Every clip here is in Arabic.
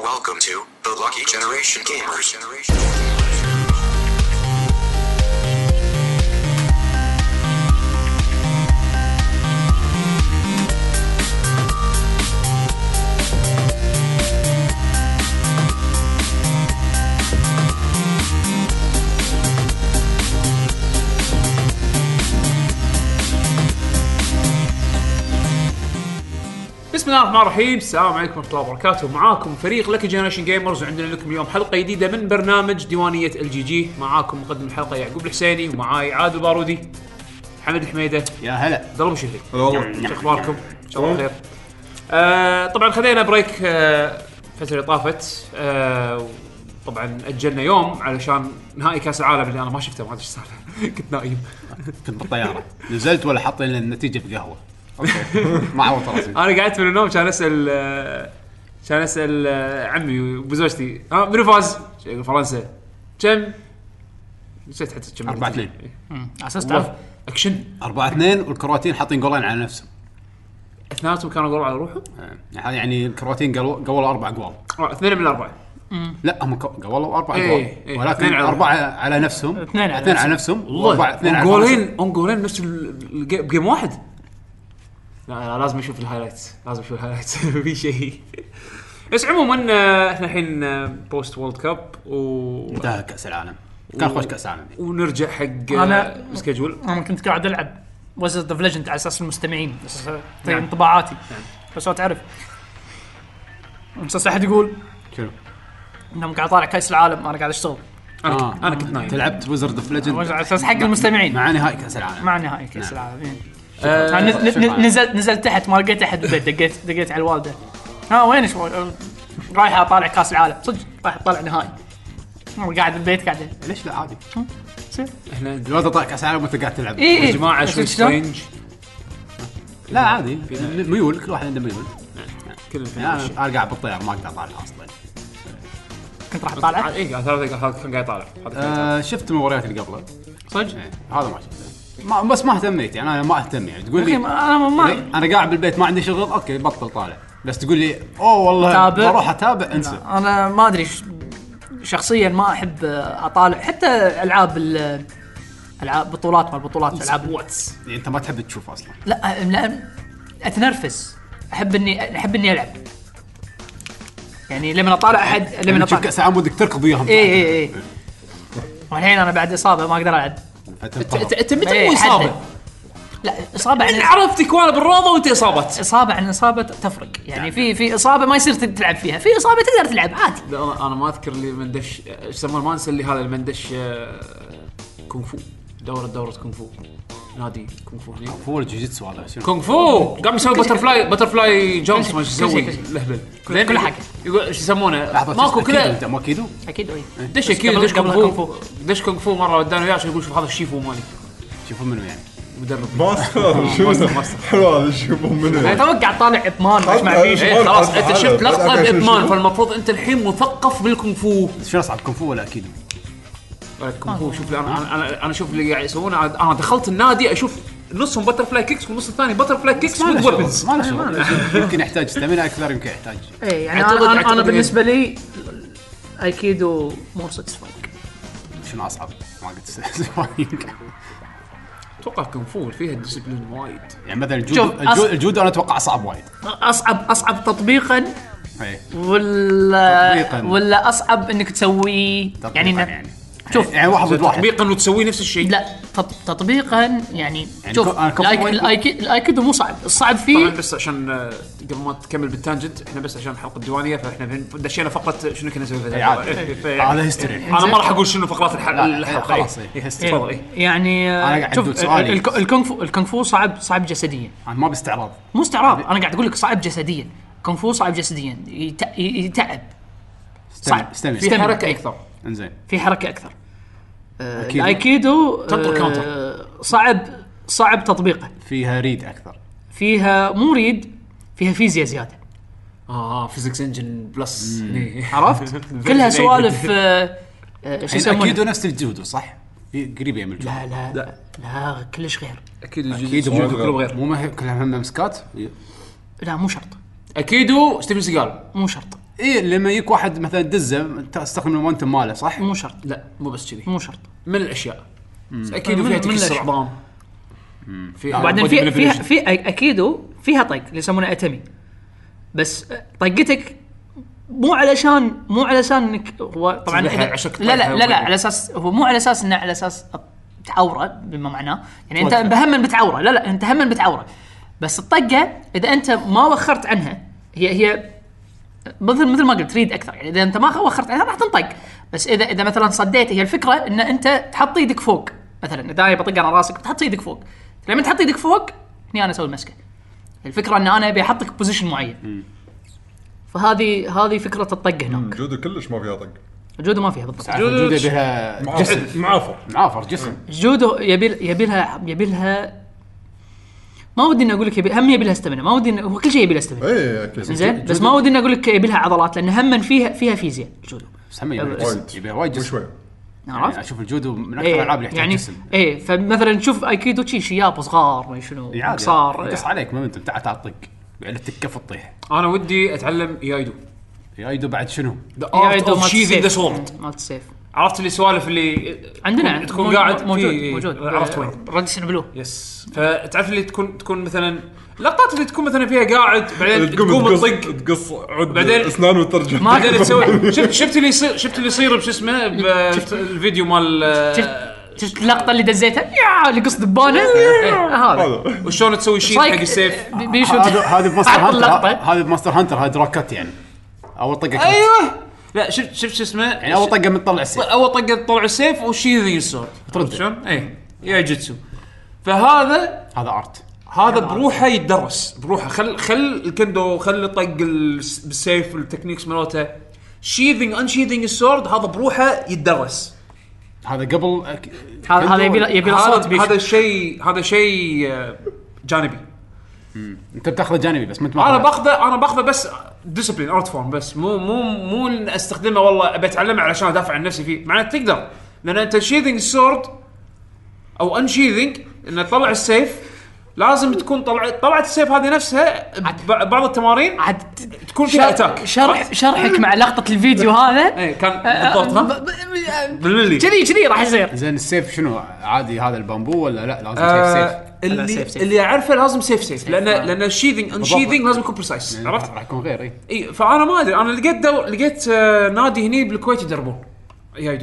Welcome to the Lucky Generation Gamers. بسم الله الرحمن الرحيم. السلام عليكم ورحمة الله وبركاته. معاكم فريق لكي جنريشن جيمرز، وعندنا لكم اليوم حلقة جديدة من برنامج ديوانية الجي. معاكم مقدم الحلقة يعقوب الحسيني، ومعاي عادل البارودي، حمد الحميدة. يا هلا. ضرب شهري. شو اخباركم؟ ان شاء الله خير. طبعا خذينا بريك فترة طافت. طبعا اجلنا يوم علشان نهائي كاس العالم اللي انا ما شفته، ما ادري ايش صار. كنت نايم، كنت بالطيارة، نزلت ولا حاطين النتيجة في قهوة. ما عوض راسي. انا قعدت من النوم عشان اسال عمي وزوجتي منو فاز؟ فرنسا. كم؟ نسيت حتى كم. 4-2. اساس تعرف اكشن 4-2 والكرواتين حاطين جولين على نفسهم. اثنيناتهم كانوا جول على روحهم. يعني الكرواتين قولوا 4 جوال. 2 من 4. لا هم قولوا 4 جوال، إيه. ولكن 4 على نفسهم. 2 على نفسهم. والله 2 جولين نفس الجيم واحد. لا لازم اشوف الهايلايتس، في شيء. بس عموما احنا الحين بوست وورلد كاب انتهى كاس العالم. كان خوش كاس العالم، ونرجع حق انا سكيجول. انا كنت قاعد العب وزد اوف ليجند على اساس المستمعين، بس انطباعاتي. بس تعرف مسا احد يقول شنو انهم قاعد طالع كاس العالم، انا قاعد اشتغل. انا كنت نايم. لعبت ويزرد اوف ليجند على اساس حق المستمعين مع نهائي كاس العالم. مع نهائي كاس العالم. نزلت تحت، ما لقيت احد بالبيت. دقيت على الوالده، وين رايح اطالع كاس العالم صدق، رايح اطالع نهائي. قاعد بالبيت قاعد. ليش لا عادي؟ احنا الوالده طالع كاس العالم وانت قاعد تلعب. يا جماعه شوي سترينج. لا عادي، ميول، كل واحد عنده ميول. كلنا انا قاعد بالطياره ما اقدر اطالع اصلا. كنت راح اطالع. اي قاعد 3 دقائق كان قاعد يطالع. شفت المباريات اللي قبله صدق. هذا ما شفته، بس ما اهتميت. يعني انا ما اهتم. يعني تقول لي انا قاعد بالبيت ما عندي شغل، اوكي بطل طالع. بس تقول لي والله بروح اتابع، انسى. انا ما ادري شخصيا ما احب اطالع حتى العاب بطولات العاب واتس. يعني انت ما تحب تشوف اصلا؟ لا اتنرفز. احب اني العب. يعني لما اطالع احد، لما تشوف كاس العالم ودك تركض وياهم. اي والحين انا بعد اصابه ما اقدر العب. انت متى مو اصابه؟ لا اصابه يعني عرفتك وانا بالروضه وانت اصابه عن اصابه تفرق. يعني في اصابه ما يصير تلعب فيها، في اصابه تقدر تلعب عادي. لا انا ما اذكر لي من دش يسمونه، ما انسى اللي هذا اللي من دش كونغ فو، دوره كونغ فو، نادي كونغ فو. كونغ فو الجوجيتسو هذا شنو؟ كونغ فو قام يسوي بترفلاي جامبس، ما يسوي لهبل كل حاجه. يقول ايش يسمونه ماكو كذا. اكيد دش دش كونغ فو مره وداني وياه عشان يقول شوف هذا الشيفو مالي. شوفوا منو يعني مدرب ماستر. حلو هذا شوفوا منو. انا توقع طالع ابمان مش مع فيه. خلاص انت شفت لقطه بابمان، فالمفروض انت الحين مثقف بالكونغ فو. شنو اصعب كونغ فو ولا اكيد؟ كونغ فو. شوف انا اشوف اللي قاعد يسوونه. انا دخلت النادي اشوف نصهم باترفلاي كيكس والنص الثاني باترفلاي كيكس وذ ويبنز. ما له يمكن يحتاج استامينا اكثر، يمكن يحتاج. اي يعني انا بالنسبه لي ايكيدو مور ساتسفاينج. شنو اصعب؟ ما قلت ساتسفاينج. اتوقع كونغ فو فيها ديسيبلين وايد. يعني مثلا الجودو انا اتوقع صعب وايد. اصعب تطبيقا ولا اصعب انك تسويه. يعني شوف يعني واحد ضد واحد تطبيقا وتسوي نفس الشيء. لا تطبيقا يعني شوف الايكيدو مو صعب. الصعب فيه طبعا بس عشان قبل ما تكمل بالتانجنت، احنا بس عشان حلقه الديوانيه فاحنا دشينا فقره شنو كنا نسوي في هذا هيستوري. انا ما راح اقول شنو فقرات الحلقه خلاص. تفضل. يعني شوف الكونغ فو صعب جسديا. انا ما باستعراض، مو استعراض، انا قاعد اقول لك صعب جسديا. كونغ فو صعب جسديا، يتعب. صعب في حركه اكثر. انزين في حركه اكثر. الايكيدو صعب تطبيقه. فيها ريد اكثر، فيها مو ريد، فيها فيزياء زياده. فيزيكس انجن بلس. عرفت كلها سوالف. شو يسمونه؟ اكيدو نفس الجودو صح؟ قريبه من الجودو. لا كلش غير. اكيد الجودو كله غير. مو كلها هم مسكات. لا مو شرط. اكيدو ستيفن سيجال مو شرط. ايه لما يجيك واحد مثلا دزه تستخدم المومنتم ماله صح؟ مو شرط، لا مو بس كذي، مو شرط. من الاشياء اكيد من فيها تكسر الأشياء. عظام. وبعدين في اكيدو فيها طق اللي يسمونه اتمي، بس طقتك مو علشان انك هو طبعا لا على اساس هو مو على اساس انه على اساس تعوره بما معناه يعني انت بهم بتعوره، لا انت هم بتعوره، بس الطقه اذا انت ما وخرت عنها هي مثل ما قلت تريد اكثر، يعني اذا انت ما وخرت عنها راح تنطق، بس اذا مثلا صديت هي الفكره ان انت تحط ايدك فوق، مثلا اذا انا بطق على راسك تحط ايدك فوق، لما تحط ايدك فوق هني انا اسوي المسكه. الفكره ان انا ابي احطك بوزيشن معين، فهذه فكره الطق هناك. جودو كلش ما فيها طق. الجودو ما فيها بالضبط. الجودو بها معافر جسم. الجودو يبي لها ما ودي اني اقول لك يبي لها استمنه، ما ودي هو كل شيء يبي له استمنه. اي اكيد زين بس ما ودي اني اقول لك يبي لها عضلات، لان هم فيها فيزياء الجودو. بس هم يبي وايد جسم شوي. يعني اشوف الجودو من اكثر الالعاب اللي يحتاج جسم. ايه فمثلا نشوف ايكيدو شياب صغار ما شنو صار قص عليك ما انت تعال طق يعني تكف الطيح. انا ودي اتعلم يايدو. يايدو بعد شنو؟ يايدو شيذ ذا سورد مالت السيف. عرفت اللي سوالف اللي عندنا تكون قاعد موجود عرفت وين ردسن بلو. يس فتعرف اللي تكون مثلا لقطات اللي تكون مثلا فيها قاعد بعدين تقوم تطق تقص عود بعدين اسنان وترجع بعدين تسوي شفت اللي يصير بش اسمه بالفيديو مال شفت اللقطه اللي دزيتها اللي قص دبانه هذا وشلون تسوي شيء حق السيف. هذا بماستر هانتر، هذا بماستر هانتر هذا دراكات يعني اول طقه. ايوه لا شفت شو اسمه يعني اول طقه من تطلع السيف، اول طقه تطلع السيف وشيذي السورد ترد شلون اي ياجتسو. فهذا ارت، هذا بروحه يتدرس بروحه. خل الكندو خل طق بالسيف والتكنيكس مالته شيذينج انشيذينج السورد هذا بروحه يتدرس. هذا قبل هذا يبي صوت هذا شيء جانبي. انت بتاخذه جانبي بس ما انا باخذه بس ديسيبلين ارت فورم بس مو استخدمه والله بتعلمه علشان ادافع عن نفسي فيه. معناته تقدر لان انت شيذينج السورد او انشيذينج ان تطلع السيف لازم تكون طلعت السيف هذه نفسها بعض التمارين تكون فيها اتاك. شرحك مع لقطه الفيديو هذا اي كان بالضبط بالملي كذي راح يصير. زين السيف شنو عادي هذا البامبو ولا لا لازم سيف اللي اعرفه لازم سيف لان الشيذينج انشيذينج لازم يكون بريسايس يعني عرفت راح يكون غير اي فانا ما ادري. انا لقيت نادي هني بالكويت يدربون يايدو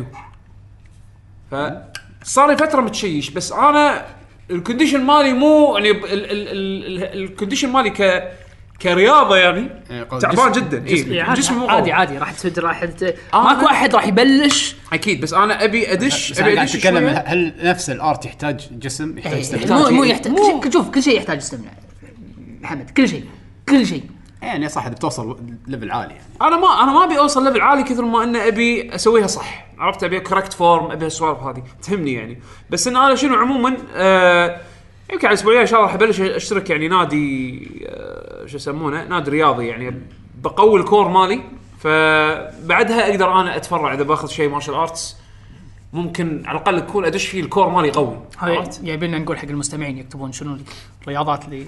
فصار لي فتره متشيش. بس انا الكونديشن مالي مو يعني الكونديشن مالي كرياضه يعني تعبان جدا. جسمي مو عادي راح ماكو احد راح يبلش اكيد. بس انا ابي ادش اتكلم هل نفس الارت يحتاج جسم مو يحتاج شوف كل شيء يحتاج استمناء محمد كل شيء يعني صح بتوصل ليفل عالي يعني. انا ما ابي اوصل ليفل عالي كثر ما انه ابي اسويها صح عرفت. ابي كوركت فورم ابي السوالف هذه تهمني يعني. بس ان انا شنو عموما يمكن على الاسبوعيه ان شاء الله راح ابلش اشترك يعني نادي شو يسمونه نادي رياضي يعني بقوي الكور مالي. فبعدها اقدر انا اتفرع اذا باخذ شيء مارشال ارتس ممكن على الاقل يكون ادش فيه الكور مالي قوي. يبينا نقول حق المستمعين يكتبون شنو الرياضات اللي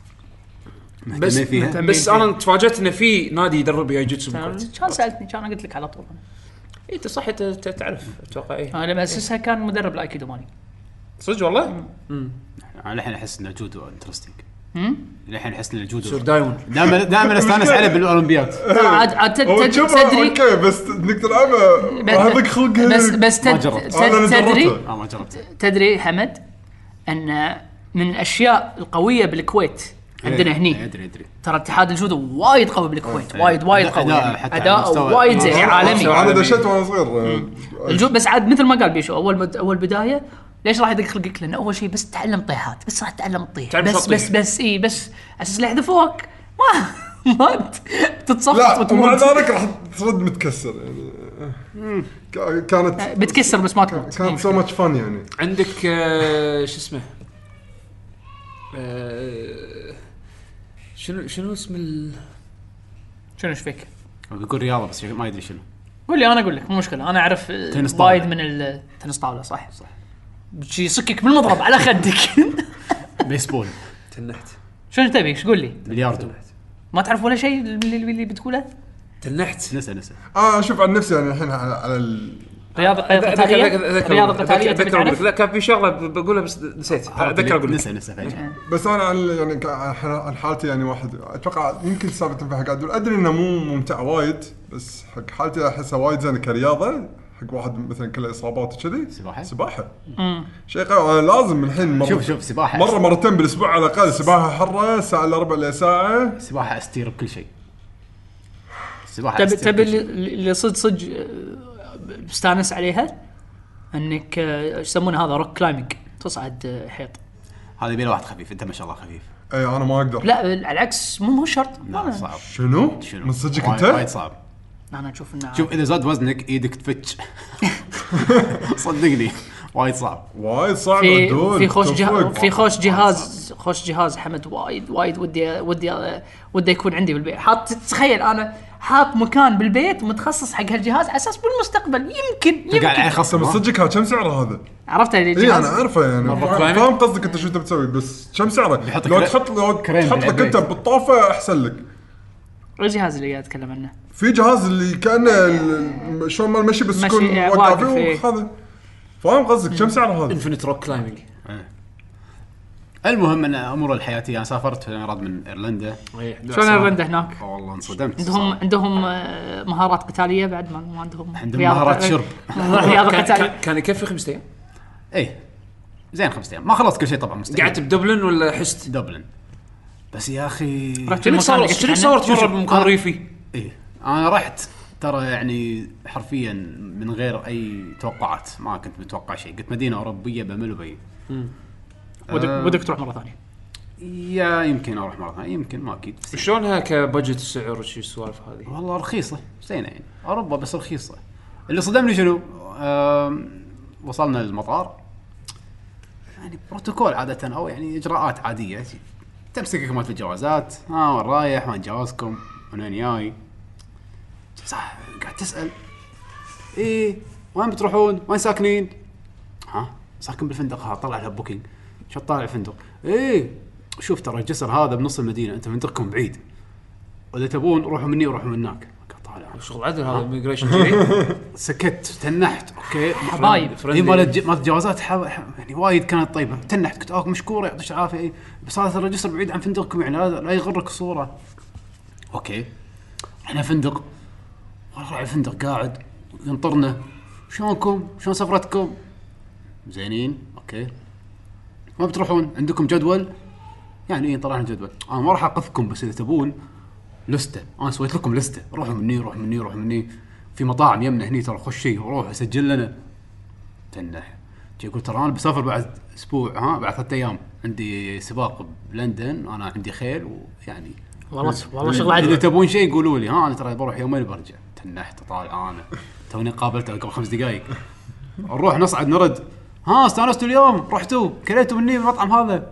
بس انا تفاجأت ان في نادي يدرب ياجوتسو بالكويت. كان سالتني كان قلت لك على طول. انت صح انت تعرف اتوقع ايه. انا اساسها كان مدرب الايكيدو مالي صدق والله. انا الحين احس ان الجودو انترستينج. الحين احس ان الجودو دائما استانس عليه بالاولمبياد. عاد تدري اوكي بس انك تلعبه هذاك خلق بس ما جربت. تدري حمد ان من الاشياء القويه بالكويت عندنا هني ادري ترى اتحاد الجودو وايد قوي بالكويت وايد قوي اداء وايد زين عالمي. انا دشيت وانا صغير الجودو بس عاد مثل ما قال بيشو اول بدايه ليش راح يدق خلقك لان اول شيء بس تعلم طيحات بس راح تتعلم الطيح بس اساس اللي يحذفوك ما تتصفط ومع ذلك راح ترد متكسر يعني كانت بتكسر بس ما تموت. كانت سو ماتش فن يعني. عندك شو اسمه شنو اسم شنو ايش فيك بيقول رياضه بس ما يدري شنو. قول لي انا اقول لك مو مشكله. انا اعرف وايد من التنس طاوله صح بشي يصكك بالمضرب على خدك. بيسبول تنحت شنو تبي ايش قول لي. بلياردو ما تعرف ولا شيء اللي بتقوله. تنحت نسى شوف عن نفسي يعني الحين على رياضة قتالية لا كان في شغله بقولها بس نسيت اتذكر اقول نسى بس انا يعني عن حالتي يعني واحد اتوقع يمكن سالفه تنفع حق عدول ادري انه مو ممتع وايد بس حق حالتي احسها وايد زين كرياضه حق واحد مثلا كله اصابات وكذي. سباحه شيء قوي لازم الحين شوف سباحه مرتين بالاسبوع على الاقل سباحه حره ساعه الا ربع لساعه سباحه استير بكل شيء. تبي اللي صدق بستانس عليها انك ايش يسمونه هذا روك كلايمينج تصعد حيط. هذا يبي له واحد خفيف. انت ما شاء الله خفيف. اي انا ما اقدر. لا على العكس مو شرط. لا صعب. شنو من صدقك انت وايد صعب. انا اشوف انه شوف اذا زاد وزنك ايدك تفتش صدقني وايد صعب في خوش جهاز حمد وايد ودي يكون عندي بالبيت. حاط تخيل انا حاط مكان بالبيت متخصص حق هالجهاز على اساس بالمستقبل يمكن قاعد خاصه من صدقك كم سعره هذا؟ عرفت الجهاز؟ انا عارفه يعني فاهم قصدك انت شو انت بتسوي بس كم سعره؟ لو تحط لك انت بالطافه احسن لك. الجهاز اللي قاعد اتكلم عنه في جهاز اللي كانه شلون ما المشي بس يكون واقف هذا فاهم قصدك كم سعره هذا؟ انفينيت روك كلايمينج. المهم ان امور الحياتيه انا سافرت في راد من ايرلندا. شلون ايرلندا هناك؟ والله انصدمت. عندهم مهارات قتاليه بعد ما عندهم مهارات شرب. رياضه قتاليه كان يكفي 5 ايام. ايه زين 5 ايام ما خلصت كل شيء طبعا مستحيل. قعدت بدبلن ولا حست دبلن بس يا اخي شنو صورت مره بمكان ريفي. ايه انا رحت ترى يعني حرفيا من غير اي توقعات. ما كنت متوقع شيء. قلت مدينه اوروبيه بمل وبي. ودك تروح مره ثانيه؟ يا يمكن اروح مره ثانيه يمكن ما اكيد. شلونها كبجت السعر وشي السوالف هذه؟ والله رخيصه زينه يعني اوروبا بس رخيصه. اللي صدمني شنو وصلنا للمطار يعني بروتوكول عاده او يعني اجراءات عاديه تمسكك مالت الجوازات وين رايح وين جوازكم وين جاي صح قاعد تسال ايه وين بتروحون وين ساكنين ساكن بالفندق. طلع لها بوكينج شو طالع الفندق. ايه شوف ترى الجسر هذا بنص المدينه انت فندقكم بعيد واذا تبون روحوا مني وروحوا من هناك. طالع شغل عدل هذا الميجريشن. سكت تنحت اوكي حبايب هي مال جوازات يعني وايد كانت طيبه. تنحت قلت مشكور يعطيك العافيه بس هذا الرجستر بعيد عن فندقكم يعني لا يغرك الصوره. اوكي احنا فندق والله الفندق قاعد ينطرنا شلونكم شلون سفرتكم زينين اوكي ما بتروحون عندكم جدول يعني ايه طلعنا جدول. انا ما راح اقفكم بس اذا تبون لسته انا سويت لكم لسته روحوا مني في مطاعم يمنا هني ترى خش شيء وروح سجل لنا. تنح يقول ترى انا بسافر بعد اسبوع بعد 3 ايام عندي سباق بلندن انا عندي خيل ويعني والله شغل عادي. اذا تبون شيء قولوا لي انا ترى بروح يومين برجع. تنحت طالع انا توني قابلته قبل 5 دقائق نروح نصعد نرد استانستوا اليوم رحتوا كليتوا مني المطعم هذا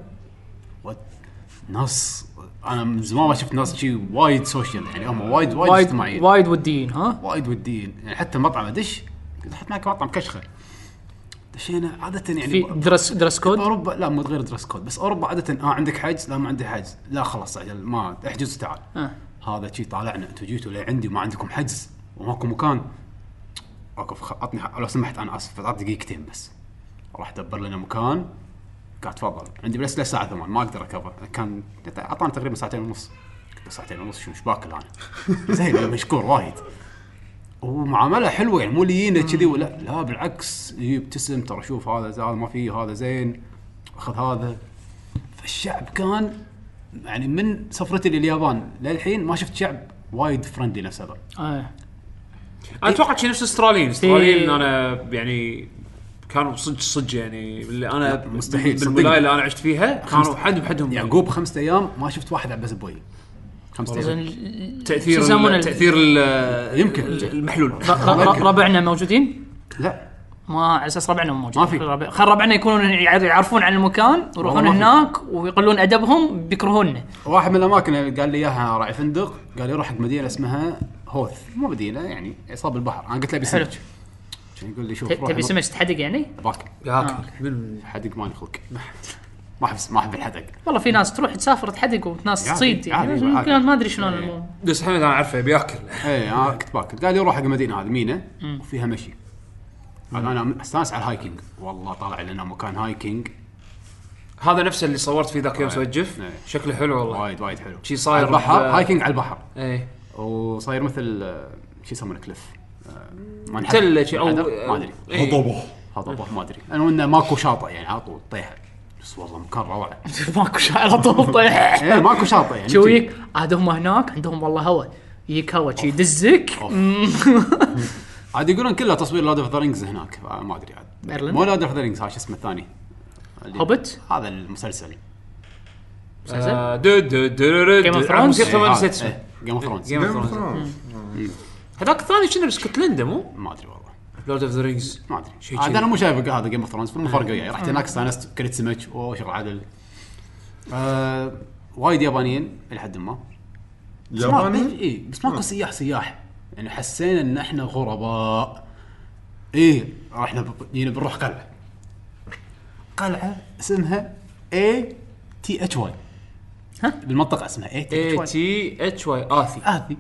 ناس انا من زمان ما شفت ناس شيء وايد سوشيال يعني هم وايد اجتماعيين وايد وديين وايد وديين يعني حتى المطعم ادش حط معك مطعم كشخه دشينا عاده يعني في درس كود اوروبا لا مو غير درس كود بس اوروبا عاده عندك حجز لا ما عندي حجز لا خلاص عجل ما احجز تعال هذا شيء طالعنا انتوا جيتوا لعندي ما عندكم حجز وماكو مكان اوقف عطني لو سمحت انا اسف عطني دقيقتين بس راح دبر لنا مكان قاعد تفضل عندي بس للساعه 8 ما اقدر اكبر كان اعطاني تقريبا 2.5 ساعة 2.5 شو باكل انا زين مشكور وايد ومعامله حلوه يعني مو لينا كذي ولا لا بالعكس يبتسم ترى شوف هذا ما فيه هذا زين اخذ هذا. فالشعب كان يعني من سفرتي لليابان للحين ما شفت شعب وايد فرندلي نفس هذا. انا اتوقع شيء نفس استراليين انا يعني كانوا صدق يعني اللي انا مستحيل بالولايه اللي انا عشت فيها كانوا حد بحدهم يعقوب 5 ايام ما شفت واحد عبس بوي 5 ايام تاثير يمكن المحلول. ربعنا موجودين لا ما على اساس ربعنا موجودين ما في خل ربعنا يكونون يعرفون عن المكان ويروحون هناك ويقولون ادبهم بيكرهونه. واحد من الاماكن اللي قال لي اياها راعي فندق قال لي روح حق مدينه اسمها هوث مو مدينه يعني عصاب البحر. انا قلت له بسمك يقول لي شوف تبي سمك تحدق يعني باكل من حدق مالي خلق ما احب الحدق. والله في ناس تروح تسافر تحدق وناس تصيد عادي، يعني عادي. ما ادري شلون الموضوع. بس حمد انا عارفه بياكل. اي انا كنت باكل، قال لي روح حق المدينه هذه مينا وفيها مشي. انا استانس على الهايكينج، والله طالع لنا مكان هايكينج. هذا نفسه اللي صورت فيه ذاك يوم سوجف. شكله حلو والله، وايد حلو. شي صاير البحر هايكينج على البحر. اي وصاير مثل شو يسمونه كليف ما تله شي او ما ادري هضبه ما ادري انا انه ماكو شاطئ يعني على طول طيح. بس والله مكان روعه. ماكو شيء على طول طيح. ايه ماكو شاطئ يعني. شويك عاد هم هناك عندهم والله هواء يجيك هواء شي يدزك. عاد يقولون كله تصوير لورد اوف ذا رينجز هناك، ما ادري عاد. مو لورد اوف ذا رينجز، هذا شو اسمه الثاني هوبت، هذا المسلسل جيم اوف ثرونز. جيم اوف ثرونز. هذاك الثاني شنو بسكوتلندا مو؟ ما ادري والله، لورد اوف ذا رينجز ما ادري. عاد انا مو شايف هذا جيم اوف ثرونز، فما فرق وياي. رحت هناك استانست، كلت سمك وشغل عدل. وايد يابانيين الى حد ما. ياباني؟ اي بس ماكو سياح يعني. حسينا ان احنا غرباء. ايه رحنا جينا بنروح قلعه اسمها ATHY. ها بالمنطقه اسمها ATHY آثي.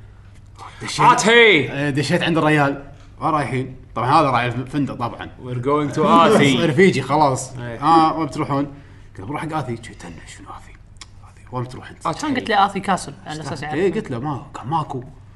دشيت عند الريال رايحين. طبعا هذا راعي الفندق طبعا. We're going to آثي. رفيجي خلاص. وين بتروحون؟ قلت بروح حق آثي. تنح شنو آثي وين بتروح انت؟ كان قلت له آثي كاسل على اساس يعرف. قلت له ما كان ماكو.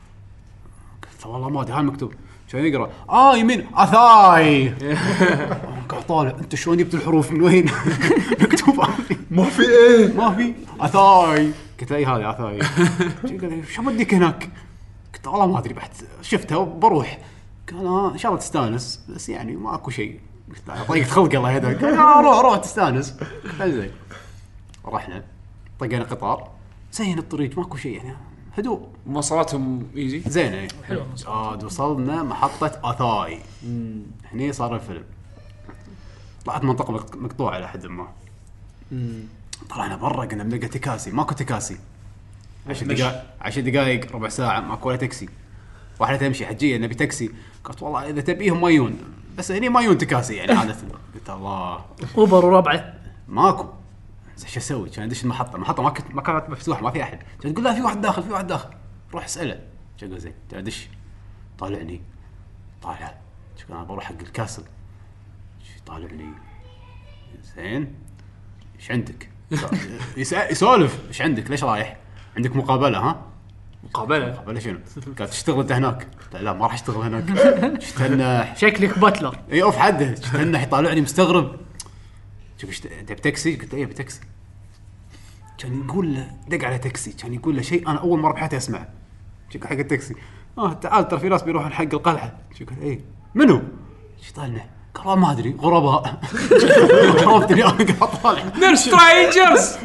قلت والله ما ادري هل مكتوب شلون يقرا. يمين آثاي. قاعد طالع انت شلون جبت الحروف من وين؟ مكتوب آثي ما في ما في آثاي. قلت له هذه آثاي. قال شو بديك هناك؟ قلت والله ما ادري بحت شفتها وبروح. قال ان شاء الله تستانس بس يعني ماكو شيء. قلت له طيقت خلق الله يهداك. قال روح تستانس. قلت زين. رحنا طقنا قطار زين الطريق ماكو شيء يعني هدوء. مواصلاتهم ايزي زين. حلو. وصلنا محطة آثاي. هني صار الفيلم. طلعت منطقة مقطوعة إلى حد ما. طلعنا برا قلنا بنلقى تكاسي. ماكو تكاسي. 10 دقائق ربع ساعة ماكو ولا تاكسي. واحدة تمشي حجية نبي تاكسي. قلت والله إذا تبيهم مايون بس هني مايون تكاسي يعني عادة. قلت الله أوبر وربعه ماكو. شو اسوي؟ كان ادش المحطه ما كانت مفتوحه ما في احد. تقول لا في واحد داخل روح اساله. قال زين ادش طالعني طالع شو انا بروح حق الكاسل. طالعني زين ايش عندك؟ يسولف ايش عندك ليش رايح؟ عندك مقابله؟ ها مقابله شنو؟ قال تشتغل انت هناك؟ لا ما راح اشتغل هناك. استنى شكلك باتلر. اي اوف حده. استنى يطالعني مستغرب. شوف انت بتاكسي؟ قلت ايه بتاكسي. كان يقول له دق على تاكسي. كان يقول له شيء انا اول مره بحياتي اسمعه. شكل حق التاكسي تعال ترى في ناس بيروحون حق القلعه. شكل ايه منو؟ شي طالع؟ قال ما ادري غرباء. عرفتني انا قاعد طالع نير سترينجرز.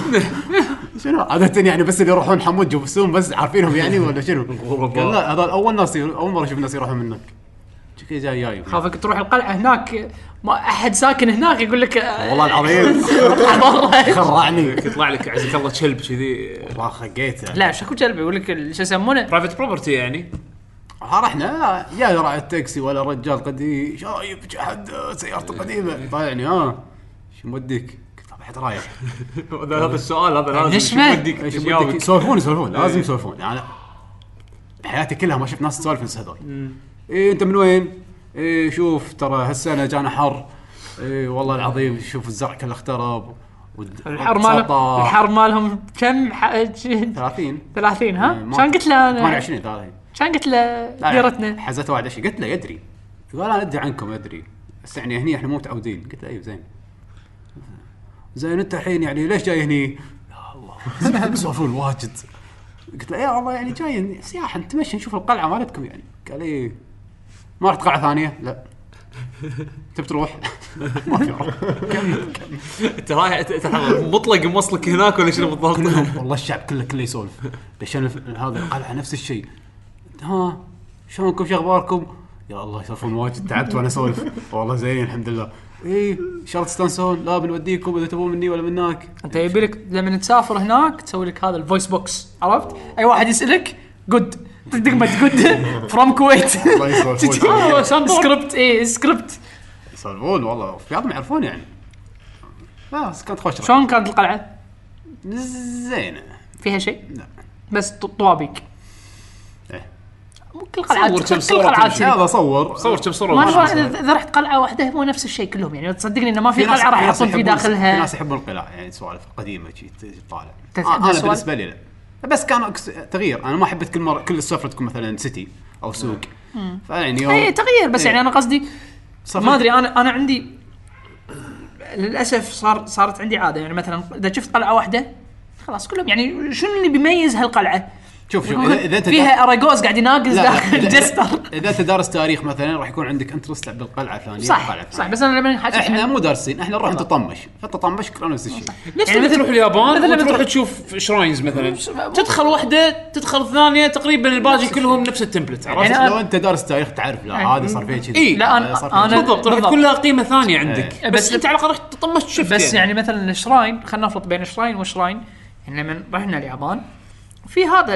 شنو عادة يعني بس اللي يروحون حمود جوفسون بس عارفينهم يعني ولا شنو؟ قال لا هذا اول مره اشوف الناس يروحون منك. شكل جاي خافك تروح القلعه هناك ما احد ساكن هناك يقول لك والله العظيم خرعني. يطلع لك عزك الله كلب كذي والله خقيته. لا شكو كلب يقول لك شو يسمونه برايفت بروبرتي يعني. رحنا يا راعي التاكسي ولا رجال قديم شايب حد سيارته قديمه طالعني شو موديك؟ قلت بعد رايح. هذا السؤال هذا لازم شو موديك يسولفون لازم يسولفون. انا حياتي كلها ما شفت ناس تسولف نفس هذول. انت من وين؟ شوف ترى هالسنه جانا حر. والله العظيم شوف الزرع كله اخترب. الحر مالهم كم 30 ها؟ كان قلت له 28 30 كان قلت له ديرتنا حزته واحد شيء. قلت له يدري. قال انا ادري عنكم ادري بس يعني هني احنا مو متعودين. قلت له ايوه زين انت الحين يعني ليش جاي هني؟ يا الله يسولفون واجد. قلت له يا والله يعني جاي سياحه نتمشى نشوف القلعه مالتكم يعني. قال لي ما رحت قلعه ثانيه؟ لا. تبي تروح؟ ما في كمل انت رايح مطلق موصلك هناك ولا شنو بالضبط؟ والله الشعب كله يسولف. عشان هذا القلعه نفس الشيء. شلونكم شو اخباركم؟ يا الله يسولفون واجد. تعبت وانا اسولف. والله زين الحمد لله. ان شاء الله تستانسون. لا بنوديكم اذا تبون مني ولا منك. انت يبي لك لما تسافر هناك تسوي لك هذا الفويس بوكس عرفت؟ اي واحد يسالك جود تدق جود فروم كويت. سكريبت سكريبت يسولفون والله في بعضهم يعرفون يعني. بس كانت خوش. شلون كانت القلعه؟ زينه. فيها شيء؟ لا بس طوابق. ايه كل قلعات هذا صور كم صوره. ما اذا رحت قلعه واحده هو نفس الشيء كلهم يعني. تصدقني انه ما في قلعه راح يحطون في داخلها. في ناس يحبون القلاع يعني سوالف قديمه شيء طالع. انا بالنسبه لي لا، بس كان تغيير. انا ما حبيت كل مره كل السفره تكون مثلا سيتي او سوق. فيعني اي تغيير بس يعني انا قصدي ما ادري. انا عندي للاسف صارت عندي عاده يعني مثلا اذا شفت قلعه واحده خلاص كلهم يعني شنو اللي بيميز هالقلعه؟ شوف اذا انت فيها اراغوز قاعد يناقز داخل الجستر. اذا انت دارس تاريخ مثلا راح يكون عندك انترست بالقلعه الفلانيه. صح بس انا لما احنا مو دارسين، احنا نروح نتطمش فتطمش كلنا نفس الشيء. يعني مثلا تروح اليابان تروح تشوف شراينز مثلا تدخل واحده تدخل الثانيه تقريبا الباقي كلهم نفس التمبلت. يعني لو انت دارس تاريخ تعرف لا هذه صار فيها كذي. لا انا بالضبط راح تكون لها قيمه ثانيه عندك. بس انت على الاقل رحت تطمشت شفت. بس يعني مثلا الشراين خلينا نفرض بين شراين وشراين. يعني لما رحنا اليابان في هذا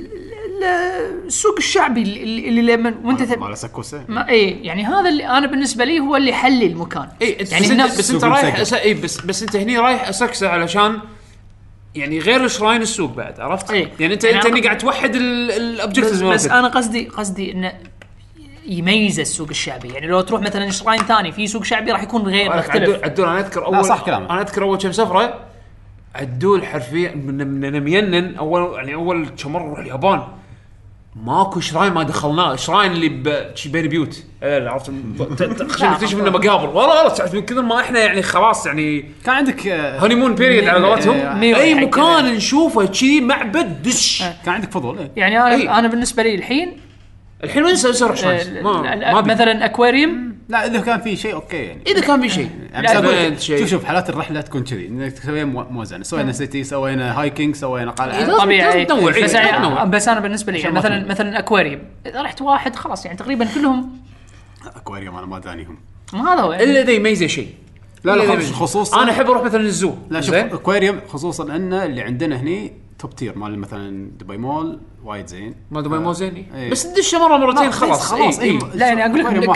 السوق الشعبي اللي لما وانت مال ساكوسا يعني هذا اللي انا بالنسبه لي هو اللي يحلي المكان. يعني بس انت رايح بس انت هني رايح اسكسه علشان يعني غير الشراين السوق بعد عرفت. يعني انت هني قاعد توحد الاوبجكتيفز. بس انا قصدي انه يميز السوق الشعبي. يعني لو تروح مثلا شراين ثاني في سوق شعبي راح يكون غير مختلف. عدول انا اذكر اول كم سفره عدول حرفيا من مينن اول كم مره نروح اليابان ماكو شراين ما دخلناه. شراين اللي بين بيوت عرفت تكتشف انه مقابر والله غلط من كثر ما احنا يعني خلاص يعني كان عندك هانيمون بيريد على قولتهم. اي مكان نشوفه شي معبد دش كان عندك فضول. يعني انا بالنسبه لي الحين وين سوي شرايز ما مثلا اكواريوم. لا اذا كان في شيء اوكي يعني اذا كان في شيء شوف حالات الرحله تكون كذي انك تسوي موازنه. سوينا سيتي سوينا هايكينج سوينا قلعه طبيعي. بس انا بالنسبه لي مثلا اكواريوم اذا رحت واحد خلاص يعني تقريبا كلهم اكواريوم انا ما دانيهم. ما هذا هو الا اذا يميز شيء. لا خصوصا انا احب اروح مثلا الزو. لا شوف اكواريوم خصوصا ان اللي عندنا هني توب تير مال مثلا دبي مول وايد زين. ما دبي مول زين بس تدش مره مرتين خلاص. لا يعني اقول لك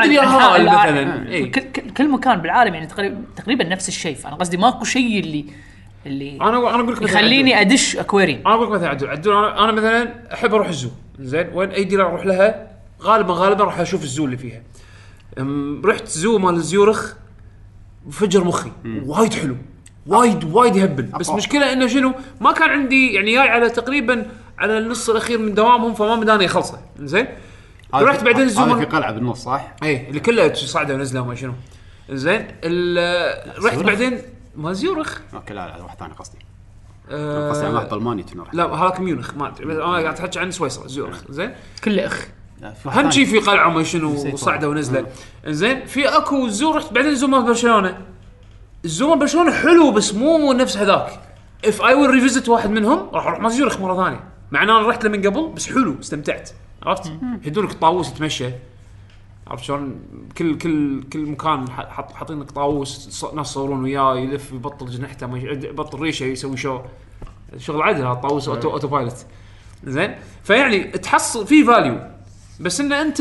كلنا كل مكان بالعالم يعني تقريبا نفس الشيء. فانا قصدي ماكو شيء اللي انا اقول لك يخليني ادش اكواريوم. انا اقول لك مثلا عدول انا مثلا احب اروح الزو زين. وين اي ديره اروح لها غالبا راح اشوف الزو اللي فيها. رحت زو مال زيورخ فجر مخي وايد حلو وايد يهبل. بس مشكله انه شنو ما كان عندي يعني جاي على تقريبا على النص الاخير من دوامهم فما مداني خلصه زين. رحت بعدين الزوم في قلعه بالنص صح اللي كلها صعده ونزله وما شنو زين. رحت بعدين ما زيورخ لا واحد ثاني قصدي واحد الماني كنا لا هذاك ميونخ ما ادري. انا قاعد احكي عن سويسرا زيورخ زين. كله اخ اهم شيء في قلعه ما شنو وصعده ونزله زين. في اكو زو رحت بعدين زو مال برشلونه. الزوم برشلونه حلو بس مو نفس هذاك. if I will revisit واحد منهم راح اروح مازيورخ مره ثانيه مع ان انا رحت له من قبل بس حلو استمتعت عرفت. يدونك طاووس يتمشى عرفت شلون كل مكان حاطين لك طاووس ناس يصورون وياه يلف يبطل جنحته يبطل ريشه يسوي شغل عادي. هذا طاووس اوتو بايلوت زين. فيعني تحصل فيه فاليو بس ان انت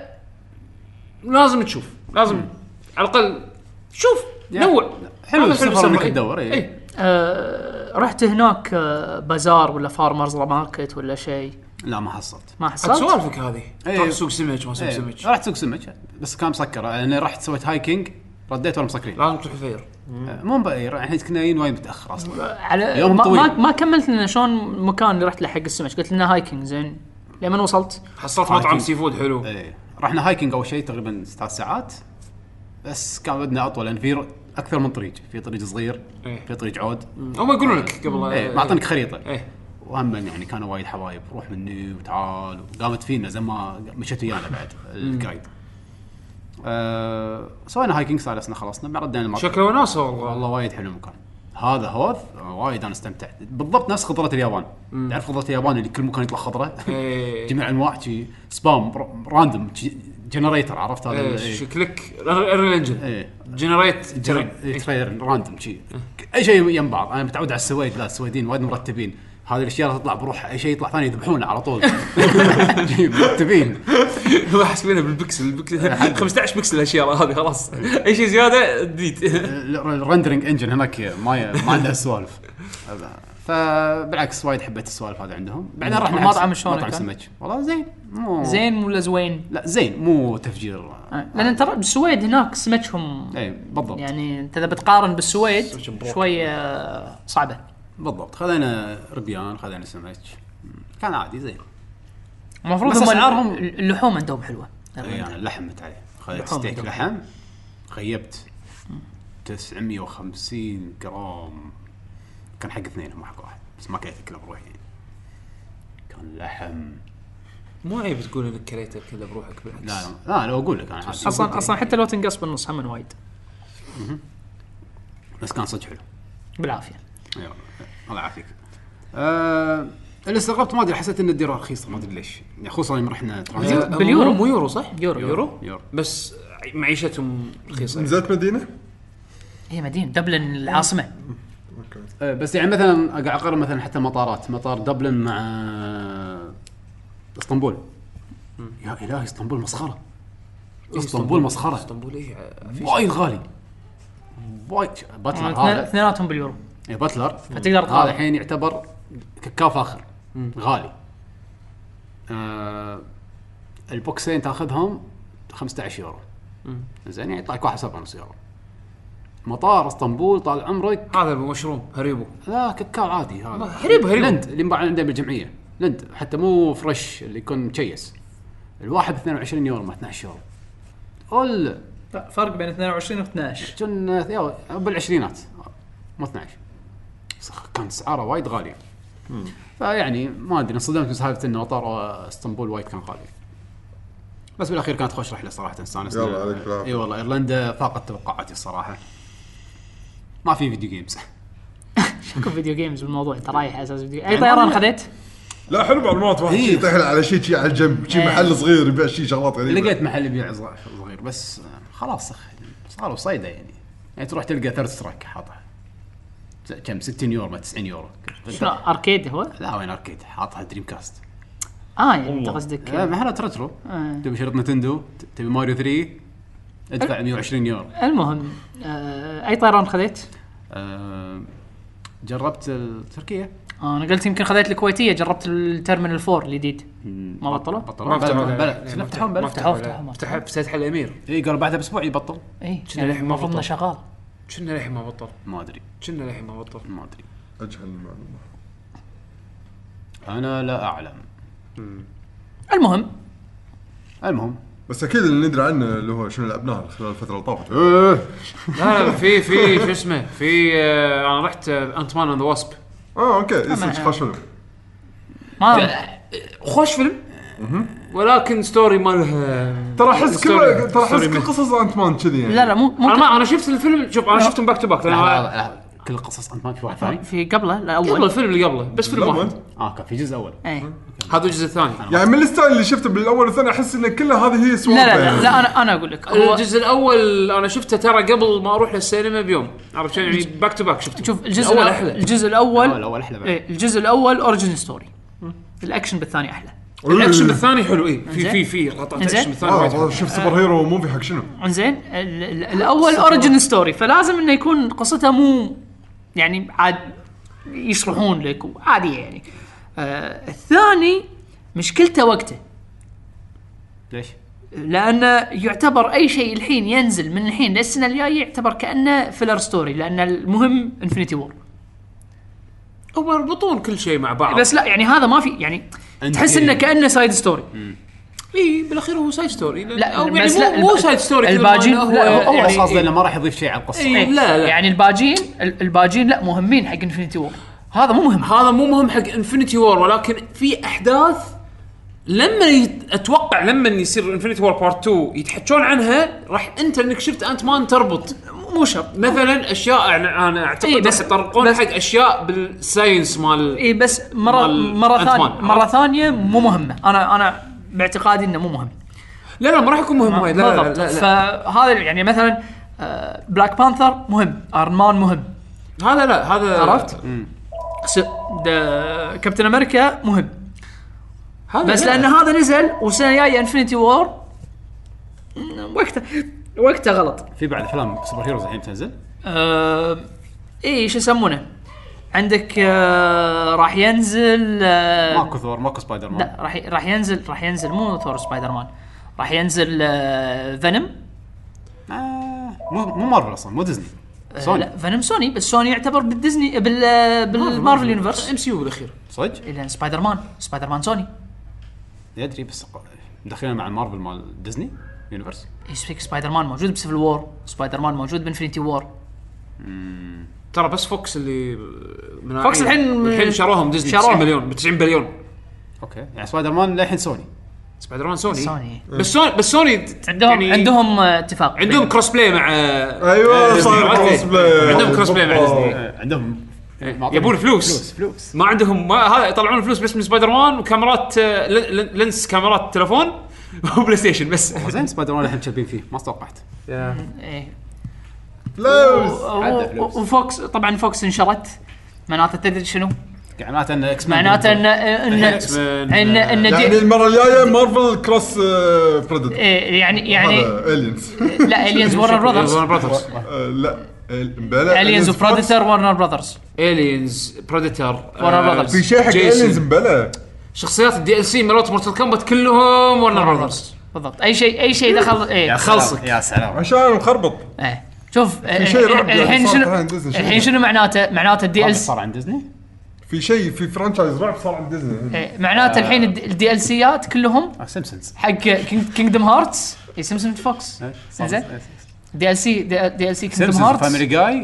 لازم تشوف لازم على الاقل شوف نوع حلو السفر انك تدور. رحت هناك بازار ولا فارمرز ماركت ولا شيء؟ لا ما حصلت سوالفك هذه. رحت سوق سمك ما سوق سمك. رحت سوق سمك بس كان مسكر. انا رحت سويت هايكينج رديت ولا مسكرين. لازم تروح فير مو مبير احنا كنا جايين وايد متاخر اصلا على يوم ما كملت لنا شلون مكان اللي رحت له حق السمك. قلت لنا هايكينج زين لما وصلت حصلت مطعم سي فود حلو. رحنا هايكينج اول شيء تقريبا 6 ساعات بس كان بدنا اطول لان في اكثر من طريق. في طريق صغير في طريق عود هم يقولون لك قبل ما اعطنك خريطه وهم يعني كانوا وايد حوايب روح مني وتعال وقامت فينا زي ما مشيت ويانا بعد الجايد. سوينا هايكينج سالسنا خلصنا ردينا المطار. شكله وناسه والله وايد حلو المكان هذا. هوذ وايد انا استمتعت بالضبط نفس خضره اليابان. تعرف خضره اليابان اللي كل مكان يطلع خضره جميع انواع شي سبام راندوم جنريتر عرفت هذا شكلك انجن جنريت ترير راندوم شي اي شيء يم بعض. انا متعود على السويد. لا السويدين وايد مرتبين. هذه الاشياء تطلع بروحها اي شيء يطلع ثاني يذبحونه على طول مرتبين. هو حاسبينها بالبكسل 15 بكسل الاشياء هذه خلاص اي شيء زياده ديت. الرندرنج انجن هناك ما عنده سوالف. فبالعكس وايد حبيت السوالف هذه عندهم. بعدين رحنا مطعم شلون مطعم سمك والله زين. زين ولا زوين؟ لا زين مو تفجير. لان ترى بالسويد هناك سمكهم اي بالضبط. يعني انت اذا بتقارن بالسويد شوي صعبه. بالضبط. خذينا ربيان خذينا سمك كان عادي زين. المفروض هم اسعارهم اللحوم عندهم حلوه. يعني اللحم متعلي. خذيت ستيك لحم غيبت 950 جرام كان حق اثنين مو حق واحد بس ما كليت كله بروحي يعني. كان لحم مو عيب تقول انك كليته كله بروحك بالعكس. لا لو اقول لك انا اصلا حتى لو تنقص بالنص هم وايد بس كان صدق حلو بالعافيه. ايوه الله يعافيك. اللي استغربت ما ادري حسيت ان الديره رخيصه ما ادري ليش يعني خصوصا يوم رحنا ترانزيت باليورو مو يورو صح يورو بس معيشتهم رخيصه. نزلت مدينه هي مدينه دبلن العاصمه. بس يعني مثلا قاعد اقارن مثلا حتى مطارات مطار دبلن مع اسطنبول. يا الهي اسطنبول مسخره. اسطنبول مسخره. اسطنبول ايه وايد غالي وايد. باتلر هذا اثنيناتهم باليورو. اي باتلر فتقدر هذا الحين يعتبر كاكاو فاخر غالي. البوكسين تاخذهم 15 يورو زين يعني يطلعك 1.5 يورو. مطار اسطنبول طال عمرك هذا المشروم هريبو. لا كاكاو عادي هذا هريبو لند اللي انباع عندنا بالجمعيه لند حتى مو فريش اللي يكون مكيس. الواحد 22 يورو ما 12 يورو. قول لا فرق بين 22 و 12 كنا بالعشرينات مو 12 كان سعره وايد غالي. فيعني ما ادري انصدمت بسالفه انه مطار اسطنبول وايد كان غالي بس بالاخير كانت خوش رحله صراحه استانسنا. اي والله ايرلندا فاقت توقعاتي الصراحه. ما في فيديو جيمز. شكو فيديو جيمز بالموضوع انت رايح اساس فيديو اي طيران خذيت؟ لا حلو معلومات واحد شيء يطيح على شيء على الجنب شيء محل صغير يبيع شيء شغلات غريبه. لقيت محل يبيع صغير بس خلاص صاروا صيده يعني تروح تلقى ثيرد سترايك حاطها كم 60 يورو ما 90 يورو. شنو اركيد هو؟ لا وين اركيد حاطها دريم كاست. يعني انت قصدك محلات ريترو. تبي شريط نتندو تبي ماريو 3 ادفع 120 يورو. المهم اي طيران خذيت؟ جربت تركيا. انا قلت يمكن خذيت الكويتيه. جربت التيرمينال 4 الجديد ما بطلوا ما فتحوا فتح الامير. اي قالوا بعدها باسبوع يبطل. اي المفروض شغال كنا للحين ما بطل. ما ادري كنا للحين ما بطل ما ادري اجهل المعلومه انا لا اعلم. المهم بس اكيد اللي ندري عنه اللي هو شنو لعبناه خلال الفتره اللي طافت. لا في شو اسمه في انا رحت انت مان اند ذا واسب. اوكي خوش فيلم. ما خوش فيلم ولكن ستوري مالها ترى احس كل قصص انت مان كذي يعني. لا مو انا شفت الفيلم. شوف انا شفتهم باك تو باك. كل قصص انت مان في واحد ثاني في قبله قبل الفيلم اللي قبله بس فيلم واحد. كان في جزء اول. هذا الجزء الثاني يعني من الستايل اللي شفته بالاول والثاني احس ان كلها هذه هي سوالف. لا انا اقول لك الجزء الاول انا شفته ترى قبل ما اروح للسينما بيوم عرفت يعني باك تو باك شفته. شوف الجزء الاول احلى. الجزء الاول اوريجين ستوري. الاكشن بالثاني احلى. الاكشن بالثاني حلو. في لقطات اكشن بالثاني. شوف سوبر هيرو موفي حق شنو انزين الاول اوريجين ستوري فلازم انه يكون قصتها مو يعني عاد يشرحون لك عادي يعني. الثاني مشكلته وقته. ليش؟ لأنه يعتبر أي شيء الحين ينزل من الحين للسنة الجاية يعتبر كأنه فيلر ستوري لأن المهم إنفينيتي وور. هو يربطون كل شيء مع بعض بس لا يعني هذا ما في يعني تحس إنه كأنه سايد ستوري. إيه بالأخير هو سايد ستوري. لا أو يعني مو سايد ستوري. الباجين هو يعني قصده إنه ما راح يضيف شيء على القصة. لا يعني الباجين لا مهمين حق إنفينيتي وور. هذا مو مهم حق إنفينيتي وور ولكن في أحداث لما اتوقع لما يصير انفينيتي وور بارت 2 يتحكون عنها راح انت انك شفت انت مان تربط مو شرط مثلا اشياء انا اعتقد بس يطرقون حق اشياء بالساينس مال بس مره ثانيه مو مهمه. انا باعتقادي انه مو مهم. لا ما راح يكون مهم وايد. لا فهذا يعني مثلا بلاك بانثر مهم ارمان مهم هذا عرفت كابتن امريكا مهم بس لان هذا نزل والسنه الجايه انفنتي وور وقته غلط. في بعد افلام سوبر هيروز الحين تنزل. ايه شو يسمونه عندك راح ينزل ماكو ثور ماكو سبايدر مان. لا راح ينزل مو ثور سبايدر مان راح ينزل فينوم. مو مارفل اصلا مو ديزني سوني. لا فينوم سوني بس سوني يعتبر بالديزني بالمارفل يونيفرس ام سي يو بالاخير صدق. لان سبايدر مان سوني يدري بس مدخلين مع المارفل مال ديزني يونيفرس. يسفيك سبايدر مان موجود بسيفل وور سبايدر مان موجود بانفينيتي وور. ترى بس فوكس اللي فوكس الحين شروهم ديزني 90 مليون ب 90 بليون. اوكي يعني سبايدر مان للحين سوني. سبايدر مان سوني. بس سوني عندهم اتفاق عندهم كروس بلاي مع ايوه صار كروس بلاي عندهم كروس بلاي مع ديزني. عندهم يبون فلوس ما عندهم هذا يطلعون فلوس بس من سبايدر مان وكاميرات لينس كاميرات تلفون وبلاي ستيشن بس. زين سبايدر مان الحين شابين فيه ما توقعت. ايه فلوس وفوكس طبعا فوكس انشرت معناته تدري شنو معناته ان اكس معناته ان يعني المره الجايه مارفل كروس بريدتور. يعني الينز لا الينز ورنر براذرز لا مبلا الينز وبريدتور ورنر براذرز الينز بريدتور ورنر براذرز في شيء حق الينز مبلا شخصيات الدي ال سي مالت مورتال كومبات كلهم ورنر براذرز بالضبط. اي شيء دخل خلصك يا سلام عشان مخربط. شوف الحين شنو معناته الدي ال صار عند ديزني في شيء في فرانشايز رعب صار عند ديزني. معناته الحين الدي ال سيات كلهم سيمبسونز حق كينجدم هارتس سيمبسونز فوكس زين دي ال سي كينجدم هارتس فاميلي جاي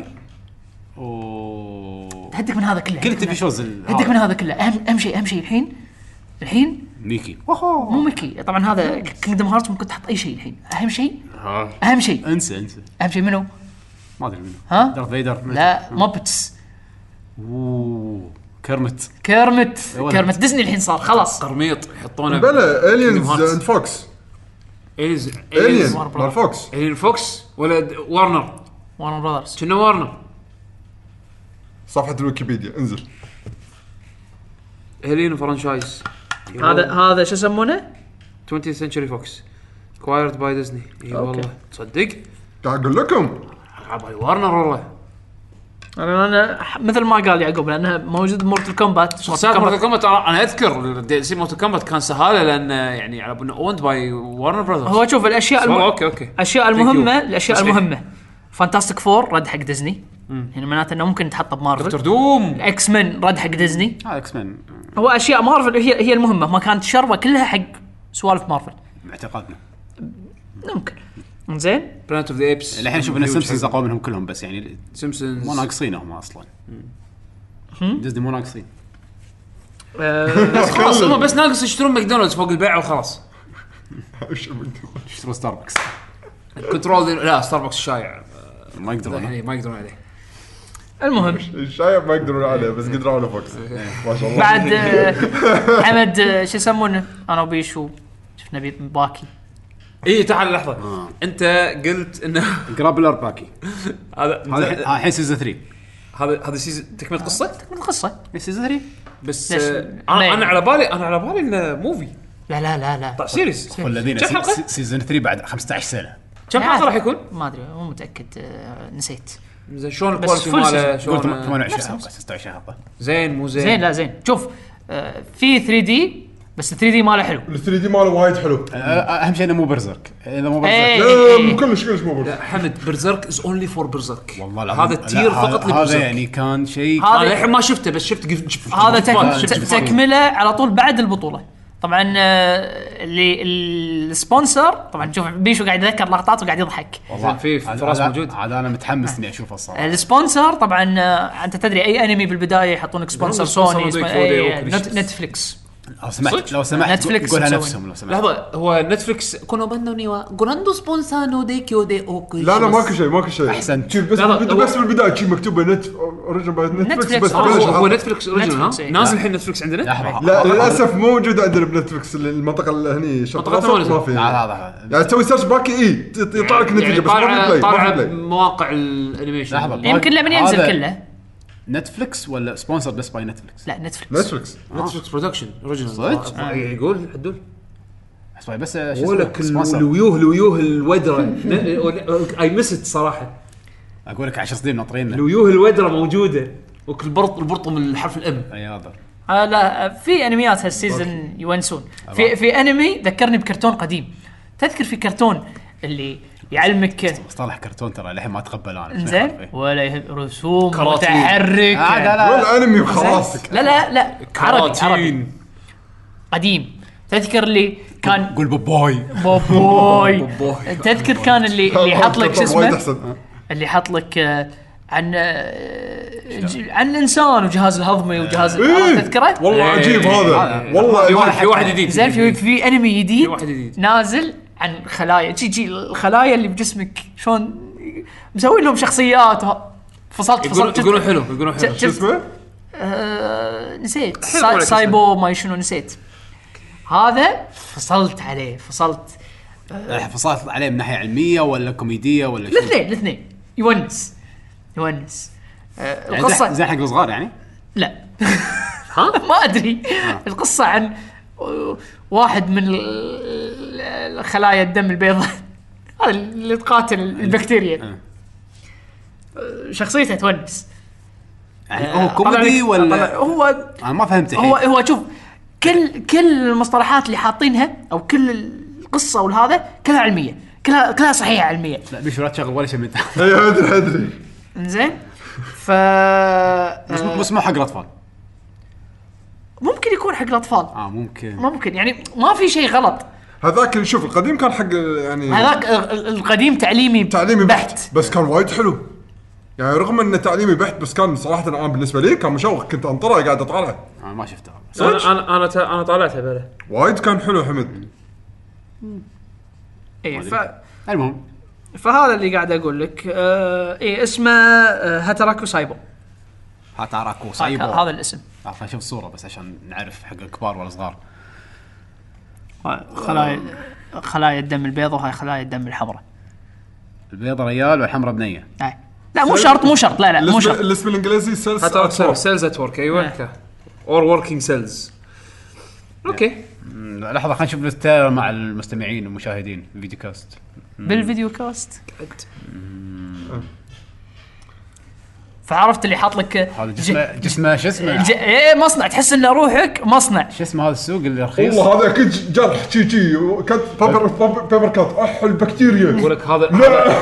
هدك من هذا كله كل تي في شوز هدك من هذا كله اهم شيء الحين ميكي مو ميكي طبعا هذا كينجدم هارتس ممكن تحط اي شيء الحين اهم شيء انسى اهم شيء منو ما ادري منو ها دارث فيدر لا موبتس كيرمت ديزني الحين صار خلاص قرميط يحطونه بلا الينز اند فوكس الين مال فوكس الين فوكس ولا وارنر براذرز كنا وارنر صفحه الويكيبيديا انزل الين فرانشايز هذا شو يسمونه 20th century fox acquired by Disney. اي والله تصدق قاعد اقول لكم باي وارنر والله. انا مثل ما قال يعقوب لانها موجود مورتال كومبات شخصيات مورتال كومبات انا اذكر الدي سي مورتال كومبات كان سهاله لان يعني على انه اوند باي وارنر براذرز. هو شوف الاشياء اوكي الاشياء المهمه فانتاستيك فور رد حق ديزني يعني معناته انه ممكن تحطه بمارفل. دكتور دوم اكس مان رد حق ديزني. اكس مان هو اشياء مارفل هي المهمه ما كانت شربه كلها حق سوالف مارفل اعتقادنا ممكن. زين بلانت اوف ذا ايبس الحين شوف ان السيمبسونز اقوى منهم كلهم بس يعني سيمبسونز مو ناقصين هم اصلا. ديزني مو ناقصين خلاص هم بس ناقص يشترون ماكدونالدز فوق البيع وخلاص. يشترون ستاربكس كنترول لا ستاربكس شايع ما يقدرون عليه. المهم الشايب ما يقدرون عليه بس قدروا على فوكس ما شاء الله. بعد حمد شو يسمونه انا وبيشو شفنا باكي. ايه تعال لحظه انت قلت انه جرابلر باكي هذا الحين سيزون 3 هذا سيزون تكمله قصه سيزون 3 بس انا على بالي انه موفي. لا طيب سيريس والذين سيزون 3 بعد 15 سنه كم حلقه راح يكون ما ادري مو متاكد نسيت. زين شلون الكواليتي ماله شلون 28 حلقه 16 حلقه زين مو زين لا زين شوف في 3 دي بس 3 دي ماله حلو. ال 3 دي ماله وايد حلو. اهم شيء انه مو برزرك اذا مو برزرك لا كلش مو برزرك. حمد برزرك از اونلي فور برزرك والله هذا التير فقط لبرزرك. هذا يعني كان شيء انا الحين ما شفته بس شفت هذا تكمله على طول بعد البطوله طبعا. اللي السبونسر طبعا شوف بيشو قاعد يذكر لقطات وقاعد يضحك والله في فراس موجود. عاد انا متحمس اني اشوفه الصراحه. السبونسر طبعا انت تدري اي انمي بالبدايه يحطونك سبونسر سوني نتفليكس لو سمحت يقولها نفسهم لو سمحت. لحظه هو نتفليكس كونو باندو نيوا غراندو سبونسانو ديكيو دي اوكي لا ماكو شيء احسن شوف بس بالبدايه شيء مكتوبه نت اوريجن باي نتفليكس بس هو نتفليكس اوريجن نازل الحين نتفليكس عندنا. لا للاسف مو موجود عندنا بنتفليكس المنطقه اللي هني شرق الاوسط ما فيها. هذا يعني تسوي سيرش باكي يطلع لك نتيجه بس ما في بلاي طالع مواقع الانيميشن يمكن لمن ينزل كله نتفلكس ولا سبونسر بس باي نتفلكس؟ لا نتفلكس نتفلكس برودكشن اوريجينال صدق؟ يقول حدول بس ولك الويوه الودره اي مسد صراحه اقول لك 10 سنين ناطرين الويوه الودره موجوده وكل البرط من الحرف الام اي هذا لا في انميات هالسيزون يونسون في انمي ذكرني بكرتون قديم. تذكر في كرتون اللي يعلمك مصطلح كرتون ترى الحين ما اتقبله انا زين ولا رسوم متحرك ولا انمي وخلاص لا عربي قديم. تذكر اللي كان قول بوبوي تذكر كان اللي يحط لك شو اسمه اللي حط لك عن الانسان وجهاز الهضمي وجهاز تذكره والله عجيب هذا والله في واحد جديد زين في انمي جديد نازل عن خلايا تجي الخلايا اللي بجسمك شلون مسوي لهم شخصيات فصلت يقولون حلو شو اسمه نسيت سايبو ما شنو نسيت هذا فصلت عليه فصلت عليه من ناحيه علميه ولا كوميديه ولا شو الاثنين يونس القصه زين حق الصغار يعني لا ما ادري القصه عن واحد من الخلايا الدم البيضاء هذا اللي تقاتل البكتيريا شخصيته تونس يعني هو كوميدي ولا هو انا ما فهمت هو شوف كل المصطلحات اللي حاطينها او كل القصه والهذا كلها علميه كلها صحيحه علميه. لا بيش لا تشغل ولا شيء من اي ادري زين بس مو حق الاطفال ممكن يكون حق الاطفال ممكن يعني ما في شيء غلط. هذاك شوف القديم كان حق يعني هذاك القديم تعليمي بحت بس كان وايد حلو يعني رغم انه تعليمي بحت بس كان صراحه انا بالنسبه لي كان مشوق كنت انطره قاعد اطالعه. انا ما شفته انا طالعته بله وايد كان حلو حمد. اي المهم فهذا اللي قاعد اقول لك اسمه هاتاراكو سايبو هذا الاسم. عارف اشوف الصوره بس عشان نعرف حق الكبار ولا صغار. خلايا الدم البيضاء وهاي خلايا الدم الحمراء. البيضاء ريال والحمراء بنيه. لا مو شرط لا مو شرط. الاسم الانجليزي سيلز ات ورك ايوه اور وركينج سيلز. اوكي لحظه خلينا نشوف التيرر مع المستمعين والمشاهدين الفيديو كاست. بالفيديو كاست فعرفت اللي حاط لك هذا جسمه شو اسمه ايه مصنع تحس ان روحك مصنع. شو اسمه هذا السوق اللي رخيص والله هذا اكيد جرح شي كات بيبر كات البكتيريا يقول لك هذا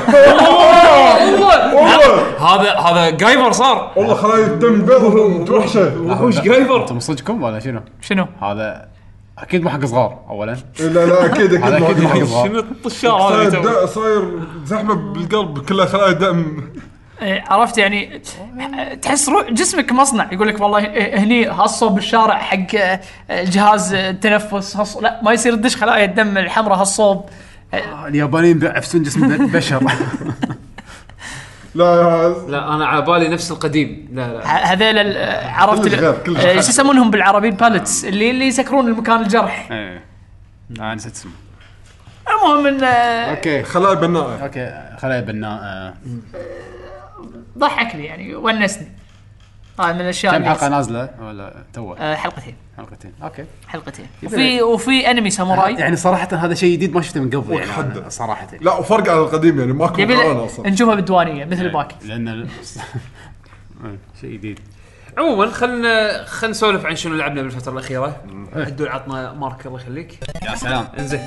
هذا جايفر صار والله خلايا الدم بيض توحشه وحوش جايفر. انتم صدقكم ولا شنو هذا اكيد مو حق صغار اولا. لا اكيد مو حق صغار. شنو الطشار هذا صاير زحمه بالقلب كلها خلايا دم. عرفت يعني تحس جسمك مصنع. يقول لك والله هني هالصوب بالشارع حق جهاز التنفس لا ما يصير تدش خلايا الدم الحمراء هالصوب. اليابانيين بيعفسون جسم البشر. لا انا على بالي نفس القديم. لا هذول عرفت ايش يسمونهم بالعربي باليتس اللي يسكرون المكان الجرح. نسيت اسمه. المهم ان اوكي خلايا بناء. اوكي خلايا بناء ضحكني يعني ونسني. هاي من الاشياء. كم حلقه نازله ولا توه؟ حلقتين اوكي حلقتين. وفي انمي ساموراي يعني صراحه هذا شيء جديد ما شفته من قبل يعني صراحه. لا وفرق على القديم يعني ماكو مقارنه اصلا. نشوفها بالديوانيه مثل الباقي لان شيء جديد. عموما خلنا نسولف عن شنو لعبنا بالفتره الاخيره. عدول عطنا مارك الله يخليك. يا سلام. انزين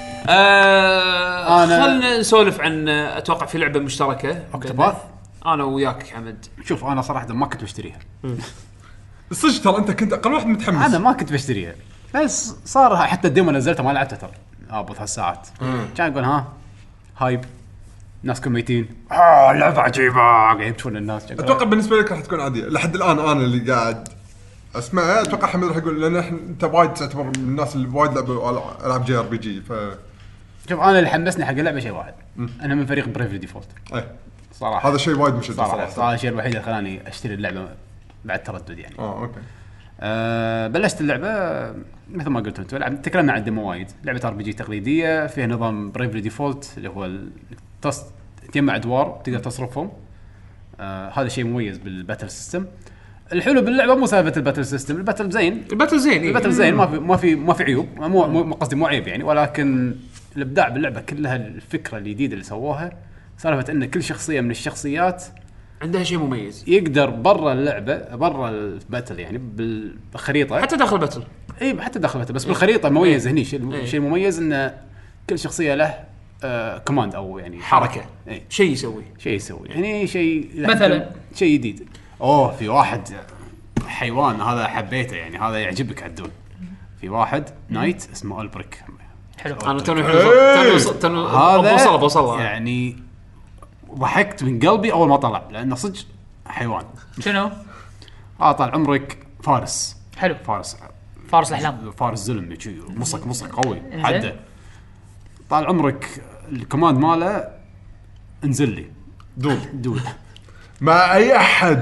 خلنا نسولف عن اتوقع في لعبه مشتركه اوكتوباث انا وياك حمد. شوف انا صراحه ما كنت بشتريها. الصدق ترى انت كنت اقل واحد متحمس. انا ما كنت بشتريها بس صار حتى الديمو نزلته ما لعبته ترى ابو 3 ساعات. كان اقول هايب ناس كوميتين لعبه عجيبه قاعد يبتون الناس. اتوقع بالنسبه لك راح تكون عاديه لحد الان. انا اللي قاعد اسمع اتوقع حمد راح يقول لان انت وايد تعتبر من الناس اللي وايد لعبوا العاب جي ار بي جي. شوف انا اللي حمسني حق اللعبه شيء واحد. انا من فريق بريفلي ديفولت صراحه. هذا شيء وايد مشجع صراحه. هذا الشيء الوحيد اللي خلاني اشتري اللعبه بعد تردد يعني. اوكي. بلشت اللعبه مثل ما قلت انتم تكلمنا عن الديمو وايد. لعبه ار بي جي تقليديه فيها نظام بريفلي ديفولت اللي هو تجمع ادوار تقدر تصرفهم. هذا شيء مميز بالباتل سيستم. الحلو باللعبه مو سالفه الباتل سيستم، الباتل زين الباتل زين ما في عيوب، مو قصدي مو عيب يعني، ولكن الابداع باللعبه كلها الفكره الجديدة اللي سووها سالفه ان كل شخصيه من الشخصيات عندها شيء مميز يقدر برا اللعبه برا الباتل يعني بالخريطه حتى داخل الباتل. اي حتى داخل الباتل بس بالخريطه مميز هني شيء المميز ان كل شخصيه له كوماند او يعني حركه شيء يسوي يعني شيء مثلا شيء جديد. في واحد حيوان هذا حبيته يعني هذا يعجبك عدول. في واحد نايت اسمه ألبريك حلو. انا توني هذا بوصل يعني ضحكت من قلبي اول ما طلع لانه صدق حيوان. شنو طال عمرك فارس حلو فارس الاحلام فارس زلم مصك قوي حده. طال عمرك الكوماند ماله انزل لي دود مع اي احد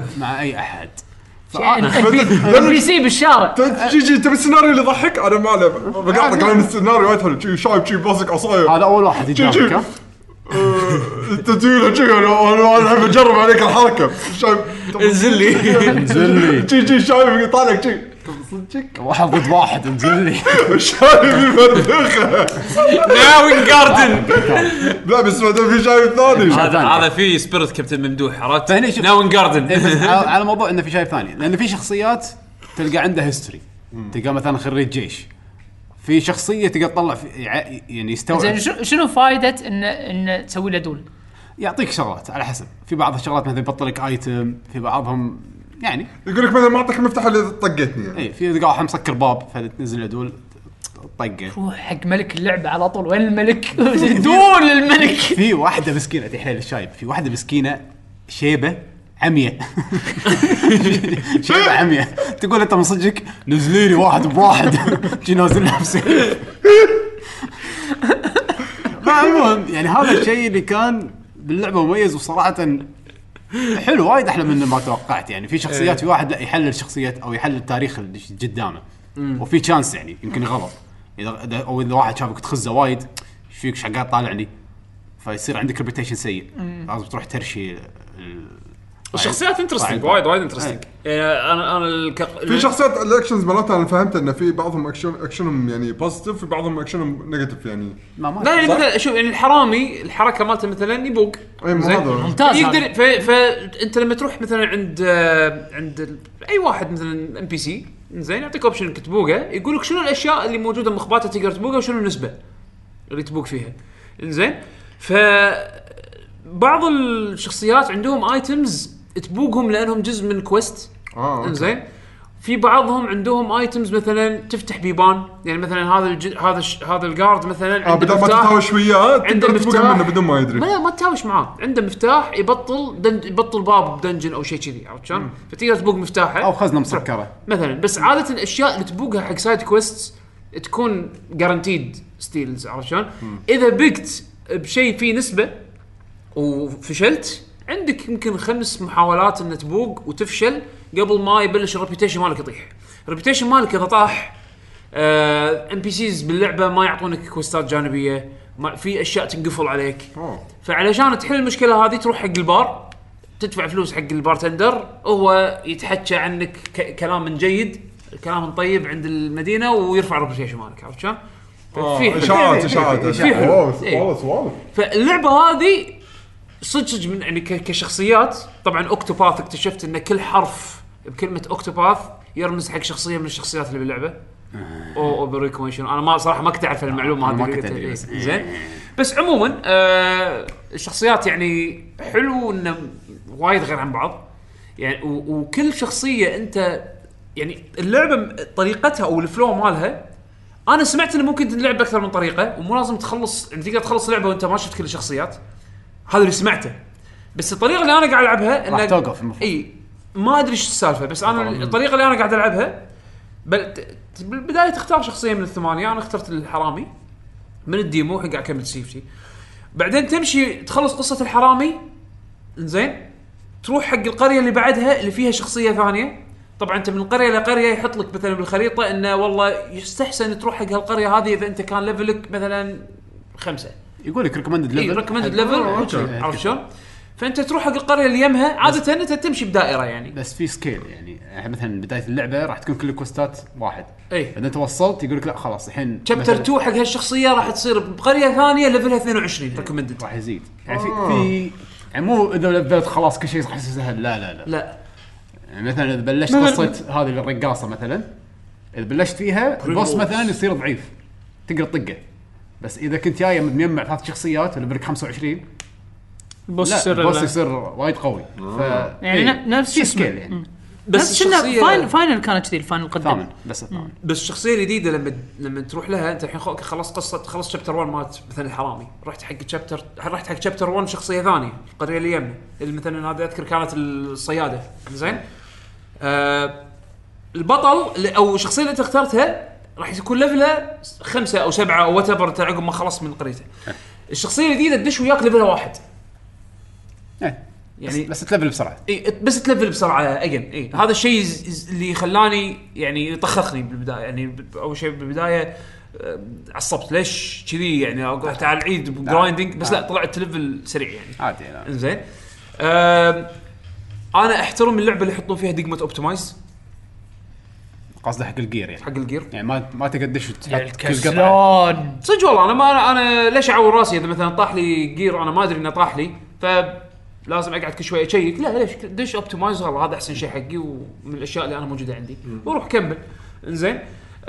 بي سي بالشارع تجي تبي السيناريو اللي يضحك انا ما له بقاطعك لان السيناريو وايد حلو شايب شي باسك عصايه هذا اول واحد يجيك انت تقول شي انا احب اجرب عليك الحركه شايب انزل لي شي شايب يطالعك شي صدقك واحد ضد واحد انزل لي شايب المردخه ناوين جاردن لا بس في شايب ثاني هذا في سبيرت كابتن ممدوح عرفت ناوين جاردن على موضوع انه في شايب ثاني لان في شخصيات تلقى عنده هيستوري تلقى مثلا خريج جيش في شخصيه تقدر تطلع يعني يستوعب شنو فائده ان تسوي له دول يعطيك شغلات على حسب في بعض الشغلات مثلا يبطل لك ايتم في بعضهم يعني يقول لك مثلا ما اعطيك المفتاح اللي طقتني يعني. اي في قاعد مسكر باب فتنزل له دول طقه روح حق ملك اللعبه على طول وين الملك دول الملك في واحده مسكينه تحيل الشايب في واحده مسكينه شيبه عمية شيبه عمية تقول انت من صدقك نزلي لي واحد بواحد جي نازل نفسي المهم يعني هذا الشيء اللي كان باللعبه مميز وصراحه حلو وايد احلى من ما توقعت يعني في شخصيات في واحد لا يحلل الشخصيات او يحلل التاريخ اللي قدامه وفي تشانس يعني يمكن يغلط اذا واحد شافك تخزه وايد ايش فيك شقات طالعني فيصير عندك ريبيتيشن سيء لازم تروح ترشي الشخصيات انترستينج وايد انترستينج انا في شخصيات الاكشنز مالتها انا فهمت ان في بعضهم اكشنهم يعني بوزيتيف في بعضهم اكشنهم نيجاتيف يعني لا يعني مثلا شوف يعني الحرامي الحركه مالته مثلا يبوق ممتاز يقدر فانت لما تروح مثلا عند اي واحد مثلا ام بي سي زين يعطيك اوبشن انك تبوقه يقول لك شنو الاشياء اللي موجوده مخباته تقدر تبوقها وشنو النسبه اللي تبوق فيها زين بعض الشخصيات عندهم ايتمز تبوقهم لانهم جزء من كويست زين في بعضهم عندهم ايتمز مثلا تفتح بيبان يعني مثلا هذا الجارد مثلا بدل ما تتهاوش وياه تقدر تبوقه منه بدون ما يدري ما تتهاوش معاه عنده مفتاح يبطل باب بدنجن او شيء كذي عرفت شلون فتقدر تبوق مفتاحه او خزنه مسكره مثلا بس عاده الاشياء اللي تبوقها حق سايد كويست تكون جارانتيد ستيلز عرفت شلون اذا بقت بشيء فيه نسبه وفشلت عندك يمكن 5 محاولات ان تبوق وتفشل قبل ما يبلش الريبيوتيشن مالك يطيح. الريبيوتيشن مالك اذا طاح ام بي سيز باللعبه ما يعطونك كوستات جانبيه في اشياء تنقفل عليك فعلشان تحل المشكله هذه تروح حق البار تدفع فلوس حق البارتندر هو يتحكى عنك كلام من جيد كلام طيب عند المدينه ويرفع الريبيوتيشن مالك عرفت شلون في اشاعات فاللعبه هذه صدق من يعني كشخصيات طبعا اوكتوباث اكتشفت ان كل حرف بكلمه اوكتوباث يرمز حق شخصيه من الشخصيات اللي باللعبه او بريكوميشن انا ما صراحه ما كنت اعرف المعلومه هذه زين بس عموما الشخصيات يعني حلو انه وايد غير عن بعض يعني وكل شخصيه انت يعني اللعبه طريقتها او الفلو مالها انا سمعت انه ممكن تلعب باكثر من طريقه ومو لازم تخلص يعني تقدر تخلص اللعبه وانت ما شفت كل الشخصيات هذا اللي سمعته بس الطريقه اللي انا قاعد العبها راح توقف اي ما ادري ايش السالفه بس انا الطريقه اللي انا قاعد العبها بالبدايه تختار شخصيه من الثمانيه انا اخترت الحرامي من الديمو حق اكمل سيفتي بعدين تمشي تخلص قصه الحرامي زين تروح حق القريه اللي بعدها اللي فيها شخصيه ثانيه طبعا انت من القريه لقريه يحط لك مثلا بالخريطه انه والله يستحسن تروح حق هالقريه هذه اذا انت كان ليفلك مثلا 5 يقول لك ريكومندد ليفل ريكومندد ليفل عرفت شلون فانت تروح حق القريه اللي يمها عاده انت تمشي بدائره يعني. بس في سكيل يعني مثلا بدايه اللعبه راح تكون كل الكوستات واحد، اي اذا انت وصلت يقول لك لا خلاص الحين شابتر 2 حق هالشخصيه راح تصير بقريه ثانيه ليفلها 22 ريكومندد راح يزيد يعني في يعني مو اذا لفلت خلاص كل شيء راح يصير سهل، لا يعني مثلا اذا بلشت قصه هذه الرقاصه مثلا، اذا بلشت فيها البوس مثلا يصير ضعيف تقدر تطقه، بس اذا كنت جاي مجمع 3 شخصيات وليفلك 25 البوس يصير وايد قوي. يعني نفس سكيل يعني. بس الشخصيه فاينل كانت كذي الفاينل قدام بس الشخصيه الجديده لما تروح لها انت الحين خلص قصه خلص شابتر 1 مات مثلا الحرامي، رحت حق شابتر 1 شخصيه ثانيه القريه اللي يمني اللي مثلا هذا اذكر كانت الصياده زين. البطل او الشخصيه اللي انت اخترتها راح يكون ليفله 5 أو 7 او وات ايفر عقب ما خلص من قريته. الشخصيه الجديده تدش وياك ليفله 1 يعني بس تلفل بسرعه. بس تلفل بسرعه اجين. هذا الشيء اللي خلاني يعني يطخخني بالبدايه، يعني اول شيء بالبدايه عصبت ليش كذي يعني تعال عيد جرايندنج بس لا طلعت تلفل سريع يعني عادي. زين. انا احترم اللعبه اللي يحطون فيها دقمه اوبتمايز، قصده حق الجير يعني. حق الجير يعني ما تقدش الكسلان صدق والله. انا ليش اعور راسي اذا مثلا طاح لي جير انا ما ادري انه طاح لي فلازم اقعد كل شويه اشيك؟ لا ليش دش اوبتمايز هذا احسن شيء حقي ومن الاشياء اللي انا موجوده عندي واروح كمل. انزين.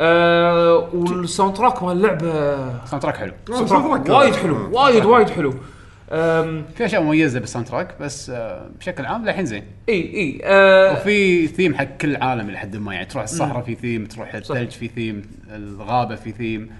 والساوند تراك مال اللعبه ساوند تراك حلو، وايد حلو وايد حلو. في اشياء مميزه بالساوند تراك بس بشكل عام للحين زين. اي وفي ثيم حق كل عالم لحد ما يعني تروح الصحراء في ثيم، تروح الثلج في ثيم، الغابه في ثيم.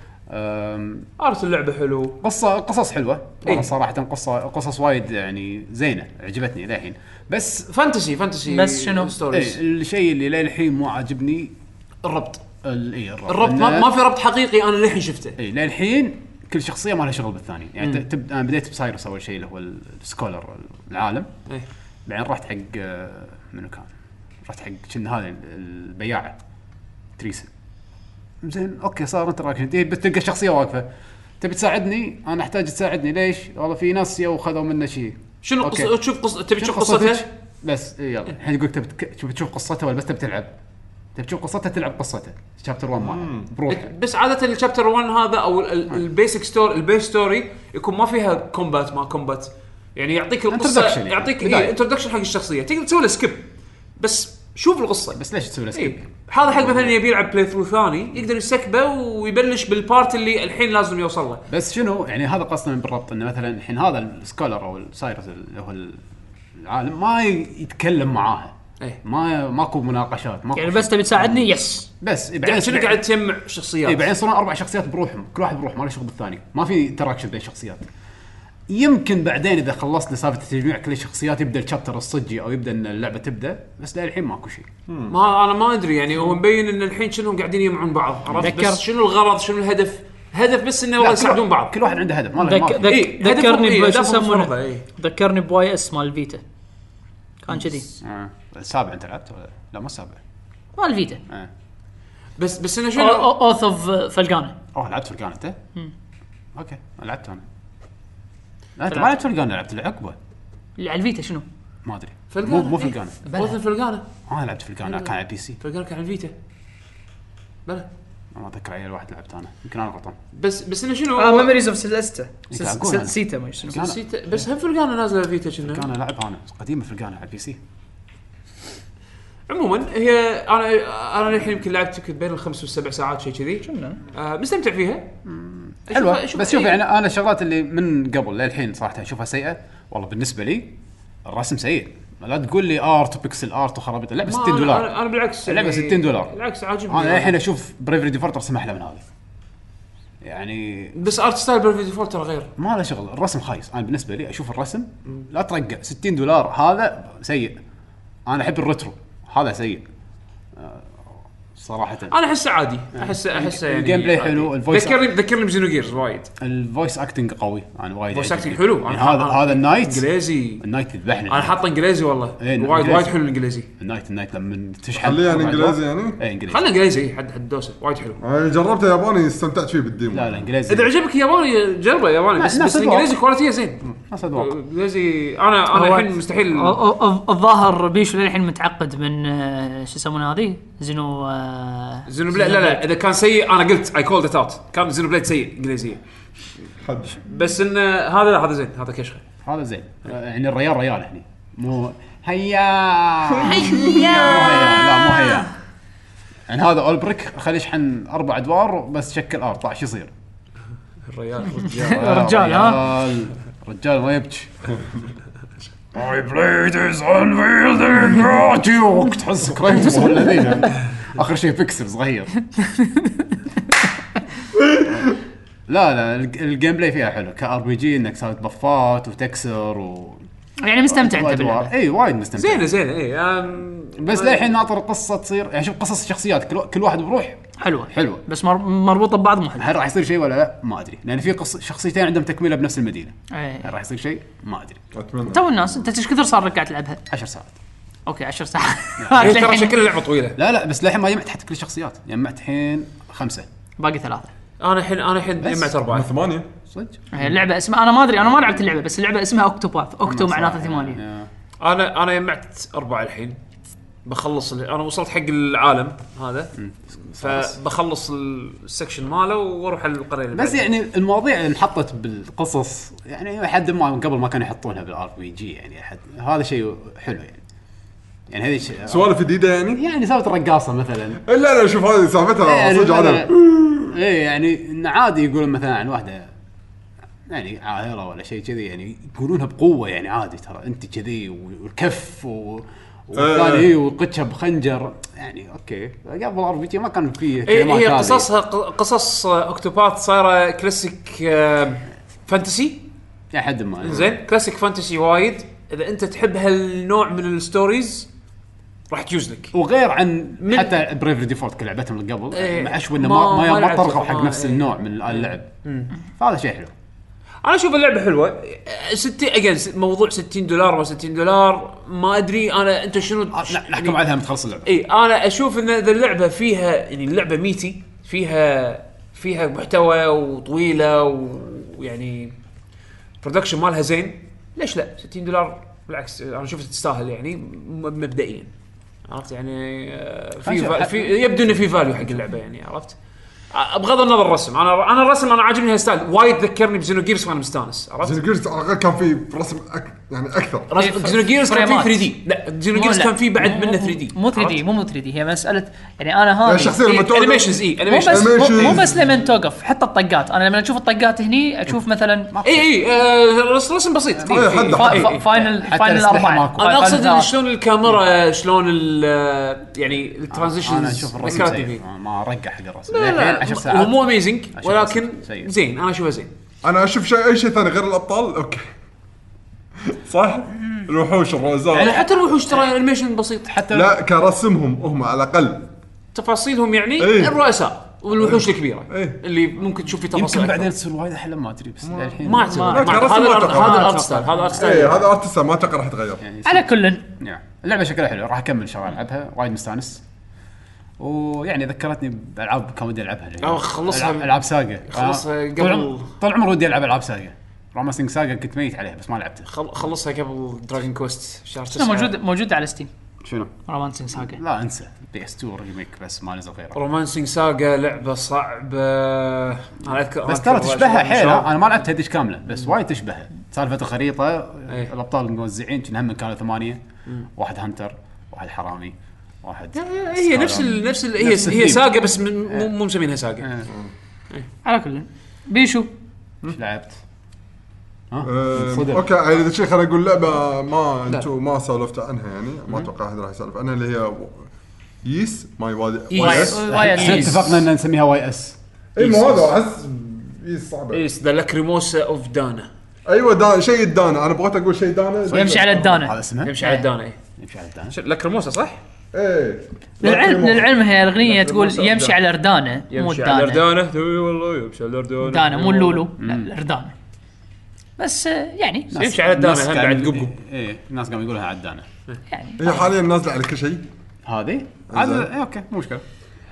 ارت اللعبه حلو، قصص حلوه والله صراحه. قصص وايد يعني زينه عجبتني للحين. بس فانتسي بس شنو الشيء اللي للحين مو عاجبني الربط. الربط ما في ربط حقيقي انا للحين شفته. للحين كل شخصيه ما لها شغل بالثاني يعني. انا بديت بسايروس اول شيء اللي هو السكولر العالم. بعدين رحت حق منو كان رحت حق كنا هذا البياعه تريسا. زين اوكي صار انتراكشن بس تلقى شخصيه واقفه تبي تساعدني، انا احتاج تساعدني ليش؟ والله في ناس يو خذوا منه شيء. شنو قصه؟ تبي تشوف قصتها بس يلا الحين يقولك تبي تشوف قصتها ولا بس تبي تلعب؟ تبي تشوف قصتها تلعب قصتها شابتر 1 مالها بروح. بس عاده الشابتر 1 هذا او البيسك ستوري البيس ستوري يكون ما فيها كومبات ما كومبات يعني يعطيك القصه يعني. يعطيك انتروداكشن حق الشخصيه تقدر تسوي له سكيب بس شوف القصه. بس ليش تسوي له سكيب؟ هذا حق مثلا يبي يلعب بلاي ثرو ثاني يقدر يسكبه ويبلش بالبارت اللي الحين لازم يوصل له. بس شنو يعني هذا قصدنا بالربط انه مثلا الحين هذا السكولر او السايرس اللي هو العالم ما يتكلم معاها. ماكو مناقشات ماكو يعني بس تبي تساعدني يس بس يعني شنو قاعد تجمع شخصيات. بعدين صرنا 4 شخصيات بروحهم كل واحد بروح ما له شغل بالثاني، ما في انتراكشن بين الشخصيات. يمكن بعدين اذا خلصت سالفه تجميع كل الشخصيات يبدا الشابتر الصجي او يبدا ان اللعبه تبدا، بس للحين ماكو شيء. ما انا ما ادري يعني هو مبين ان الحين شنو قاعدين يجمعون بعض عرفت. بس شنو الغرض شنو الهدف بس انه والله يساعدون بعض. كل واحد عنده هدف. ذكرني بشو يسمونه ذكرني بواي اس مال الفيتا كان كذي. السابع انت لعبت ولا لا؟ ما السابع مال الفيتا. بس انه شنو اوث اوف فلقانه. لعبت فلقانه انت؟ اوكي ما لعبت انا. لا انت ما لعبت فلقانه، لعبت العقبه اللي على الفيتا. شنو ما ادري مو فلقانه. اوث فلقانه. انا لعبت فلقانه كان على بي سي. فلقانه كان على الفيتا بلا ما اتذكر اي واحد لعبت انا، يمكن انا غلطان. بس انه شنو ميموريز اوف سيلستا سيتا ما شنو سيتا. بس هم فلقانه نازله فيتا كنا كان لعب انا قديمه فلقانه على البي سي. عموما هي انا الحين يمكن لعبت بين ال5 و7 ساعات شيء كذي كنا مستمتع فيها حلوه. بس شوف يعني انا الشغلات اللي من قبل للحين صراحه اشوفها سيئه والله. بالنسبه لي الرسم سيء. لا تقول لي ارت وبيكسل ارت وخرابيط. اللعبه $60. انا بالعكس اللعبه $60 بالعكس عاجبني. انا الحين اشوف بريفري ديفولت رسم احلى من هذا يعني. بس ارت ستايل بريفري ديفولت ترى غير ما له شغل. الرسم خايس. انا بالنسبه لي اشوف الرسم لا ترقع. $60 هذا سيء. انا احب الريترو هذا سيء صراحه. انا احسه عادي. احسه يعني الجيم بلاي حلو. الفويس ذكرني بزينو جيرز وايد. الفويس اكتنج قوي. انا وايد الفويس اكتنج حلو. يعني هذا النايت انجليزي. النايت يذبحني. انا حاطه انجليزي والله وايد حلو الانجليزي. النايت لما تشحن خليه يعني انجليزي يعني. انجليزي خلنا انجليزي حد دوسه وايد حلو. انا جربته ياباني استمتعت فيه بالديمو. لا انجليزي. اذا عجبك ياباني جربه ياباني. بس الانجليزي كواليتيه زين. ناس اذواق. ليزي انا الحين مستحيل. الظاهر بيشو للحين متعقد من شو يسمونه هذه زينو بليد. لا اذا كان سيء انا قلت اي كولد ات اوت. كان زينو بليد سيء انجليزيه بس ان هذا زين. هذا كشخه هذا زين يعني الريال هني مو هيا لا مو هيا يعني هذا اولبريك خليه يشحن 4 ادوار بس شكل ار طاح شو يصير الريال رجال ها رجال ما يبكي My blade is unwielding at you تحس كريتوس ولا ذي اخر شيء بيكسل صغير. لا الجيم بلاي فيها حلو كار بي جي انك تسوي بفات وتكسر يعني مستمتع انت باللعبه. اي وايد مستمتع زين اي بس للحين ناطر القصه تصير يعني شوف قصص الشخصيات كل واحد بروح حلوه بس مربوطه ببعض مو حلو. هل راح يصير شيء ولا لا ما ادري لان في شخصيتين عندهم تكمله بنفس المدينه. هل راح يصير شيء ما ادري. تو الناس انت ايش كثر صار لك قاعد تلعبها 10 ساعات. اوكي 10 ساعات ترى شكل اللعبه طويله. لا بس للحين ما جمعت حتى كل الشخصيات جمعت الحين 5 باقي 3. انا الحين جمعت 4 8 صدق. اللعبه اسمها انا ما ادري انا ما لعبت اللعبه بس اللعبه اسمها اوكتوباث اوكتو معناته 8. انا جمعت 4 الحين بخلص انا وصلت حق العالم هذا فبخلص السكشن ماله واروح على القريه بس يعني المواضيع اللي انحطت بالقصص يعني لحد ما قبل ما كانوا يحطونها بالار بي جي يعني هذا شيء حلو يعني هذه سوالف جديده يعني سالفه الرقاصه مثلا. لا شوف هذه سالفتها صدق على يعني إن عادي يقولون مثلا عن واحده يعني عاهره ولا شيء كذي يعني يقولونها بقوه يعني عادي ترى انت كذي والكف والثاني وقتشها بخنجر يعني اوكي قبل ار بي جي ما كان فيه كلمات. هي قصص اوكتوباث صايره كلاسيك فانتسي يا حد ما زين كلاسيك فانتسي وايد. اذا انت تحب هالنوع من الستوريز راح تجوز لك وغير عن حتى بريفري ديفولت كلعبتهم اللي قبل ما اشوف انه ما طرقوا حق نفس النوع من اللعب. فهذا شيء حلو. انا اشوف اللعبه حلوه. 60 موضوع $60 ما $60 ما ادري انا انت شنو نحكم عليها متخلص اللعبه. اي انا اشوف ان ذا اللعبه فيها يعني اللعبه ميتي فيها محتوى وطويله ويعني برودكشن مالها زين. ليش لا $60 بالعكس انا اشوف تستاهل يعني مبدئيا عرفت يعني في يبدو انه في فاليو حق اللعبه يعني عرفت. بغض النظر الرسم انا الرسم انا عاجبني هالستايل وايد ذكرني بزينو جيرز وانا مستانس عرفت. زينو جيرز كان في رسم يعني اكثر. زينو جيرز كان في 3D. لا زينو جيرز كان في بعد منه 3D مو 3D هي مساله يعني انا هذه الشخصيه لما توقف انيميشنز مو بس لما توقف حتى الطقات. انا لما اشوف الطقات هني اشوف مثلا رسم بسيط فاينل 4. انا اقصد شلون الكاميرا شلون يعني الترانزيشنز. انا اشوف الرسم ما رقع حق الرسم هو مو اميزنج ولكن زين. انا اشوفه زين. انا اشوف اي شيء ثاني غير الابطال اوكي صح. الوحوش الرؤساء يعني حتى الوحوش ترى انيميشن بسيط حتى لا كرسمهم هم على الاقل تفاصيلهم يعني الرؤساء والوحوش الكبيره اللي ممكن تشوف في تفاصيل يمكن بعدين تصير وايد احلى ما ادري بس الحين ما هذا الارت ستايل هذا ارت ستايل ما اتوقع راح يتغير على كل. اللعبه شكلها حلو راح اكمل شغال العبها وايد مستانس ويعني ذكرتني بالعاب كان ودي العبها خلصها العاب ساجا خلصها قبل طول عمري ودي العب العاب ساجا. رومانسينج ساجا كنت ميت عليها بس ما لعبتها. خلصها قبل دراجون كويست شهر 9 موجود على ستيم. شنو رومانسينج ساجا؟ لا انسى PS2 ريميك بس ما نزل غيره. رومانسينج ساجا لعبه صعبه انا اذكر بس ترى تشبهها حيل. انا ما لعبت هديش كامله بس وايد تشبهها. سالفه الخريطه الابطال موزعين كنا كانوا 8 واحد هانتر واحد حرامي واحد هي نفس هي ساجا بس مو مسمينها ساجا. على كل بيشو ايش لعبت؟ اوكي اذا شيء خلينا نقول لعبه ما انتم ما سولفت عنها يعني ما اتوقع احد راح يسولف عنها اللي هي يس ماي واي اس. اتفقنا ان نسميها واي اس. اي مو هذا احس يس صعبه. يس ذا لاكريموسا اوف دانا. ايوه دانا شيء الدانا. انا بغيت اقول شيء دانا يمشي على الدانا. هذا اسمه يمشي على الدانا. يمشي على الدانا. لاكريموسا صح. ايه للعلم هي الاغنيه تقول يمشي على اردانه مو يمشي على اردانه. والله يمشي على اردانه دانا مو اللولو الاردانه بس يعني يمشي على الدانه هم بعد قبقب. ايه الناس قاموا يقولها على الدانه يعني هي حاليا نازله على كل شيء هذه هذا اوكي مو مشكله.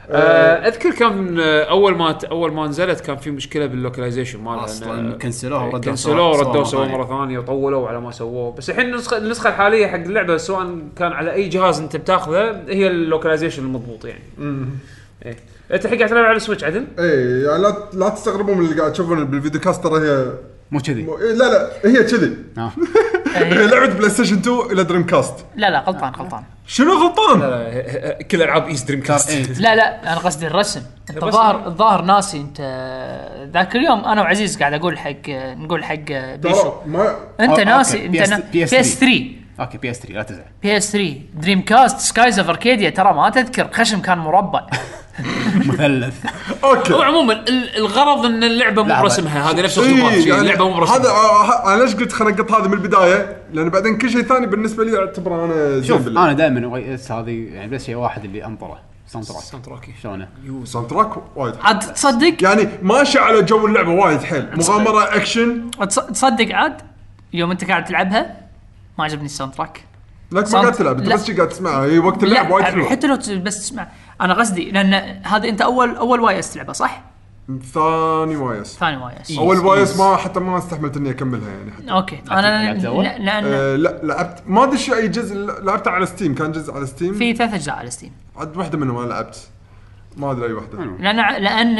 اذكر كان اول ما نزلت كان في مشكله باللوكلايزيشن مالها اصلا كنسلوها ردوا سووا مره ثانيه وطولوا على ما سووه. بس الحين النسخه الحاليه حق اللعبه سواء كان على اي جهاز انت بتاخذه هي اللوكلايزيشن المضبوط يعني. ايه انت الحين قاعد تلعب على السويتش عدل؟ ايه يعني لا تستغربوا من اللي قاعد تشوفون بالفيديو كاست ترى هي مو كذي. لا هي كذي. هي لعبه بلاي ستيشن 2 الى دريم كاست. لا غلطان. شنو غلطان؟ لا كل العاب ايس دريم كاست. لا انا قصدي الرسم. انت الظاهر ناسي انت. ذاك اليوم انا وعزيز قاعد نقول حق بيشو انت ناسي. انت PS3. اوكي PS3 لا تزعل. PS3 دريم كاست سكايز اوف اركاديا ترى ما تذكر خشم كان مربع مثلث. اوكي عموما الغرض ان اللعبه مو برسمها هذه نفس الخطوات يعني اللعبه مو برسمها. هذا انا ليش قلت خلينا نقط هذه من البدايه لان بعدين كل شيء ثاني بالنسبه لي اعتبره انا شوف انا دائما واي اس هذه يعني بس شيء واحد اللي انطره ساوند تراك شلونه ساوند تراك وايد عاد تصدق يعني ماشي على جو اللعبه وايد حيل مغامره اكشن. تصدق عاد يوم انت قاعد تلعبها ما عجبني الساوند تراك. لك ما قاعد تلعب انت بس قاعد تسمعها هي وقت اللعب وايد حلو حتى لو بس تسمع. انا قصدي لان هذه انت اول واي اس تلعبها صح؟ ثاني واي اس اول واي اس ما استحملت اني اكملها يعني حتى. اوكي انا لا لعبت ما ادري اي جزء لعبته على ستيم. كان جزء على ستيم في 3 اجزاء على ستيم عاد واحده منهم ما لعبت ما ادري اي واحده لان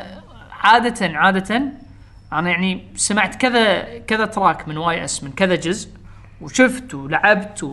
عاده انا يعني سمعت كذا تراك من واي اس من كذا جزء وشفت ولعبت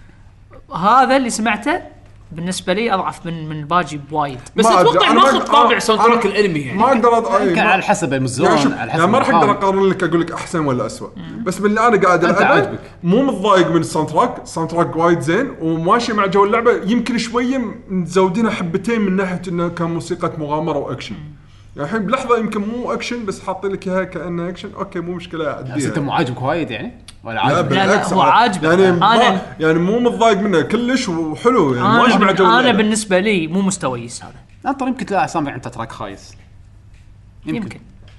وهذا اللي سمعته بالنسبه لي اضعف من الباجي بوايد. بس اتوقع ماخذ طابع ساوند تراك الانمي يعني ما اقدر على حسب المزون على حسب يعني ما راح اقدر اقارن لك اقول لك احسن ولا اسوء. بس من اللي انا قاعد العبه مو متضايق من الساوند تراك وايد زين وماشي مع جو اللعبه. يمكن شويه مزودينها حبتين من ناحيه انه كان موسيقى مغامره واكشن. يعني الحين بلحظه يمكن مو اكشن بس حاطين لك اياها كانه اكشن. اوكي مو مشكله اعديها. انت مو عاجبك وايد يعني ولا عاجبك؟ لا هو عاجبك يعني يعني مو متضايق منه كلش وحلو يعني ماشي مع جو. انا بالنسبه لي مو مستويس هذا. انطر يمكن تلاقي سامع انت تراك خايس يمكن.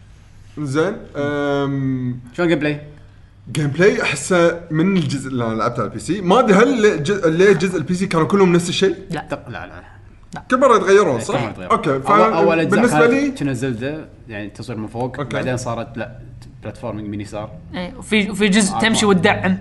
زين شلون جيم بلاي احسه من الجزء اللي انا لعبته على البي سي. ما ادري هل الجزء البي سي كانوا كلهم نفس الشيء؟ لا كل مرة يتغيرون صح؟ اوكي اول بالنسبه لي كنا زلده يعني تصوير من فوق بعدين صارت لا بلاتفورمينج من يسار. وفي جزء تمشي وتدعم.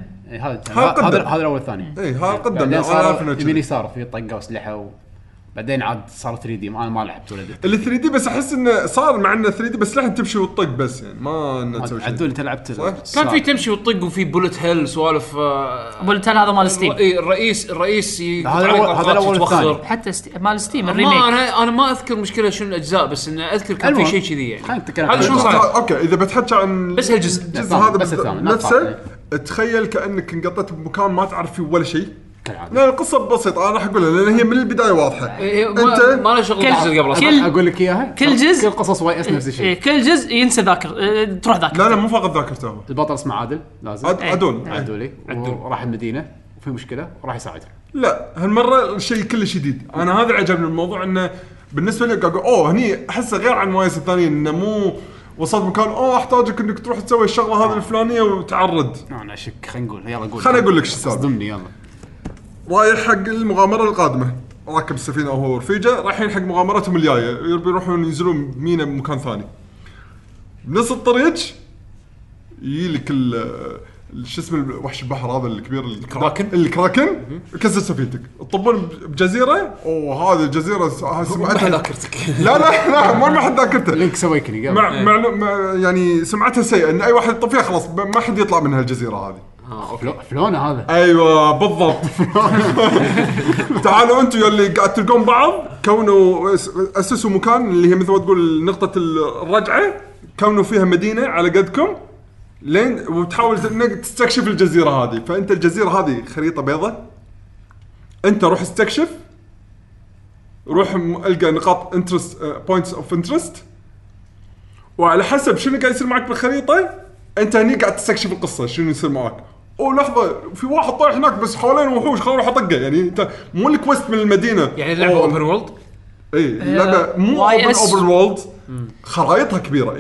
هذا الاول الثاني. اي هذا قدم من يسار في طقه واسلحه وبعدين عاد صار 3 دي. انا ما لعبت ولا اللي 3 دي بس احس انه صار مع انه 3 دي بس لحن تمشي وتطق بس يعني ما تسوي شيء. عدول انت لعبت كان في تمشي وتطق وفي بولت هيل سوالف. بولت هيل هذا مال ستيم. اي الرئيس هذا الاول الثاني حتى مال ستيم الريميك. انا ما اذكر مشكله شنو الاجزاء بس انه اذكر كان في شيء كذي يعني. هذا شو صار؟ اوكي اذا بتحكي عن بس الجزء هذا نفسه تخيل كانك انقطعت بمكان ما تعرف فيه ولا شيء. لا القصه بسيطه انا راح اقولها لان هي من البدايه واضحه. انت ما له شغل الجزء قبل اقول لك اياها. كل قصص واي اس نفس الشيء. كل جزء ينسى تروح ذاكر. لا مو فقط ذاكرته. البطل اسمه عادل لازم عدولي وراح المدينه وفي مشكله وراح يساعدهم. لا هالمره الشيء كلش جديد. انا هذا عجبني الموضوع انه بالنسبه لي اقول هني احسه غير عن وايس الثانيين انه مو وصلت مكان احتاجك انك تروح تسوي الشغله هذه الفلانيه وتعرض. انا اشك خلينا نقول يلا قول. خليني اقول لك شو صار. صدمني يلا. رايح حق المغامره القادمه راكب السفينه وهو ورفيجه رايحين حق مغامرتهم الجايه يروحون ينزلون بمينا بمكان ثاني. بنص الطريق يجيلك شو اسمه وحش البحر هذا الكبير الكراكن يكسر سفينتك. تطبون بجزيره وهذه الجزيره سمعتها ذاكرتك. لا ما حد ذاكرته. لينك سويكني يعني سمعتها سيئه ان اي واحد يطفيها خلاص ما حد يطلع من هالجزيره هذه. فلونه هذا. ايوه بالضبط. تعالوا انتم يلي قاعد تلقون بعض كونوا اسسوا مكان اللي هي مثل ما تقول نقطه الرجعه كونوا فيها مدينه على قدكم لين وتحاول تستكشف الجزيره هذه. فانت الجزيره هذه خريطه بيضاء انت روح استكشف روح القى نقاط انترست بوينتس اوف انترست وعلى حسب شنو قاعد يصير معك بالخريطه انت هني قاعد تستكشف القصه شنو يصير معك. لحظه في واحد طايح هناك بس حوالين وحوش خلينا نروح اطقه. يعني انت مو الكويست من المدينه يعني اللعبه اوبن وورلد. اي اللعبه مو اوبن وورلد خرائطها كبيره.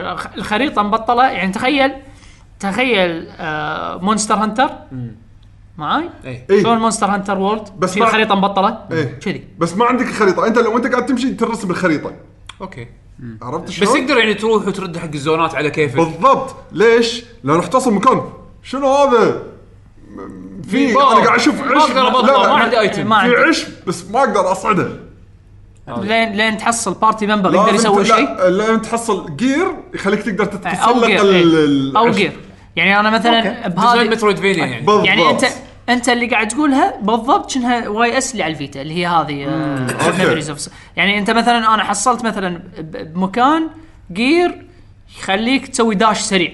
الخريطه مبطله يعني تخيل مونستر هانتر معاي إيه. شلون مونستر هانتر وورلد بس في ما- خريطه مبطله إيه. كذي بس ما عندك خريطه، انت لو انت قاعد تمشي ترسم الخريطه، اوكي عرفت شلون؟ بس يقدر يعني تروح وترد حق الزونات على كيفك. بالضبط. ليش؟ لو رح توصل مكان شنو هذا؟ في باب. انا قاعد اشوف ما عش، أقدر أبطله، ما عندي ايتم. ما في عندي. عش بس ما اقدر اصعده. لين تحصل بارتي ممبر يقدر يسوي شيء لين تحصل جير يخليك تقدر او تتسلق جير او جير. يعني انا مثلا زي بهذه مترويدفينيا يعني. بالضبط. يعني انت اللي قاعد تقولها بالضبط شنها واي اس اللي على الفيتا اللي هي هذه ميموريز اوف. يعني انت مثلا انا حصلت مثلا بمكان جير يخليك تسوي داش سريع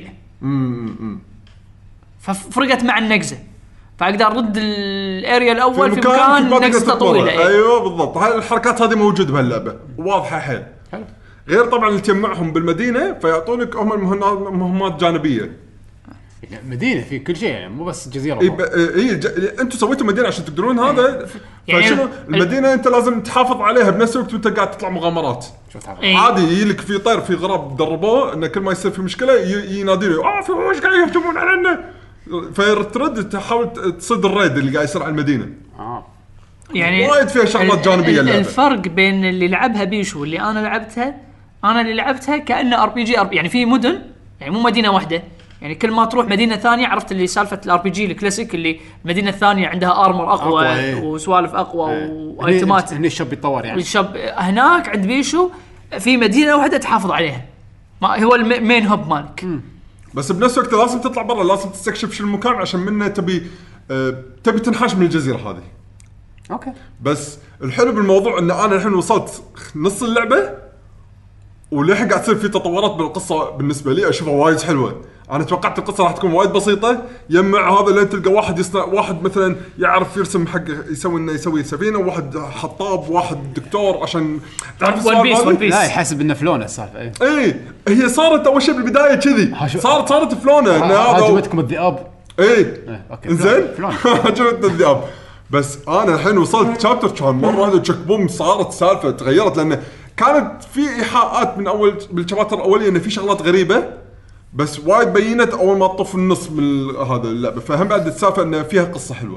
ففرقت مع النقزه فاقدر ارد الاريا الاول في مكان نقزه طويله. ايوه بالضبط. هاي الحركات هذه موجوده بهاللعبه واضحه حيل. غير طبعا اللي تجمعهم بالمدينه فيعطونك هم مهمات جانبيه. مدينه في كل شيء يعني مو بس جزيره. انتم سويتوا مدينه عشان تقدرون هذا. يعني فشنو المدينه انت لازم تحافظ عليها بنفس الوقت وانت قاعد تطلع مغامرات. إيه. عادي يجي لك في طير في غراب دربوه انه كل ما يصير في مشكله ينادي له في وحوش قاعد يهجمون علينا فترد تحاول تصد الريد اللي قاعد يصير على المدينه. يعني وايد فيها شغلات جانبيه اللعبه. الفرق بين اللي لعبها بيشو واللي انا لعبتها اللي لعبتها كانه ار بي جي يعني في مدن يعني مو مدينه واحده. يعني كل ما تروح مدينه ثانيه عرفت اللي سالفه الار بي جي الكلاسيك اللي المدينه الثانيه عندها ارمر اقوى إيه. وسوالف اقوى وايتمات. هني الشاب يتطور يعني. الشاب هناك عند بيشو في مدينه واحده تحافظ عليها ما هو المين هوب مالك. بس بنفس الوقت لازم تطلع برا لازم تستكشف شو المكان عشان منه تبي تنحاش من الجزيره هذه. اوكي. بس الحلو بالموضوع ان انا الحين وصلت نص اللعبه وللحين قاعد تصير في تطورات بالقصه بالنسبه لي اشوفها وايد حلوه. انا توقعت القصه راح تكون وايد بسيطه يجمع هذا اللي تلقى واحد يصنع واحد مثلا يعرف يرسم حق يسوي سفينه وواحد حطاب واحد دكتور عشان تعرف ون بيس لا يحسب انه فلونه السالفه. اي هي صارت اول شيء بالبدايه كذي صارت فلونه ان هذا هاجمتكم الذئاب. اوكي زين هاجمتنا الذئاب. بس انا الحين وصلت شابتر كان مره هذا تشك بوم صارت سالفه تغيرت لان كانت في ايحاءات من اول بالشابتر الاوليه ان في شغلات غريبه بس وايد بينت اول ما تطف النص من هذا اللعبه. فهم بعد السالفه ان فيها قصه حلوه.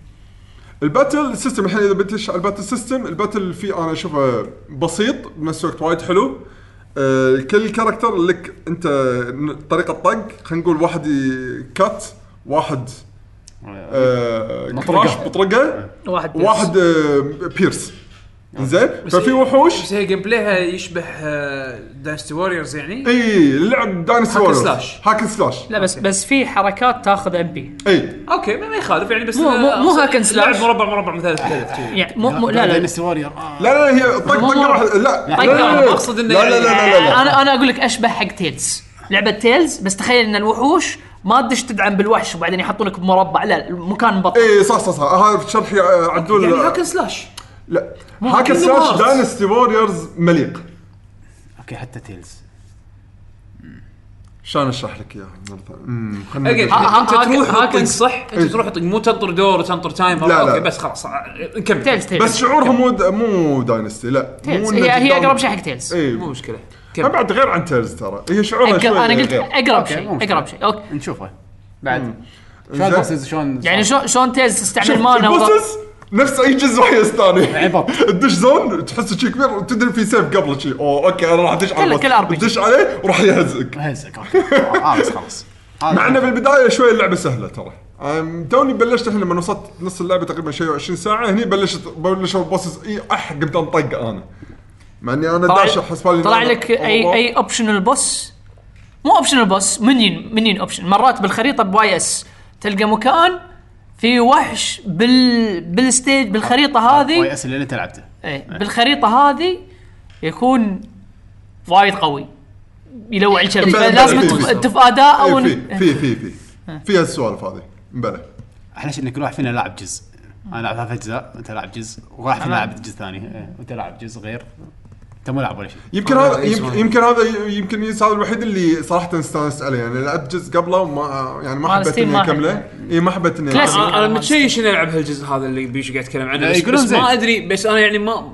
الباتل سيستم الحين اذا بتش على الباتل سيستم الباتل فيه انا اشوفه بسيط بنفس الوقت وايد حلو. كل كاركتر لك انت طريقه طق خلينا نقول واحد كات واحد كراش بطرقه واحد بيرس زين. ففي وحوش بس هي جيم بلايها يشبه داينستي ووريرز يعني. اي لعب داينستي ووريرز هاكن سلاش. لا بس في حركات تاخذ ام بي. اي اوكي ما يخالف يعني بس مو هاكن سلاش مربع مثلث يعني مو لا داينستي وورير. لا هي طق واحد لا اقصد انه لا انا اقول لك اشبه حق تيلز لعبه تيلز بس تخيل ان الوحوش ما تدش تدعم بالوحش وبعدين يحطونك بمربع لا المكان مبطل. اي صح هذا شرح عدول يعني هاكن سلاش. لا هاكن سلاش داينستي ووريرز مليق. اوكي حتى تيلز شلون اشرح لك اياها انت تروح هاكن صح انت تروح مو تنطر دور وتنطر تايمر اوكي بس خلاص نكمل تيلز بس شعورها مو داينستي لا هي اقرب شيء حق تيلز مو مشكله بعد غير عن تيلز ترى هي شعورها شوي انا قلت اقرب شيء اوكي نشوفه بعد شلون بوسز شلون يعني شلون تيلز تستعمل مانا بوسز نفس اي جزء وحي ثاني تدش زون تحس شيء كبير وتدري في سيف قبل شيء اوكي انا راح ادش على تدش عليه وراح يهزك اوكي خلاص مع انه بالبدايه شوي اللعبه سهله ترى. توني بلشت الحين لما وصلت نص اللعبه تقريبا شيء 20 ساعه هني بلشوا البوسز قمت انطق انا مع اني انا داش احس بالي طلع لك اي اوبشنال بوس مو اوبشنال بوس منين اوبشن مرات بالخريطه بواي اس تلقى مكان في وحش بالستيج بالخريطه هذه واي اس اللي انت لعبته بالخريطه هذه يكون وايد قوي يلوع الكلب لازم تفاداه او في السوالف هذه مبلى. احنا ان كل واحد فينا لاعب جزء انا لعب 3 اجزاء انت لاعب جزء وواحد فينا لاعب جزء ثاني وانت لاعب جزء غير انت مو لاعب ولا شيء. يمكن هذا هذا الوحيد اللي صراحه استانست عليه يعني لعبت جزء قبله وما يعني ما حبيت اني اكمله. ما حبيت اني انا متشيش اني العب هالجزء هذا اللي بيش قاعد اتكلم عنه بس ما ادري بس انا يعني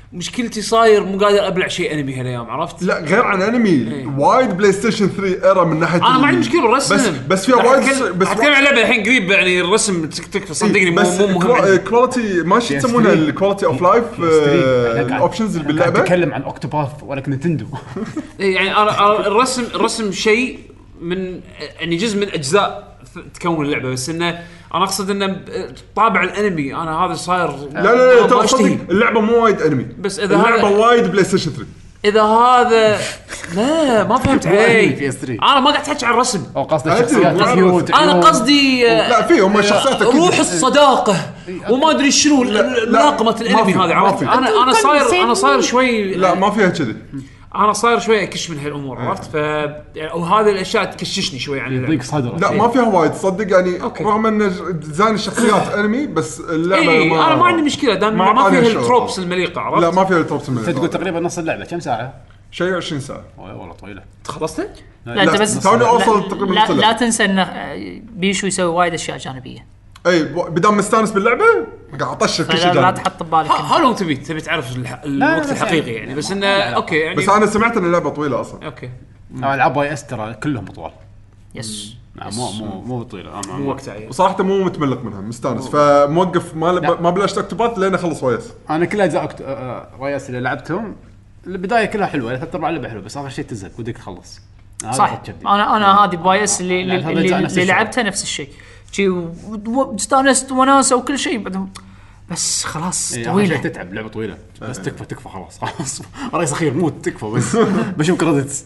مشكلتي صاير مو قادر ابلع شيء انمي هالايام عرفت. لا غير عن انمي وايد بلاي ستيشن 3 ايرا من ناحيه انا ما عندي مشكله بالرسم بس فيها وايد بس اتكلم عن لعبه الحين قريب يعني الرسم تك صدقني مو مهم كواليتي ما شو يسمونها الكواليتي اوف لايف الاوبشنز اللي باللعبه. اتكلم عن اوكتوباث ولك نينتندو. يعني أنا الرسم شيء من يعني جزء من اجزاء تكون اللعبه بس انه انا اقصد انه طابع الانمي انا هذا صاير لا تصدق اللعبه مو وايد انمي بس اذا اللعبه وايد بلاي ستيشن 3 اذا هذا لا ما فهمت علي انا ما قاعد احكي عن الرسم او قصدي الشخصيات كيوت انا قصدي لا فيهم الشخصيات روح الصداقه وما ادري شنو مراقمه الانمي هذا عرفت انا صاير شوي لا ما فيها كذي انا صاير شوي اكش من هالامور عرفت ف وهذه الاشياء تكششني شوي عن يضيق صدرك. لا ما فيها وايد تصدق يعني رغم ان ديزاين الشخصيات انمي بس اللعبه انا ما عندي مشكله دام ما فيها التروبس المليقه عرفت. لا ما فيها التروبس المليقه. تقول تقريبا نص اللعبه كم ساعه؟ شيء 20 ساعه. والله طويله. خلصت؟ لا انت بس توني اوصل تقريبا لا تنسى انه بيشو يسوي وايد اشياء جانبيه. اي بدام مستانس باللعبه قاعد اطشر كل شيء. لا تحط ببالك هالو تبي تعرف الوقت الحقيقي يعني بس انه اوكي يعني بس انا سمعت ان اللعبه طويله اصلا. اوكي العاب واي اس ترى كلهم طوال. يس مو طويله مو وقت عيل وصراحه مو متملق منها مستانس فموقف ما بلشت اكتوبات لين اخلص وايس. انا كل اجزاء وايس اللي لعبتهم البدايه كلها حلوه 3/4 اللعبه حلوه بس اخر شيء تزهق ودك تخلص. صح انا هذه بايس اللي لعبتها نفس الشيء شيء استانست وناسه وكل شيء بعدهم بس خلاص طويله تتعب لعبه طويله بس تكفى خلاص رئيس اخير موت تكفى بس بشوف كريدتس.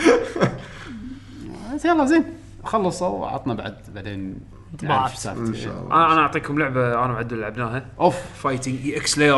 يلا زين خلصوا وعطنا بعدين ان شاء الله. انا اعطيكم لعبه انا وعدل لعبناها اوف فايتنج اي اكس لاير.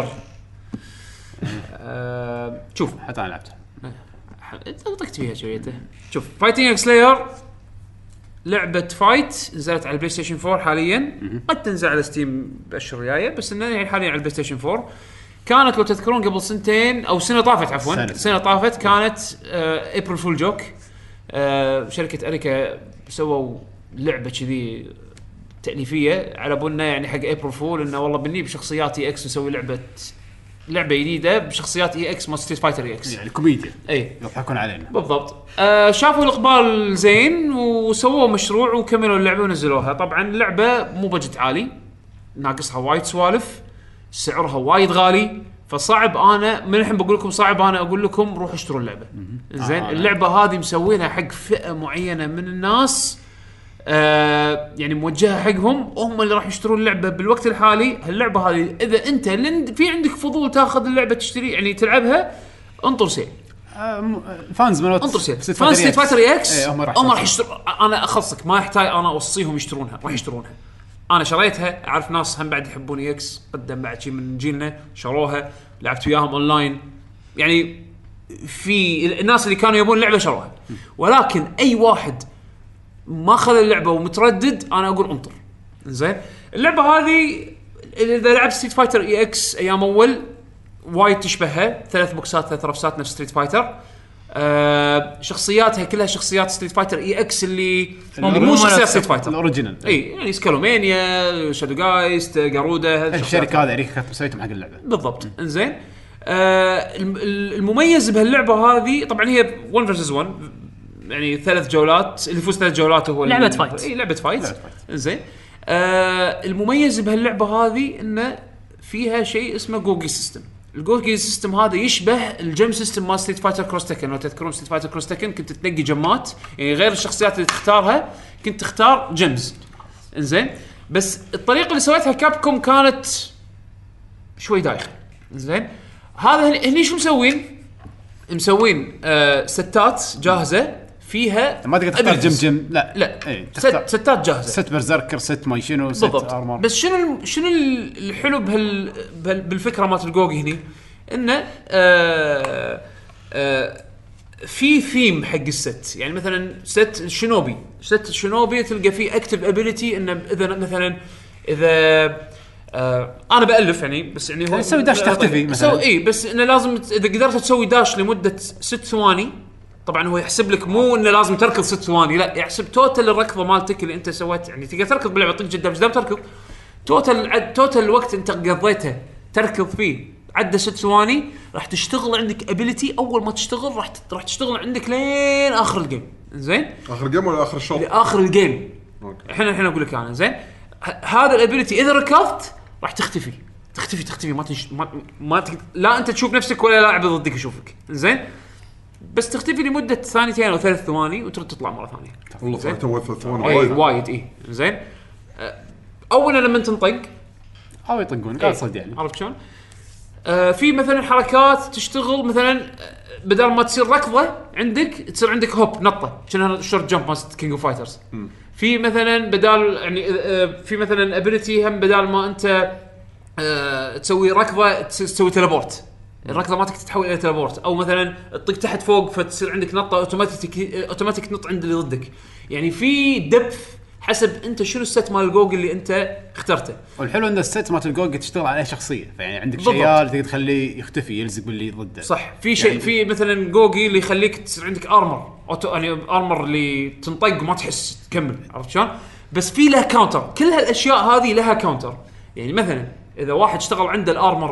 شوف حتى انا لعبتها طقت فيها شويته. شوف فايتنج اكس لاير لعبه فايت نزلت على البلاي ستيشن 4 حاليا قد تنزل على ستيم بالاشهر الجايه بس انها يعني حاليا على البلاي ستيشن 4 كانت لو تذكرون قبل سنتين او سنه طافت عفوا سنه طافت كانت ابريل فول جوك. شركه اريكا سووا لعبه كذي تأليفيه على بنا يعني حق ابريل فول انه والله بني بشخصيات اي اكس نسوي لعبه جديده بشخصيات اي اكس ما ستريت فايتر اي اكس يعني كوميديا اي يضحكون علينا بالضبط. شافوا الاقبال زين وسووا مشروع وكملوا اللعبه ونزلوها. طبعا اللعبه مو بجت عالي ناقصها وايد سوالف سعرها وايد غالي فصعب انا من الحين بقول لكم صعب انا اقول لكم روحوا اشتروا اللعبه. زين اللعبه هذه مسوينها حق فئه معينه من الناس يعني موجهه حقهم هم اللي راح يشترون اللعبه بالوقت الحالي. اللعبه هذه اذا انت في عندك فضول تاخذ اللعبه تشتري يعني تلعبها انطر سيل فانز من انطر سيل فانز ستريت فايتر اكس هم راح يشترون. انا اخلصك ما يحتاج انا اوصيهم يشترونها راح يشترونها. انا شريتها اعرف ناس هم بعد يحبون اكس قدم بعد شيء من جيلنا شروها لعبت وياهم اونلاين يعني في الناس اللي كانوا يبون اللعبه شروها. ولكن اي واحد ما اخذ اللعبه ومتردد انا اقول انطر. زين اللعبه هذه اذا لعبت ستريت فايتر اي اكس ايام اول وايد تشبهها 3 بوكسات 3 رفسات نفس ستريت فايتر. شخصياتها كلها شخصيات ستريت فايتر اي اكس اللي مو شخصيات ستريت فايتر الاوريجينال اي يعني سكالومانيا شادو جايست جارودا الشركه هذه اريكا كانت مسويتهم حق اللعبه بالضبط. انزين المميز بهاللعبه هذه طبعا هي 1 vs 1 يعني 3 جولات اللي يفوز 3 جولات هو لعبه فايت. اي لعبه فايت. انزين المميز بهاللعبه هذه انه فيها شيء اسمه جوجي سيستم. الجوجي سيستم هذا يشبه الجيم سيستم مال ستريت فايتر كروس تكن. لو تذكرون ستريت فايتر كروس تكن كنت تنقي جمات يعني غير الشخصيات اللي تختارها كنت تختار جيمز. انزين بس الطريقه اللي سويتها كابكوم كانت شوي دايخه. انزين هذا هني شو مسوين ستات جاهزه فيها ما تقدر تختار جيم لا ستات جاهزه ست برزركر ست ما شنو ست ارمر. بس شنو الحلو بالفكره مالت الجوجي هني انه في ثيم حق الست. يعني مثلا ست الشنوبي تلقى فيه اكتف ابيليتي انه اذا مثلا انا بألف يعني بس يعني هو تسوي داش تختفي مثلا اي بس انه لازم اذا قدرت تسوي داش لمده 6 ثواني طبعا هو يحسب لك مو انه لازم تركض 6 ثواني لا يحسب توتال الركضه مالتك اللي انت سويت. يعني تقدر تركض باللعبه طق قدام تركض توتال الوقت انت قضيته تركض فيه عدى 6 ثواني راح تشتغل عندك ابيليتي. اول ما تشتغل راح تشتغل عندك لين اخر الجيم. زين اخر الجيم ولا اخر الشوط؟ لاخر الجيم. الحين اقول لك انا زين هذا الابيليتي اذا ركضت راح تختفي ما لا انت تشوف نفسك ولا لاعب ضدك يشوفك. زين بس تختفي لمده 2 أو 3 ثواني وترد تطلع مره ثانيه. والله تو 3 ثواني وايد زين اولا لما تنطق او يطقون قاعد صد يعني عرفت شلون؟ في مثلا حركات تشتغل مثلا بدل ما تصير ركضه عندك تصير عندك هوب نطه كأنها شورت جامب ماست كينج اوف فايترز. في مثلا بدال يعني في مثلا ابيليتي هم بدال ما انت تسوي ركضه تسوي تليبورت. الركضه ما تتحول الى تليبورت او مثلا تطق تحت فوق فتصير عندك نطه اوتوماتيك نط عند اللي ضدك. يعني في دبث حسب انت شنو الست مال الجوج اللي انت اخترته. والحلو ان الست مال الجوج تشتغل عليه شخصيه فيعني عندك شيال تقدر تخليه يختفي يلزق باللي ضده. صح في شيء يعني في مثلا جوجي اللي يخليك تصير عندك ارمر يعني ارمر اللي تنطق وما تحس تكمل. عرفت شلون؟ بس في له كاونتر. كل هالاشياء هذه لها كاونتر. يعني مثلا اذا واحد اشتغل عنده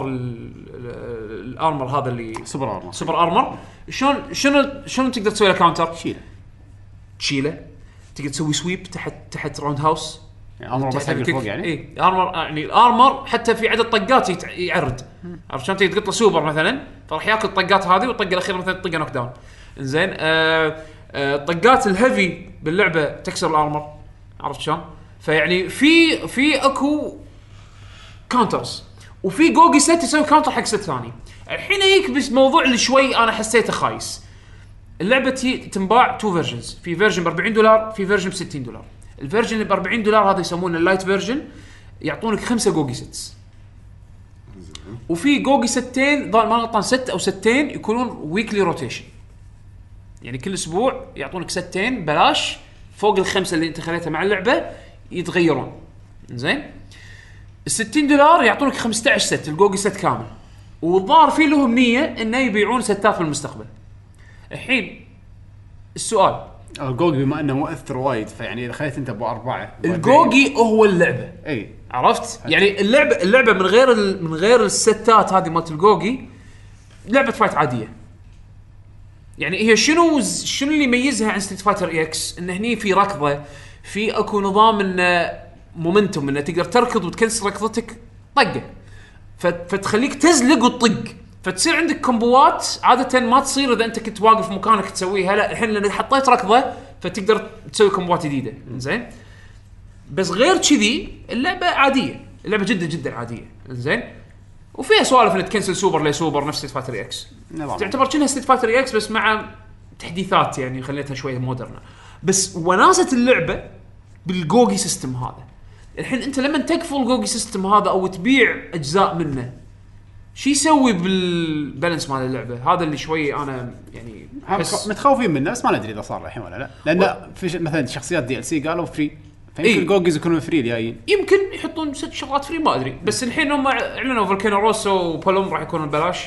الارمر هذا اللي سوبر ارمر شنو تقدر تسوي له كاونتر؟ تشيله تقدر تسوي سويب تحت راوند هاوس. يعني ارمر بس حق فوق يعني اي ارمر يعني الارمر حتى في عدد طقات يعرض. عرفت شلون؟ تقدر تقط له سوبر مثلا فراح ياكل الطقات هذه والطقه الاخيره مثلا طقه نوك داون. انزين طقات الهيفي باللعبه تكسر الارمر. عرفت شلون؟ فيعني في اكو كاونترز وفي جوجي ست يسوي كاونتر حق ست ثاني. الحين هيك بس موضوع اللي شوي انا حسيته خايس. اللعبه تنباع 2 فيرجنز. في فيرجن $40 في فيرجن $60. الفيرجن اللي $40 هذا يسمونه اللايت فيرجن يعطونك 5 جوجي ستس. وفي جوجي ستين ما غلطان 6 أو 6 يكونون ويكلي روتيشن. يعني كل اسبوع يعطونك 6 بلاش فوق ال5 اللي انت خليتها مع اللعبه يتغيرون. زين $60 يعطونك 15 ست الجوجي ست كامل. والظاهر في لهم نيه انه يبيعون ستات في المستقبل. الحين السؤال الجوجي بما انه مؤثر وايد فيعني اذا خليت انت ابو 4 الجوجي هو اللعبه. اي عرفت يعني اللعبه من غير الستات هذه مالت الجوجي لعبه فايت عاديه. يعني هي شنو اللي يميزها عن ستريت فايتر اكس؟ ان هني في ركضه في اكو نظام ان مومنتوم ان تقدر تركض وتكنسل ركضتك طقه فتخليك تزلق وتطق فتصير عندك كومبوات عاده ما تصير اذا انت كنت واقف مكانك تسويها. لا الحين لان حطيت ركضه فتقدر تسوي كومبوات جديده. زين بس غير كذي اللعبه عاديه. اللعبه جدا جدا عاديه. زين وفيها سوالف ان تكنسل سوبر لسوبر نفس ستريت فايتر اكس. تعتبر كأنها ستريت فايتر اكس بس مع تحديثات يعني خليتها شويه مودرن. بس وناسه اللعبه بالجوجي سيستم هذا. الحين انت لما تكفل الجوجي سيستم هذا او تبيع اجزاء منه شو يسوي بالبالانس مال اللعبه؟ هذا اللي شوي انا يعني متخوفين منه بس ما ندري اذا صار الحين ولا لا. لان في مثلا شخصيات دي ال سي قالوا فري فيمكن الجوجيز يكونوا فري الجايين. يمكن يحطون 6 شغلات فري ما ادري. بس الحين هم اعلنوا فولكانو روسو وبالوم راح يكونوا ببلاش.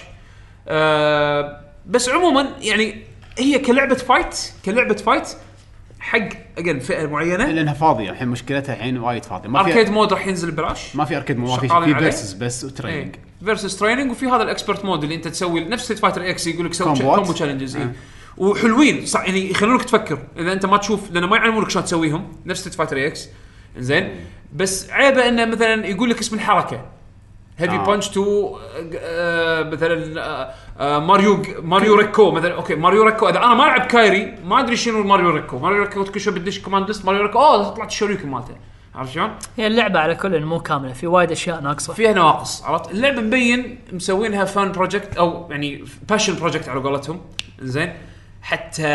بس عموما يعني هي كلعبه فايت حق اجل فئه معينه لانها فاضيه. الحين مشكلتها الحين وايد فاضيه. ما في اركيد مود راح ينزل ببلاش. ما في اركيد مود. ما في فيرسز بس وتريننج فيرسز تريننج. وفي هذا الاكسبرت مود اللي انت تسوي نفس ستريت فايتر اكس يقول لك سوي كومبو تشالنجز. وحلوين صح يعني يخلونك تفكر اذا انت ما تشوف لان ما يعلمونك شلون تسويهم نفس ستريت فايتر اكس. زين بس عيبه انه مثلا يقول لك اسم الحركه هيفي بانش تو مثلا ماريو ريكو مثلا. اوكي ماريو ريكو اذا انا ما العب كايري ما ادري شنو ماريو ريكو تكون شو بدش كوماند ليست ماريو ريكو طلعت الشوريوكن مالته. عرفت شلون؟ هي اللعبه على كل مو كامله في وايد اشياء ناقصه فيها نواقص. عرفت اللعبه مبين مسوينها فان بروجكت او يعني باشن بروجكت على قولتهم. زين حتى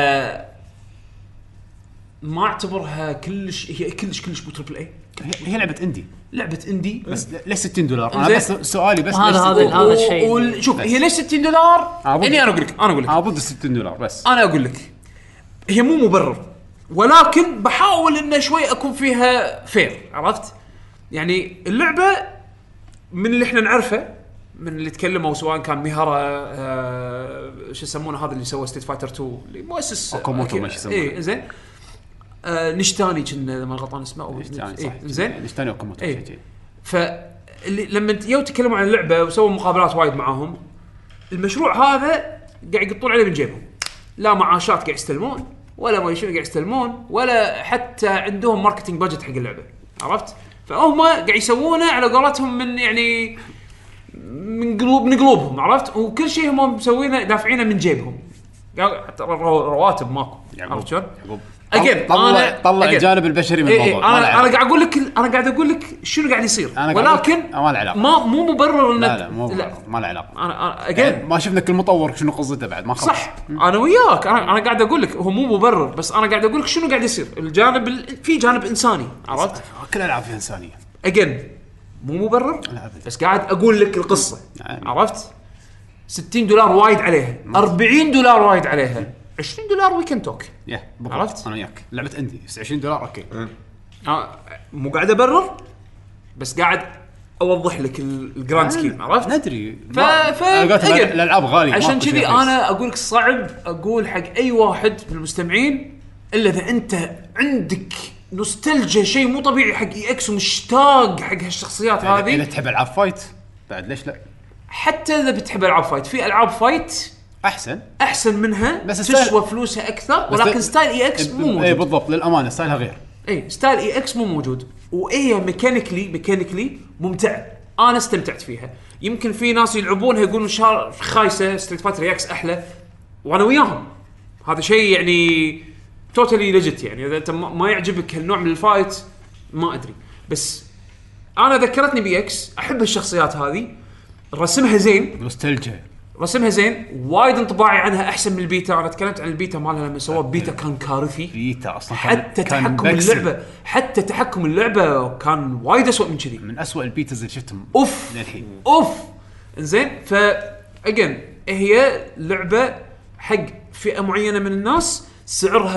ما اعتبرها كلش هي كلش بو تريبل اي. هي لعبه اندي بس ليش $60. انا بس سؤالي بس هذا الشيء. شوف هي ليش $60 اني انا اقول لك انا ضد $60 بس انا اقول لك هي مو مبرر ولكن بحاول انه شوي اكون فيها فير. عرفت يعني اللعبه من اللي احنا نعرفه من اللي تكلموا سواء كان ميهارا شو يسمونه هذا اللي سوى ستريت فايتر 2 اللي مؤسس اوكوموتو ماشي يسمونه. اي زين نشتاني كنا ما غلطان اسمه او زين نشتاني اوكوموتو. اللي لما تكلموا عن اللعبه وسووا مقابلات وايد معاهم، المشروع هذا قاعد يقطون عليه من جيبهم، لا معاشات قاعد يستلمون ولا ما شنو قاعد يستلمون، ولا حتى عندهم ماركتينج بادجت حق اللعبه، عرفت؟ فهم قاعد يسوونه على قولتهم من يعني من قلوبهم، عرفت؟ وكل شيء هم مسوينه دافعينه من جيبهم، حتى رواتب ماكو، عرفت شلون؟ اجين طلع الجانب البشري من الموضوع. انا قاعد اقول لك شنو قاعد يصير، ولكن ما مو مبرر انك لا ما له علاقه. انا اجين ما شفنا كل مطور شنو قصته بعد ما خلص. صح انا وياك، انا قاعد اقول لك هو مو مبرر، بس انا قاعد اقول لك شنو قاعد يصير. الجانب في جانب انساني، عرفت؟ كل العاب فيها انسانيه. اجين مو مبرر، بس قاعد اقول لك القصه، عرفت؟ $60 وايد عليها، $40 وايد عليها، $20 وي كان توك. عرفت؟ انا وياك لعبه عندي $20 اوكي. مو قاعد ابرر، بس قاعد اوضح لك الجراند سكيم، عرفت؟ ندري الالعاب غاليه، عشان كذي انا اقول لك صعب اقول حق اي واحد من المستمعين الا اذا انت عندك نوستالجيا شيء مو طبيعي حق اي اكس ومشتاق حق هالشخصيات هذه. اذا تحب العاب فايت بعد ليش لا؟ حتى اذا بتحب العاب فايت، في العاب فايت احسن منها، بس تسوى فلوسها اكثر، ولكن ستايل اي اكس مو موجود. اي بالضبط، للامانه ستايلها غير. ستايل اي اكس مو موجود، وايه ميكانيكلي ممتعه، انا استمتعت فيها. يمكن في ناس يلعبونها يقولون خايسه، ستريت فايتر اكس احلى، وانا وياهم. هذا شيء يعني توتالي ليجيت، يعني اذا انت ما يعجبك هالنوع من الفايت ما ادري، بس انا ذكرتني بي اكس، احب الشخصيات هذه، رسمها زين، نوستالجيا، رسمها زين، وايد انطباعي عنها احسن من البيتا. انا تكلمت عن البيتا مالها لما سووا بيتا كان كارثي. بيتا اصلا حتى تحكم اللعبه كان وايد اسوء من كذي، من اسوء البيتاز اللي شفتهم للحين. انزين، اجين هي لعبه حق فئه معينه من الناس، سعرها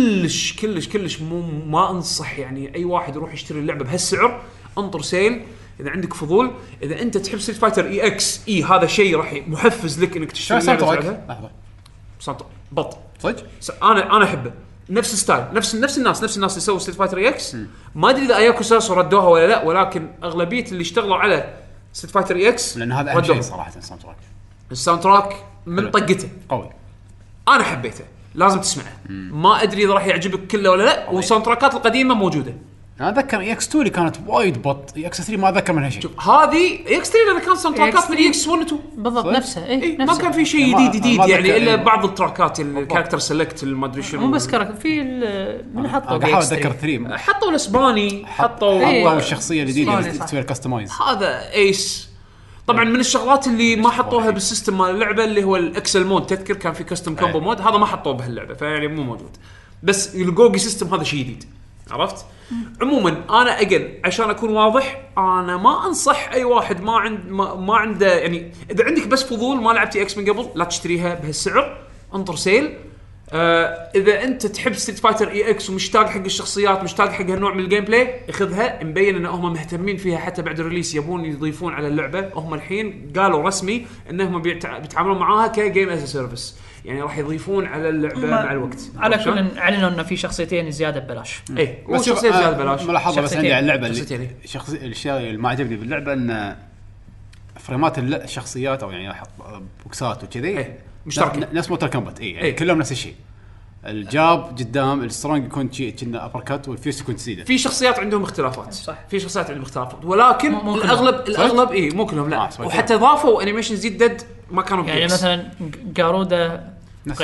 كلش ما انصح يعني اي واحد يروح يشتري اللعبه بهالسعر. انطر سيل اذا عندك فضول. اذا انت تحب ستريت فايتر اي اكس هذا شيء راح محفز لك انك تشتري اللعبه. لحظه بط صدق انا احبه، نفس ستايل، نفس الناس اللي سووا ستريت فايتر اي اكس. ما ادري اذا اياكوسا ردوها ولا لا، ولكن اغلبيه اللي اشتغلوا على ستريت فايتر اي اكس، لان هذا اهم شيء صراحه. الساوند تراك من طقته قوي، انا حبيته، لازم تسمعه. ما ادري اذا راح يعجبك كله ولا لا. والساوند تراكات القديمه موجوده. انا اتذكر اي اكس 2 اللي كانت وايد بط، اي اكس 3 ما اتذكر منها شيء. شوف هذه اي اكس 3 لان كان ساوند تراكات من اي اكس 1 و 2 بالضبط نفسها. ما كان في شيء جديد يعني الا بعض التراكات الكاركتر سيلكت ما ادري شنو. مو بس كاركتر في من حطوا، احاول اتذكر 3 حطوا الاسباني، حطوا الشخصيه الجديده اللي تسوي كاستمايز. هذا ايس طبعا من الشغلات اللي ما حطوها بالسيستم مال اللعبه اللي هو الاكسل مود. تذكر كان في كاستم كومبو مود، هذا ما حطوه بهاللعبه، فيعني مو موجود. بس الجوجي سيستم هذا شيء جديد، عرفت؟ عموما انا عشان اكون واضح، انا ما انصح اي واحد ما عنده يعني، اذا عندك بس فضول ما لعبتي اكس من قبل لا تشتريها بهالسعر، انطر سيل. اذا انت تحب ستريت فايتر اي اكس ومشتاق حق الشخصيات، مشتاق حق هالنوع من الجيم بلاي، اخذها. مبين ان هم مهتمين فيها، حتى بعد الريليس يبون يضيفون على اللعبه. هم الحين قالوا رسمي انهم بيتعاملون معاها كجيم از سيرفيس، يعني راح يضيفون على اللعبه مع الوقت. على كل اعلنوا انه في شخصيتين زياده ببلاش. اي شخصيتين زياده ببلاش. ملاحظه بس عندي على اللعبه الشيء اللي ما عجبني باللعبه ان فريمات الشخصيات او يعني بوكسات وكذي مشتركه نفس موتر كومبات. يعني كلهم نفس الشيء. الجاب قدام السترونج يكون كنا ابر كات، والفيوس يكون سيده. في شخصيات عندهم اختلافات، صح، في شخصيات عندهم اختلافات، ولكن الاغلب مو كلهم لا. وحتى ضافوا انيميشن جديد ما كانوا يعني مثلا جارودا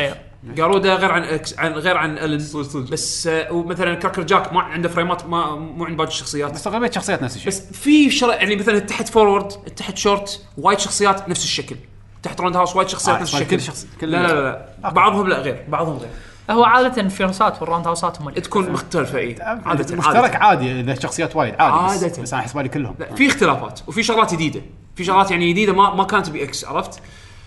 غير عن الين، بس ومثلا كراكر جاك ما عنده فريمات مو عند باقي الشخصيات، بس اغلبيه الشخصيات نفس الشيء. بس في يعني مثلا تحت فورورد تحت شورت وايد شخصيات نفس الشكل، تحت راوند هاوس وايد شخصيات نفس الشكل. لا بعضهم لا غير، بعضهم غير. هو عاده الفيرسات والراوند هاوسات هم اللي تكون مختلفه. عاده مشترك عادي اذا شخصيات وايد عادي. بس انا احس بالي كلهم في اختلافات وفي شغلات جديده، في شغلات يعني جديده ما كانت بي اكس، عرفت؟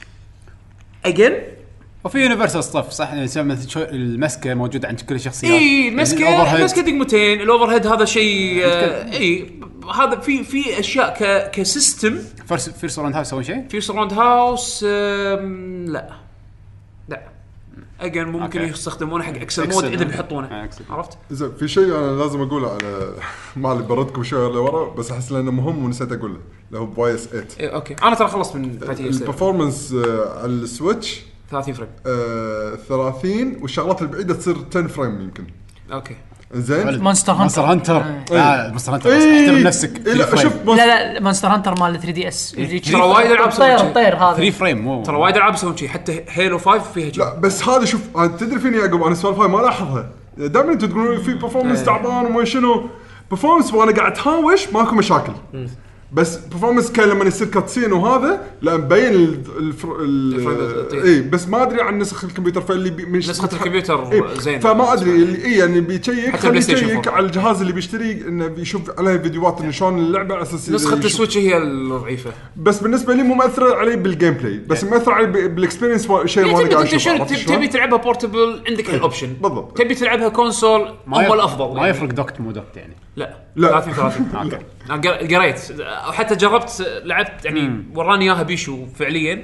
اجين وفي يونيفرسال ستاف صح، المسكه موجوده عند كل الشخصيات. المسكه دقمتين، الاوفر هيد هذا شيء هذا في اشياء كسيستم. في سراوند هاوس سووا شيء؟ في سراوند هاوس لا اجين ممكن يستخدمونه حق اكسل مود اذا بيحطونه. عرفت؟ اذا في شيء انا لازم اقوله على ما اللي بردكم شويه لورا بس احس انه مهم ونسيت اقوله اللي هو بوايس 8. اوكي انا ترى خلصت من فاتي البرفورمانس على السويتش 30 فريم 30 والشغلات البعيده تصير 10 فريم يمكن. اوكي زين مونستر مونستر هانتر مونستر هانتر احترم نفسك. لا شوف لا مونستر هانتر مال 3 دي اس ترى وايد العاب طير هذا 3 فريم ترى وايد العاب يسوون شيء حتى هيلو 5 فيها شيء. لا بس هذا شوف تدري فيني يعقوب انا سوالف هاي ما لاحظها دائما انتم تقولون في برفورمانس تعبان وما شنو برفورمانس وانا قاعد هاوش ماكو مشاكل بس برفورمانس كان لما يصير كاتسين وهذا لا مبين اي بس ما ادري عن نسخ الكمبيوتر فاللي نسخه الكمبيوter زين فما ادري اللي يعني بيشيك خليه يشيك على الجهاز اللي بيشتري انه بيشوف عليه فيديوهات انه شلون اللعبه على اساس نسخه السويتش هي الضعيفه بس بالنسبه لي مو مؤثره علي بالجيم بلاي بس مؤثر علي بالاكسبيرينس شيء ما قاعد اشوف. تبي تلعبها بورتبل عندك الاوبشن بالضبط. تبي تلعبها كونسول اول افضل ما يفرق دوكت مو دوكت يعني لا 30 انا قريت وحتى جربت لعبت يعني وراني اياها بيشو فعليا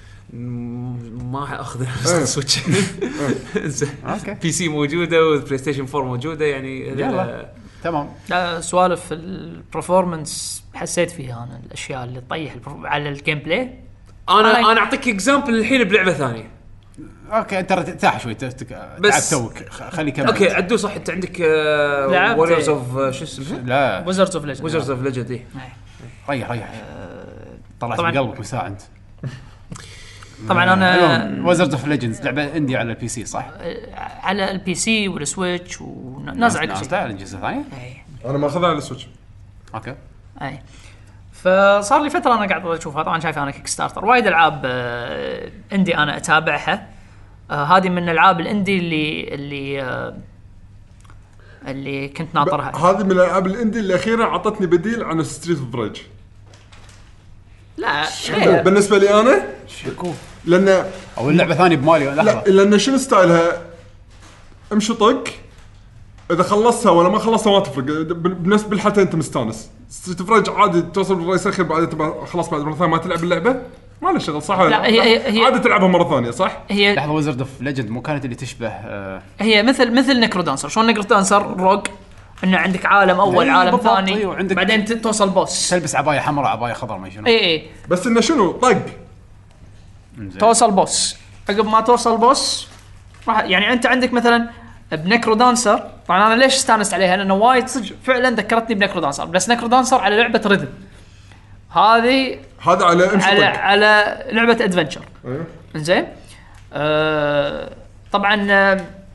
ما اخذ السويتش. بي سي موجوده والبلاي ستيشن 4 موجوده يعني تمام. لا سوالف البرفورمانس حسيت فيها انا الاشياء اللي تطيح على الجيم بلاي. انا اعطيك اكزامبل الحين بلعبه ثانيه. اوكي انت ارتاح شوي تعب توك خلي كمل. اوكي عدو صح انت عندك ووريرز اوف شو اسمه لا ويزردز اوف ليجند ريح طلعت من قلبك مساء انت. طبعا انا ويزردز اوف ليجندز لعبه اندي على البي سي صح؟ على البي سي والسويتش ونازل على الجزء الثاني. انا ما اخذها على السويتش. اوكي اي فصار لي فتره انا قاعد اشوفها. طبعا شايف انا كيك ستارتر وايد العاب اندي انا اتابعها. هذه من الالعاب الاندي اللي كنت ناطرها. هذه من الالعاب الاندي اللي اخيرا عطتني بديل عن ستريت اوف ريج. لا بالنسبه لي انا شكو لان او اللعبه ثانيه بمالي لا لان شنو ستايلها امشي طق اذا خلصتها ولا ما خلصتها ما تفرق بالنسبه بالحالتين انت مستانس. ستريت اوف ريج عادي توصل بالرئيس الاخير بعد خلاص بعد مره ثانيه ما تلعب اللعبه ما له شغل صح. لا هي عادة تلعبها مرة ثانية صح؟ هي لحظة ويزرد اوف ليجند مو كانت اللي تشبه هي مثل نيكرو دانسر. شلون نيكرو دانسر روج انه عندك عالم اول عالم ثاني بعدين توصل بوس تلبس عباية حمراء عباية خضراء ما شنو. اي بس انه شنو طق توصل بوس. عقب ما توصل بوس راح يعني انت عندك مثلا بنيكرو دانسر. طبعا انا ليش استانست عليها لانه وايد صدق فعلا ذكرتني بنيكرو دانسر بس نيكرو دانسر على لعبة ريذم. هذا على لعبه ادفنتشر. انزين طبعا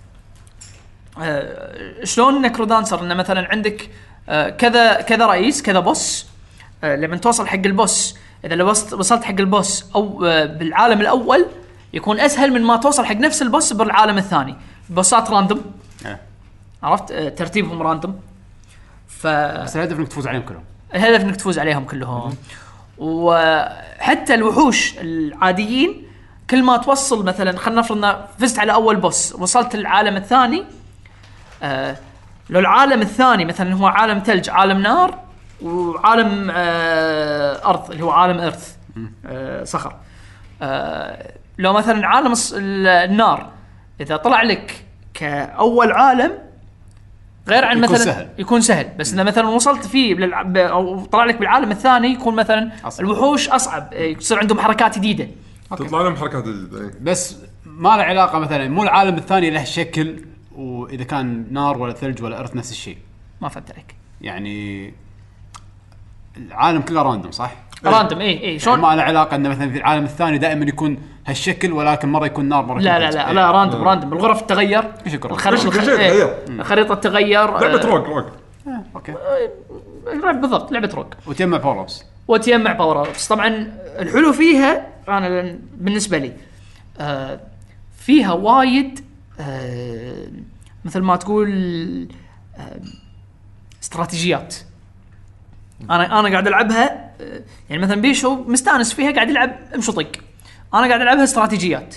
شلون نيكرو دانسر انه مثلا عندك كذا رئيس كذا بوس. لما توصل حق البوس اذا لو وصلت حق البوس او بالعالم الاول يكون اسهل من ما توصل حق نفس البوس بالعالم الثاني. بوسات راندوم عرفت ترتيبهم راندوم بس الهدف انك تفوز عليهم كلهم. الهدف انك تفوز عليهم كلهم. وحتى الوحوش العاديين كل ما توصل مثلا خلينا نفرض فزت على اول بوس وصلت للعالم الثاني. لو العالم الثاني مثلا هو عالم ثلج عالم نار وعالم ارض اللي هو عالم ارث صخر. لو مثلا عالم النار اذا طلع لك كاول عالم غير عن مثلا يكون سهل بس اذا مثلا وصلت فيه او طلع لك بالعالم الثاني يكون مثلا أصعب. الوحوش اصعب يصير عندهم حركات جديده تطلع لهم حركات جديده بس ما له علاقه مثلا مو العالم الثاني له شكل واذا كان نار ولا ثلج ولا ارث نفس الشيء. ما فهمت عليك يعني العالم كله راندوم صح؟ راندوم اي شلون ما له علاقه انه مثلا في العالم الثاني دائما يكون هالشكل ولكن مره يكون نار مره لا راندوم راندوم الغرف تتغير الخريطه تتغير لعبه روك اوكي بالضبط لعبه روك وتجمع باور ابس. طبعا الحلو فيها انا بالنسبه لي فيها وايد مثل ما تقول استراتيجيات. انا قاعد العبها يعني مثلا بيشو مستانس فيها قاعد يلعب امشي طق. انا قاعد العبها استراتيجيات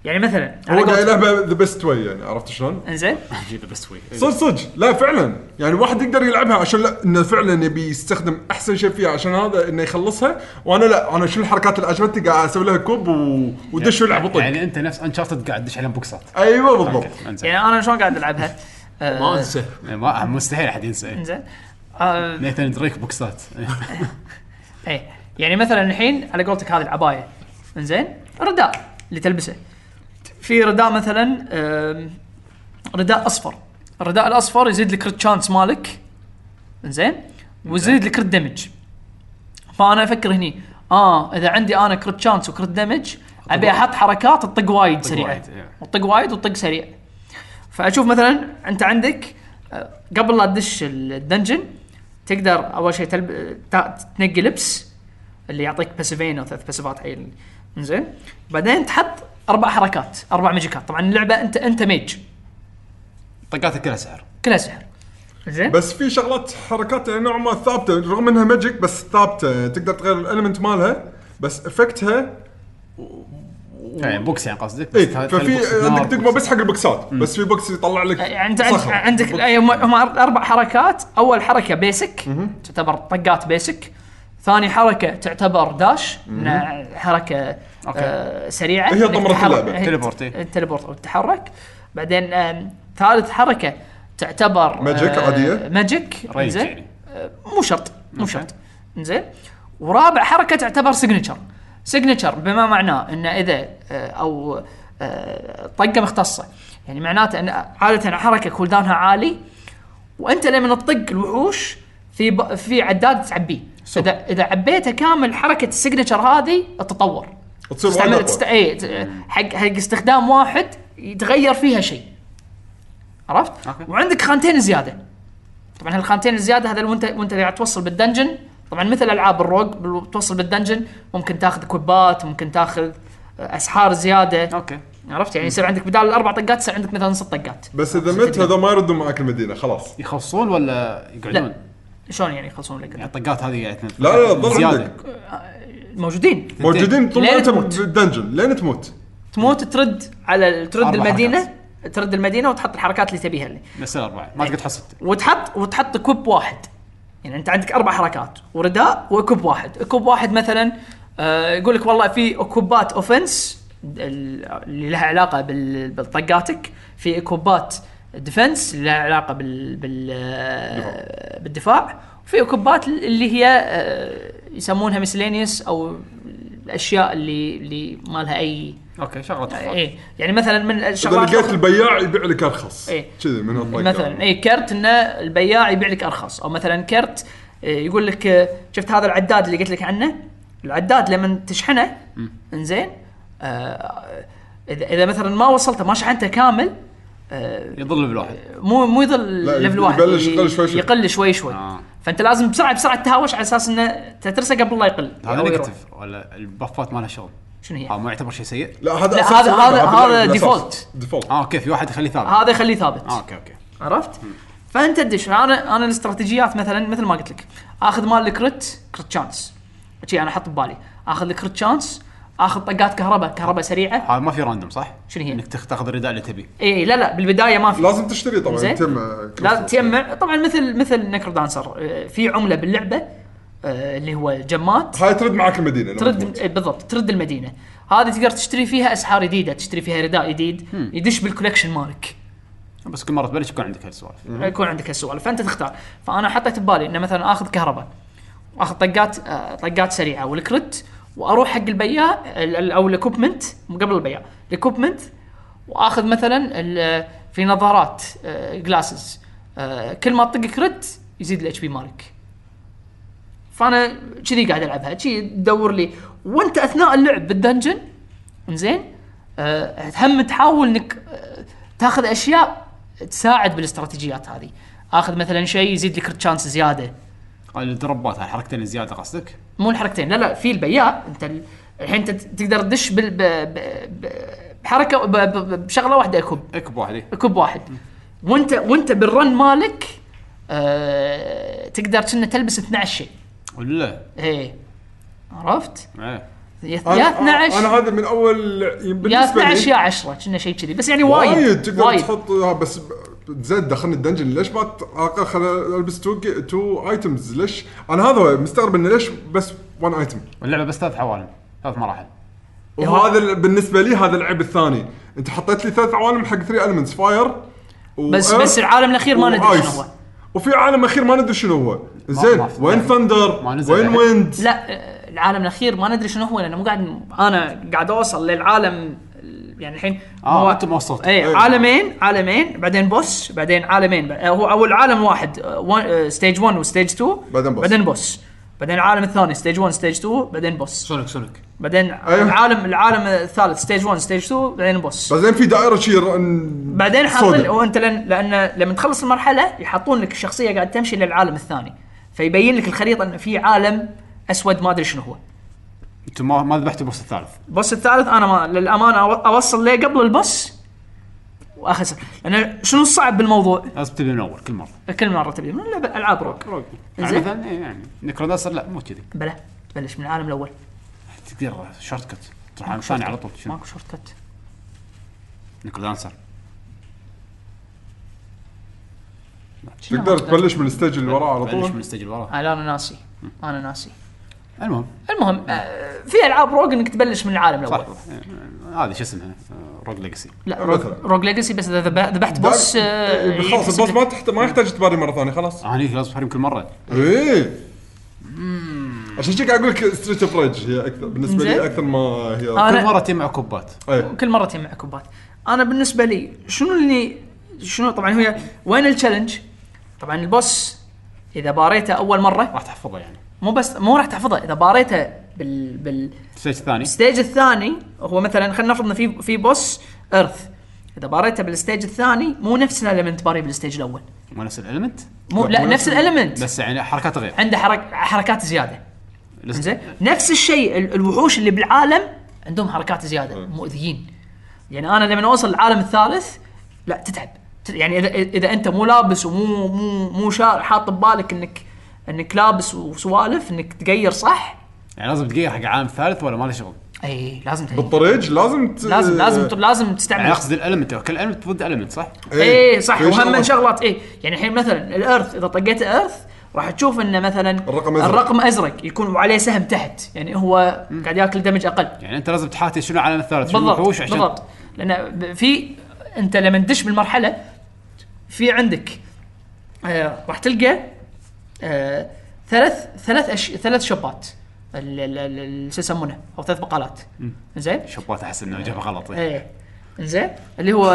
يعني مثلا هو قاعد يلعبها ذا بيست واي يعني عرفت شلون؟ انزين جيب بس وي صدق لا فعلا يعني واحد يقدر يلعبها عشان لا انه فعلا يبي يستخدم احسن شيء فيها عشان هذا انه يخلصها وانا لا انا شو الحركات اللي عجبتني قاعد اسوي لها كوب ودش يلعب وطق يعني انت نفس انشارتد قاعد تدش عليهم بوكسات ايوه بالضبط يعني انا شلون قاعد العبها ما انسى ما مستحيل احد ينسى انزين نيثان دريك بوكسات اي يعني مثلا الحين على قولتك هذه العبايه انزين رداء اللي تلبسه في رداء مثلا رداء اصفر الرداء الاصفر يزيد لك ريت شانس مالك انزين ويزيد لك ريت دمج فانا افكر هني اذا عندي انا كريت شانس وكريت دمج ابي احط حركات تطق وايد سريعه وطق وايد وطق سريع فاشوف مثلا انت عندك قبل لا تدش الدنجن تقدر اول شيء تنقي لبس اللي يعطيك باسيفين او 3 باسيفات عيل زين بعدين تحط 4 حركات 4 ماجيكات طبعا اللعبه انت ميج طقاتك كلها سحر زين بس في شغلات حركات يعني نوع ما ثابته رغم انها ماجيك بس ثابته تقدر تغير الاليمنت مالها بس افكتها يعني بوكس يعني قصدك اي ففي عندك تقبل بس حق البوكسات بس في بوكس يطلع لك يعني انت عندك هم 4 حركات اول حركه بيسك تعتبر طقات بيسك ثاني حركه تعتبر داش حركه سريعه هي طمرة اللعبه تليبورت والتحرك بعدين ثالث حركه تعتبر ماجيك عاديه ماجيك زين مو شرط زين ورابع حركه تعتبر سيجنتشر بما معناه ان اذا او طقه مختصه يعني معناته ان عاده حركه كول داونها عالي وانت لما تطق الوحوش في عداد تعبيه اذا عبيته كامل حركه السيجنتشر هذه تتطور حق استخدام واحد يتغير فيها شيء عرفت وعندك خانتين زياده طبعا هالخانتين الزياده هذا وانت قاعد توصل بالدنجن طبعا مثل العاب الروج توصل بالدنجن ممكن تاخذ كوبات ممكن تاخذ اسحار زياده عرفت يعني يصير عندك بدال 4 طقات يصير عندك مثلا 6 طقات بس اذا مت هذا ما يردون معك المدينه خلاص يخلصون ولا يقعدون لا. شلون يعني يخلصون لك الطقات هذه يعني لا ضل عندك موجودين طول ما انت بالدنجن لين تموت ترد المدينه وتحط الحركات اللي تبيها اللي بس 4 ما تقدر تحصل وتحط كوب واحد يعني انت عندك 4 حركات ورداء وكوب واحد مثلا يقول لك والله في كوبات اوفنس اللي لها علاقه بالطقاتك في كوبات ديفنس اللي لها علاقه بالدفاع وفي كوبات اللي هي يسمونها ميسلينيوس او الاشياء اللي ما لها اي شغلات يعني مثلا من الشغلات اذا لقيت البياع يبيع لك ارخص كذي من الطقه مثلا كرت انه البياع يبيع لك ارخص او مثلا كرت يقول لك شفت هذا العداد اللي قلت لك عنه العداد لما تشحنه انزين اذا مثلا ما وصلته ما شحنته كامل يضل بالواحد مو يضل ليفل واحد يقل شوي فانت لازم بسرعه تهاوش على اساس انه تترسه قبل لا يقل هذا نيجاتيف ولا البفات ما لها شغل شنو هي ما يعتبر شيء سيء لا هذا ديفولت اوكي في واحد يخليه ثابت هذا يخليه ثابت اوكي عرفت فانت تدش انا الاستراتيجيات مثل ما قلت لك اخذ مال الكريت شانس شيء انا احط ببالي اخذ الكريت شانس اخذ طقات كهرباء سريعه هذا ما في راندوم صح شنو هي انك تاخذ الرداء اللي تبي لا بالبدايه ما في لازم تشتري طبعا لازم تجمع طبعا مثل نكر دانسر في عمله باللعبه اللي هو جمات هاي ترد معك المدينه بالضبط ترد المدينه هذه تقدر تشتري فيها اسحار جديده تشتري فيها رداء جديد يدش بالكولكشن مالك بس كل مره تبلش يكون عندك هالسوالف يكون عندك هالسوالف فانت تختار فانا حطيت ببالي انه مثلا اخذ كهرباء اخذ طقات سريعه والكريت واروح حق البياع او الاكوبمنت قبل البياع الاكوبمنت واخذ مثلا في نظارات جلاسز كل ما تطق كريت يزيد الاتش بي مالك فانا كذي قاعد العبها شي تدور لي وانت اثناء اللعب بالدنجن انزين هم تحاول انك تاخذ اشياء تساعد بالاستراتيجيات هذه اخذ مثلا شيء يزيد لك تشانس زياده الدربات هاي حركتين زياده قصدك مو الحركتين لا في البياع انت الحين انت تقدر تدش بحركه بشغله واحده كوب واحد وانت بالرن مالك تقدر كنا تلبس 12 شيء ولا عرفت يا 12 انا هذا من اول يا 12 يا 10 كنا شيء كذي بس يعني وايد تقدر تحط بس زين دخلني الدنجن ليش ما خل البس 2 ايتمز ليش انا هذا مستغرب انه ليش بس 1 ايتم اللعبه بس 3 عوالم 3 مراحل وهذا بالنسبه لي هذا العيب الثاني انت حطيت لي 3 عوالم حق 3 المنتس فاير بس العالم الاخير ما ندري شنو هو وفي عالم اخير ما ندري شنو هو زين وين ثندر وين ويند لا العالم الاخير ما ندري شنو هو لانه مو قاعد اوصل للعالم يعني الحين انت ما وصلت عالمين بعدين بوس بعدين عالمين هو اول عالم واحد ستيج 1 وستيج 2 بعدين بوس بعدين العالم الثاني ستيج 1 ستيج 2 بعدين بوس سونيك بعدين العالم الثالث ستيج 1 ستيج 2 بعدين بوس بعدين في دائره شير بعدين حاطين وانت لان لما تخلص المرحله يحطون لك الشخصيه قاعد تمشي للعالم الثاني فيبين لك الخريطه ان في عالم اسود ما ادري شنو هو. انت ما ذبحت البوس الثالث انا ما للامانه اوصل ليه قبل البوس واخسر لان شنو الصعب بالموضوع لازم تبدا من اول كل مره تبدا من لعبه العاب روك يعني مثلا يعني نيكروداسر لا مو كذي بلا تبلش من العالم الاول تقدر شورت كت تروح على الثاني على طول ماكو شورت كت نيكروداسر تقدر تبلش من الستيج اللي وراه على طول تبلش من الستيج اللي وراه انا ناسي المهم في العاب روج انك تبلش من العالم الاول هذه شو اسمها روج ليجاسي لا روج ليجاسي بس اذا ذبحت بوس خلاص البوس ما يحتاج تباري مره ثانيه خلاص هنيك لازم تحرم كل مره عشان كذا اقول لك ستريت اوف ريج هي اكثر بالنسبه لي اكثر ما هي كل مره تجمع عقوبات كل مره تجمع عقوبات انا بالنسبه لي شنو طبعا هي وين التشالنج طبعا البوس اذا باريته اول مره راح تحفظه يعني مو راح تحفظه اذا باريته الستيج الثاني هو مثلا خلينا نفرض ان في بوس ايرث اذا باريته بالستيج الثاني مو نفس الاليمنت باري بالستيج الاول مو نفس الاليمنت لا نفس الاليمنت بس يعني حركاته غير عنده حركات زياده زين نفس الشيء الوحوش اللي بالعالم عندهم حركات زياده مؤذيين يعني انا لما اوصل العالم الثالث لا تتعب يعني اذا انت مو لابس ومو حاط ببالك انك لابس وسوالف انك تغير صح يعني لازم تغير حق عالم ثالث ولا ما له شغل اي لازم بالطريق لازم تستعمل يعني اقصد الالمنت كل المنت تفض المنت صح اي صح وهم من شغلات يعني الحين مثلا الارث اذا طقيت ارث راح تشوف انه مثلا الرقم ازرق يكون عليه سهم تحت يعني هو قاعد ياكل دمج اقل يعني انت لازم تحاتي شنو العالم الثالث شنو الوحوش عشان بالضبط لان في انت لما تدش بالمرحله في عندك راح تلقى ثلاث شوبات اللي يسمونه او 3 بقالات زين شوبات احس انه جابها غلط زين اللي هو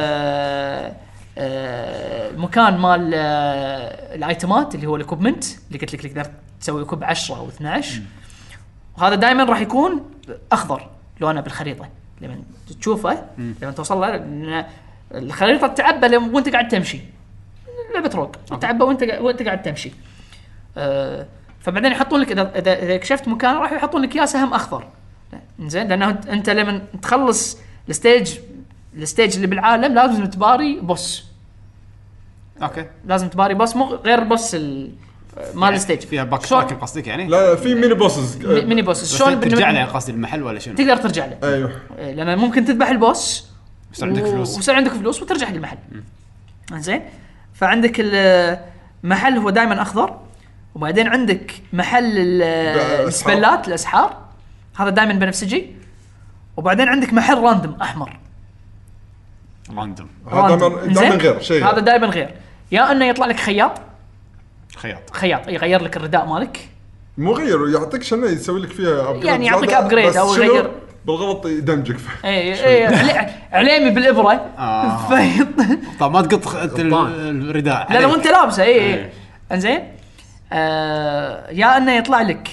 المكان مال الايتمات اللي هو الاكوبمنت اللي قلت لك تقدر تسوي كوب 10 او 12 وهذا دائما راح يكون اخضر لونه بالخريطه لما تشوفه لما توصل له الخريطه تعبى وانت قاعد تمشي لعبه روك تعبى وانت قاعد تمشي فبعدين يحطون لك اذا كشفت مكان راح يحطون لك اياه سهم اخضر زين لانه انت لما تخلص الستيج اللي بالعالم لازم تباري بوس لازم تباري بوس مو غير بوس مال الستيج فيها باك قصدك يعني لا في ميني بوسز شلون ترجع له قصدي المحل ولا شنو تقدر ترجع له ايوه لان ممكن تذبح البوس ويصير عندك فلوس وترجع للمحل زين فعندك المحل هو دائما اخضر وبعدين عندك محل السبلات الاسحار هذا دائما بنفسجي وبعدين عندك محل راندوم احمر هذا دائما غير شيء هذا دائما غير يا انه يطلع لك خياط يغير لك الرداء مالك مو غير يعطيك شنو يسوي لك فيها يعني يعطيك ابجريد او يغير بالغلط يدمجك عليمي بالابره طب ما تقط الرداء لا وانت لابسه انزين يا انه يطلع لك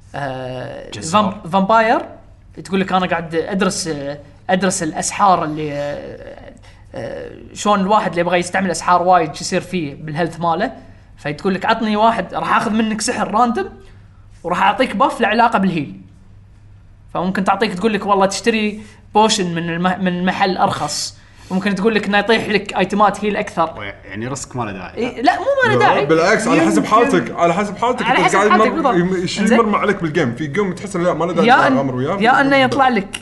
فامباير تقول لك انا قاعد ادرس الاسحار اللي شلون الواحد اللي يبغى يستعمل اسحار وايد يصير فيه بالهيلث ماله فتقول لك عطني واحد راح اخذ منك سحر راندوم وراح اعطيك باف له علاقه بالهيل فممكن تعطيك تقول لك والله تشتري بوشن من محل ارخص وممكن تقول لك انه يطيح لك ايتمات هي الاكثر. يعني ريسك ما له داعي. إيه لا مو ما له داعي، بالعكس على حسب حالتك، على حسب حالتك على انت حسب قاعد حالتك بالضبط. يمر عليك بالجيم في جيم تحس لا ما له داعي تغامر وياه، يا انه يطلع لك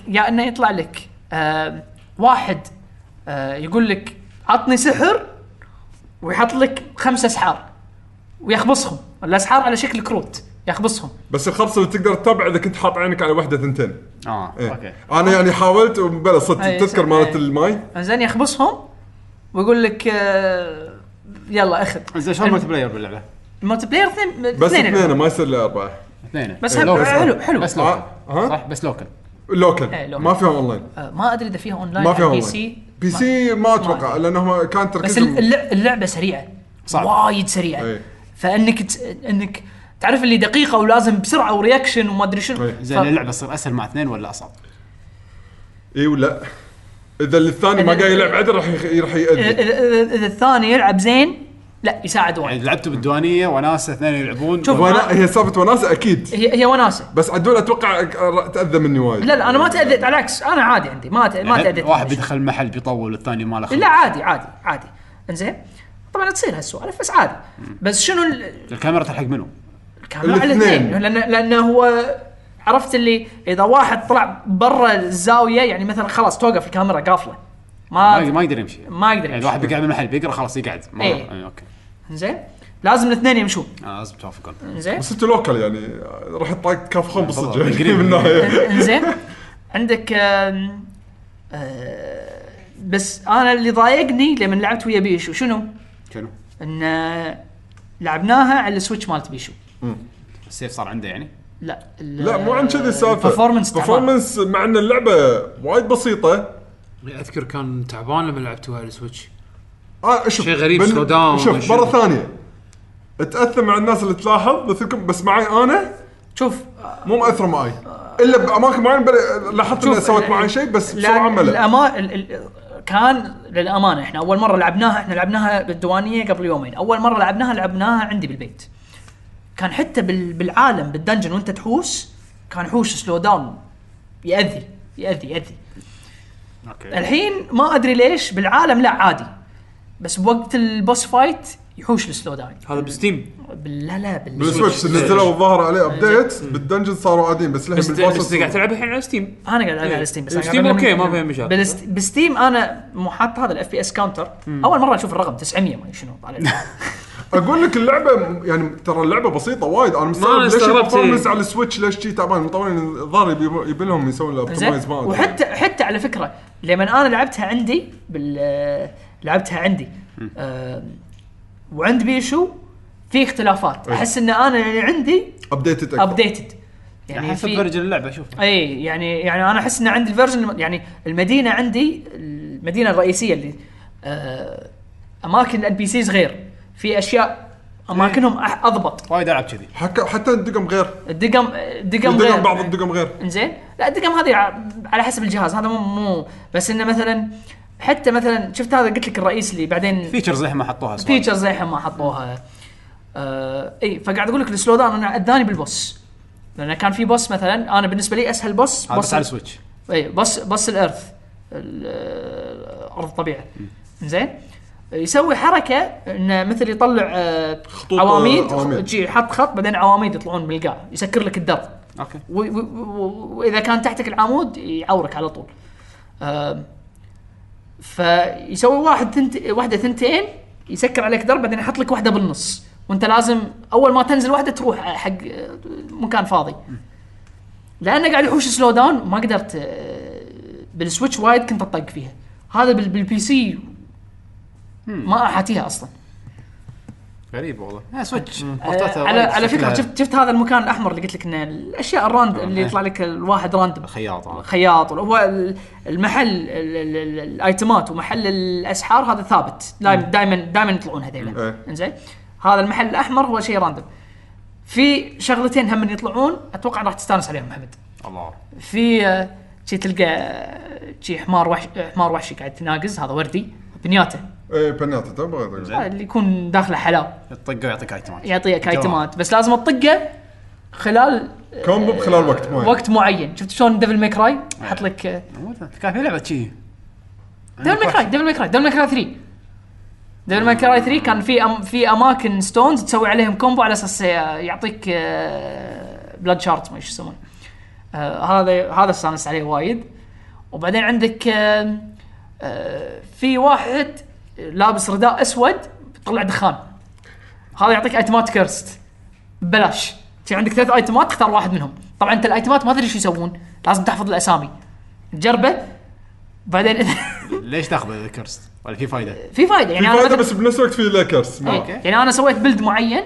واحد يقول لك عطني سحر ويحط لك 5 اسحار ويخبصهم، الاسحار على شكل كروت يخبصهم. بس الخبص اللي تقدر تتابع اذا كنت حاط عينك على وحده ثنتين. اوكي انا يعني حاولت وبلا صدق تذكر مالت الماي زين يخبصهم ويقول لك يلا اخذ. زين شلون مالتي بلاير باللعبه؟ المالتي بلاير بس 2 ما يصير ل 4 2 بس حلو بس لوكل صح بس لوكل ما فيها اونلاين. ما ادري اذا فيها اونلاين ما فيها على بي سي ما اتوقع لانه كان بس تركيزهم اللعبه سريعه وايد سريعه. أي. فانك انك تعرف اللي دقيقه ولازم بسرعه ورياكشن وما ادري شنو. زين اللعبه تصير اسهل مع 2 ولا اصعب؟ اي ولا اذا الثاني ما قاعد يلعب عدل راح يأذي. اذا الثاني يلعب زين لا يساعد وايد. يعني لعبته بالديوانيه وناسه 2 يلعبون. شوف هي صارت وناسه اكيد، هي وناسه بس عدول اتوقع تاذى مني وايد. لا انا ما تاذيت، على العكس انا عادي عندي ما تاذيت. واحد بيدخل المحل بيطول والثاني ما له خلق. لا عادي انزين. طبعا تصير هالسوالف بس عادي. بس شنو الكاميرا تلحق منه؟ الكاميرا على الاثنين لانه هو عرفت اللي اذا واحد طلع برا الزاويه يعني مثلا خلاص توقف الكاميرا قافله ما يقدر يمشي. يعني الواحد بيقعد بالمحل بيقرا خلاص يقعد اوكي زين لازم الاثنين يمشون. لازم توافقون. زين بس انت لوكل يعني راح تطاق كف خبز قريب بالنهايه. زين عندك بس انا اللي ضايقني لما لعبت ويا بيشو شنو ان لعبناها على السويتش مالت بيشو. السيف صار عنده يعني لا مو عن كذي السالفه performance مع ان اللعبه وايد بسيطه. اذكر كان تعبان لما لعبتوها على السويتش. شيء غريب سلو داون. شوف مره ثانيه اتاثر مع الناس اللي تلاحظ بس معي انا شوف مو مأثر معي الا باماكن معينه. لاحظت اني سويت معي شيء بس بسرعه كان للامانه احنا اول مره لعبناها بالديوانيه قبل يومين. اول مره لعبناها عندي بالبيت. كان حتى بالعالم بالدنجن وانت تحوس كان حوش سلو داون يأذي. اوكي الحين ما ادري ليش بالعالم لا عادي، بس بوقت البوس فايت يحوش السلو داون. هذا بستيم لا بالسويتش نزلوا الظاهر عليه ابديت بالدنجن صاروا عاديين بس الحين بالبوس قاعد تلعب الحين على ستيم. انا قاعد العب على ستيم بس ستيم اوكي ما فيها مشاكل. بستيم انا مو حاط هذا الاف بي اس كاونتر. اول مره اشوف الرقم 900 ما شنو طالع. اقول لك اللعبه يعني ترى اللعبه بسيطه وايد. انا مستغرب ليش البرفورمانس على السويتش ليش شيء تعبان. مطورين الظاهر يبي لهم يسوون اوبتمايز مال. وحتى على فكره لما انا لعبتها عندي وعند بيشو في اختلافات. احس ان انا يعني عندي ابديتد يعني حسب فيرجن اللعبه. شوف يعني انا احس ان عندي الفيرجن يعني المدينه عندي المدينه الرئيسيه اللي اماكن الان بي سيز غير في اشياء اماكنهم اضبط وايد العب كذي. حتى الدقم غير. الدقم غير بعض الدقم غير. انزين لا الدقم هذه على حسب الجهاز. هذا مو بس انه مثلا حتى مثلا شفت هذا قلت لك الرئيس اللي بعدين فيتشرز زي ما حطوها اي فقاعد اقول لك السلو داون انا اداني بالبوس لان كان في بوس مثلا انا بالنسبه لي اسهل بوس على السويتش. اي بوس الارث الارض الطبيعه. زين يسوي حركه انه مثل يطلع عواميد تجي يحط خط بعدين عواميد يطلعون من القاع يسكر لك الدرب. اوكي واذا كان تحتك العمود يعورك على طول. فيسوي واحده ثنتين يسكر عليك درب بعدين يحط لك واحده بالنص وانت لازم اول ما تنزل واحده تروح حق مكان فاضي. لانه قاعد يحوش سلو داون ما قدرت بالسويتش وايد كنت اطق فيها. هذا بالبي سي ما احاتيها اصلا. غريب والله. سويتش على فكره شفت هذا المكان الاحمر اللي قلت لك انه الاشياء الراند اللي يطلع لك الواحد راند خياط هو المحل الايتمات ومحل الاسحار هذا ثابت دائما يطلعون هذيلا. انزين هذا المحل الاحمر هو شيء راندوم. في شغلتين هم يطلعون اتوقع راح تستانس عليهم محمد. الله في شي تلقى شي حمار وحشي قاعد تناقز هذا وردي بنياته. بنياته تبغى اللي يكون داخله حلا تطقه يعطيك ايتمات بس لازم تطقه خلال كومبو خلال وقت معين. شفت شلون ديفل ميك راي حط لك كان في لعبه شي ديفل ماي كراي 3 ديفل ماي كراي 3 كان في اماكن ستونز تسوي عليهم كومبو على اساس يعطيك بلاد شارت ما ايش يسمونه. هذا استانس عليه وايد. وبعدين عندك في واحد لابس رداء اسود يطلع دخان، هذا يعطيك ايتمات كيرست ببلاش. في عندك 3 ايتمات تختار واحد منهم. طبعا انت الايتمات ما تدري شو يسوون، لازم تحفظ الاسامي تجربه. بعدين ليش تاخذ كيرست ولا في فايده؟ في فايده يعني في فايده بس بنفس الوقت في لا كيرست. يعني انا سويت بيلد معين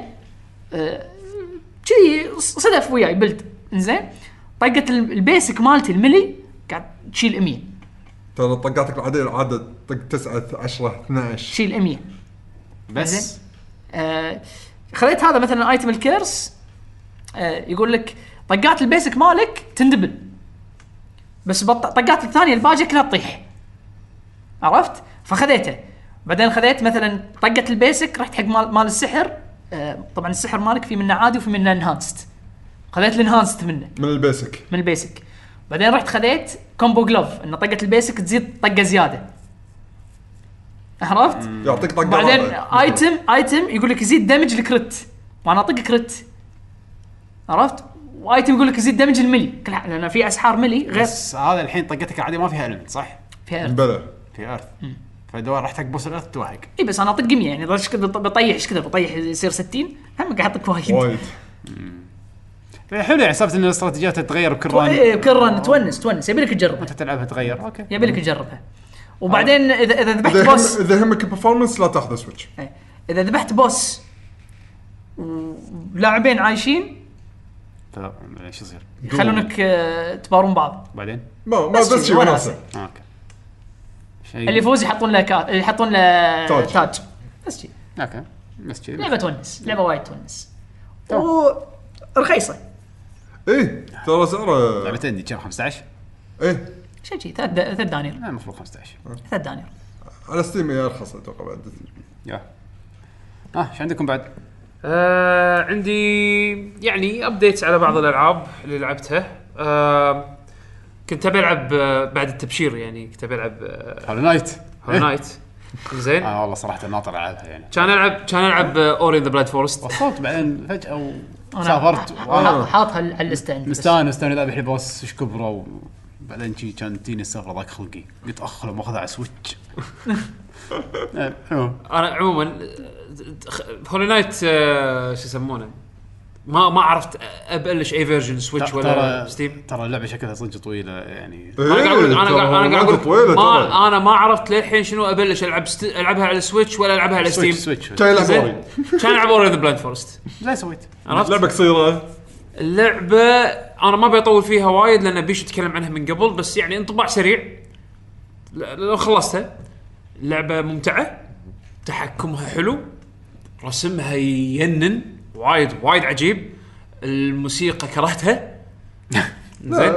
كذي صدف وياي بيلد انزين. طقت البيسك مالتي الملي قاعد تشيل 100. ترى طقاتك العاديه العاده طق 9 10 12 تشيل 100 بس. خذيت هذا مثلا ايتم الكيرس يقول لك طقات البيسك مالك تندبل، بس طقات الثانيه الباجه كلها تطيح، عرفت؟ فخذيته. بعدين خذيت مثلا طقه البيسك رحت حق مال السحر. طبعا السحر مالك في منه عادي وفي منه انهانست. خذيت الانهانست منه من البيسك. بعدين رحت خذيت كومبو جلوف ان طقه البيسك تزيد طقه زياده، عرفت؟ يعطيك طقه. بعدين ايتم يقول لك يزيد دمج الكريت وانا اطق كريت، عرفت؟ وايتم يقول لك يزيد دمج الملي لان في اسحار ملي غير. بس هذا الحين طقتك العاديه ما فيها المنت صح؟ فيها ارث. بلى في ارث. فدور راح تكبس الارث توهق. اي بس انا اطق 100 يعني ايش كذا بطيح يصير 60 هم قاعد اعطيك وايد. حلو يعني صارت ان الاستراتيجيات تتغير بكل ران. ايه بكل ران تونس يبي لك تجربها. انت تلعبها تغير اوكي يبي لك تجربها. وبعدين اذا ذبحت بوس اذا همك برفورمانس لا تاخذ سويتش. اذا ذبحت بوس ولاعبين عايشين ايش يصير؟ يخلونك تبارون بعض. بعدين ما بس شيء وناسه. اوكي. اللي يفوز يحطون له تاج بس شيء. اوكي بس شيء. لعبه تونس، لعبه وايد تونس ورخيصه. ايه ترى سعره لعبتين دي كم 15. ايه شيء 3 دنانير. لا المفروض 15. 3 دنانير على ستيم ارخص اتوقع بعد. يا ايش عندكم بعد؟ عندي يعني ابديتس على بعض الالعاب اللي لعبتها. كنت ابي العب بعد التبشير، يعني كنت ابي العب هولو نايت زين. والله صراحه ناطر العبها يعني. كان العب اوري ذا بلاد فورست. وصلت بعدين فجاه وسافرت حاطها على اللسته عندي. مستاني ذابح لي بوس ايش كبره. وبعدين شي كان تيني السفره ضاق خلقي قلت اخله ماخذها على سويتش. انا عموما هولو نايت شو يسمونه ما عرفت ابلش اي فيرجن سويتش ولا ستيم. ترى اللعبه شكلها صدق طويله يعني. انا قاعد اقول انا ما عرفت للحين شنو ابلش العبها على سويتش ولا العبها على ستيم. كان العب اوري ذا بلاند فورست. لا سويت لعبه قصيره. اللعبه انا ما بيطول فيها وايد لان بيش اتكلم عنها من قبل، بس يعني انطباع سريع لو خلصتها. اللعبه ممتعه، تحكمها حلو، رسمها ينن وايد عجيب. الموسيقى كرهتها زين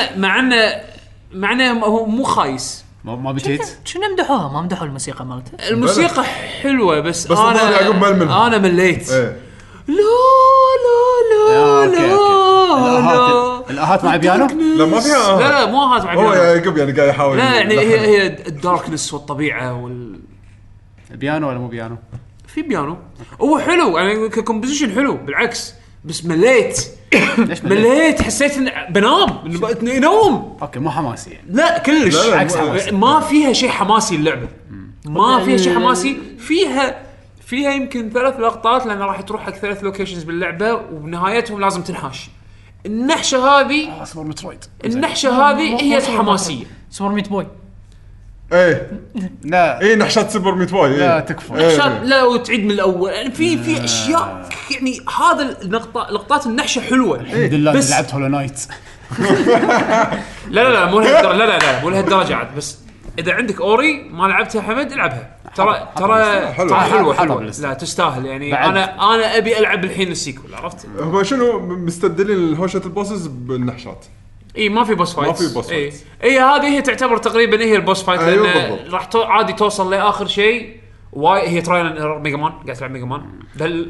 معنا هو مو خايس. ما بجيت شنو مدحوها؟ ما مدحوا الموسيقى مالته. الموسيقى حلوه بس انا مليت. لا الاهات مع بيانو. لا ما فيها. لا مو اهات مع بيانو. هو يعقوب يعني قاعد يحاول. لا يعني هي الداركنس والطبيعه البيانو ولا مو بيانو؟ في بيانو. هو حلو يعني ككومبوزيشن حلو بالعكس، بس مليت. مليت حسيت ان بنام. اوكي مو حماسي يعني. لا كلش عكس حماسي. ما فيها شيء حماسي اللعبه. ما فيها شيء حماسي. فيها يمكن 3 لقطات لان راح تروح حق 3 لوكيشنز باللعبه وبنهايتهم لازم تنحاش. النحشه هذه سوبر مترويد. النحشه هذه هي حماسيه. سوبر ميت بوي. ايه لا ايه نحشات سوبر ميت بوي. لا تكفى. لا وتعيد من الاول يعني في اشياء يعني هذا لقطات النحشه حلوه. الحمد لله لعبت هولو نايت. لا مو لهالدرجه. لا مو لهالدرجه عاد. بس اذا عندك اوري ما لعبتها حمد العبها. ترى حلوه. لا تستاهل يعني. انا ابي العب الحين السيكول. عرفت هو شنو مستبدلين هوشه البوسز بالنحشات. اي ما في بوس فايت. اي هذه هي تعتبر تقريبا هي البوس فايت. لان راح عادي توصل لاخر شيء. هي ترايل ميجا مان. قاعد تلعب ميجا مان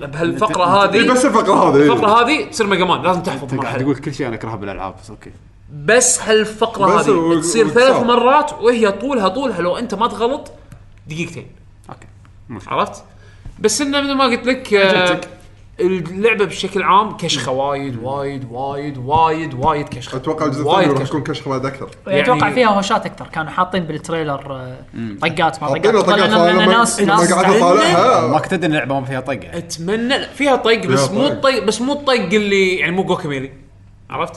بهالفقره هذه. بس الفقره هذه تصير ميجا مان لازم تحفظ. قاعد تقول كل شيء انا اكرهه بالالعاب بس اوكي. بس هالفقره بس هذه تصير وتصار. 3 مرات وهي طولها لو انت ما تغلط دقيقتين. اوكي عرفت؟ بس انه مثل ما قلت لك اللعبه بشكل عام كشخه وايد كشخه. اتوقع الجزء الثاني راح يكون كشخ بعد اكثر. يعني اتوقع فيها هوشات اكثر. كانوا حاطين بالتريلر طقات ما حاطين طقات ناس ما قاعد اطالعها ما كنت ادري اللعبه ما فيها طق يعني. اتمنى لا فيها طق بس مو الطق بس مو الطق اللي يعني مو جوكاميلي. عرفت؟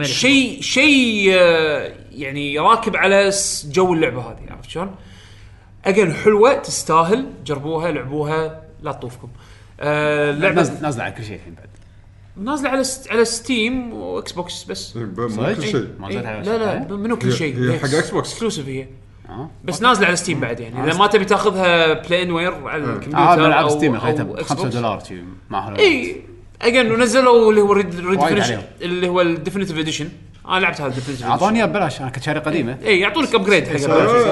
شيء يعني راكب على جو اللعبه هذه. عرفت شلون؟ اجل حلوه تستاهل جربوها لعبوها لا تطوفكم. اللعبه نازله على كل شيء الحين بعد. نازله على ستيم واكس بوكس بس. مو كل شيء. لا منو كل شيء هي حق اكس بوكس اكسكلوسيف هي. بس نازله على ستيم بعد يعني اذا ما تبي تاخذها بلاي وير على الكمبيوتر او ستيم او $5 شيء معها. اي اجل ونزلوا اللي هو اللي هو الديفينيتيف اديشن. انا لعبت هذا الديفينيتيف اعطوني ببلاش انا كنت شاري قديمه. اي يعطونك ابجريد حق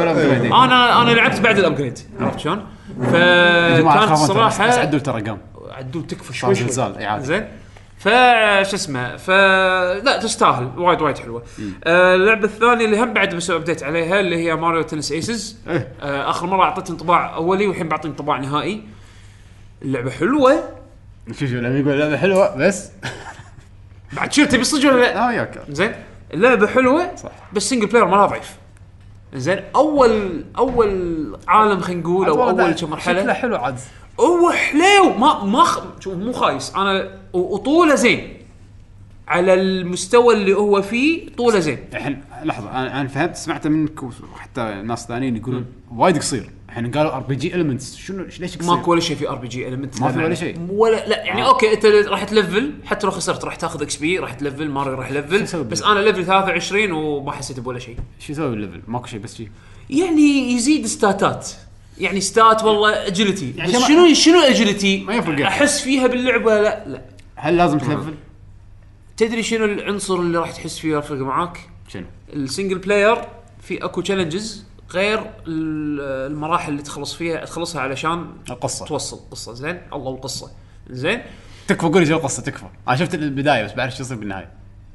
انا لعبت بعد الابجريد. عرفت شلون؟ فكانت الصراحه بس عدوا ترى قام عدوا تكفى شوي زين فش اسمه لا تستاهل وايد حلوه. اللعبه الثانيه اللي هم بعد بس ابديت عليها اللي هي ماريو تنس ايسز. اخر مره اعطيت انطباع اولي والحين بعطي انطباع نهائي. اللعبه حلوه. شو لما يقول لعبه حلوه بس بعد شو تبي صدق ولا لا؟ ياك زين اللعبه حلوه صح. بس سنجل بلاير ما ضعيف. زين اول عالم خلينا نقول او اول مرحله شكله حلو عاد هو حلو ما شوف مو خايس انا وطوله زين على المستوى اللي هو فيه طوله زين. الحين لحظه انا فهمت سمعت منك وحتى ناس ثانيين يقولون وايد قصير. الحين قالوا ار بي جي المنتس شنو ليش قصير؟ ماكو ولا شيء في ار بي جي المنت ما في ولا شيء ولا لا يعني اوكي انت راح تلفل حتى لو خسرت راح تاخذ اكس بي راح تلفل ماريو راح لفل بس انا ليفل 23 وما حسيت بولا شيء. شو يسوي الليفل ماكو شيء بس شيء يعني يزيد ستاتات يعني ستات والله اجيلتي يعني بس شنو اجيلتي ما يفرق احس فيها باللعبه لا هل لازم تلفل؟ تدري شنو العنصر اللي راح تحس فيه يفرق معاك؟ شنو؟ السنجل بلاير في اكو تشالنجز غير المراحل اللي تخلصها علشان القصه توصل قصه. زين الله القصه زين تكفى قولي شو القصه تكفى. انا شفت البدايه بس بعرف شو يصير بالنهايه.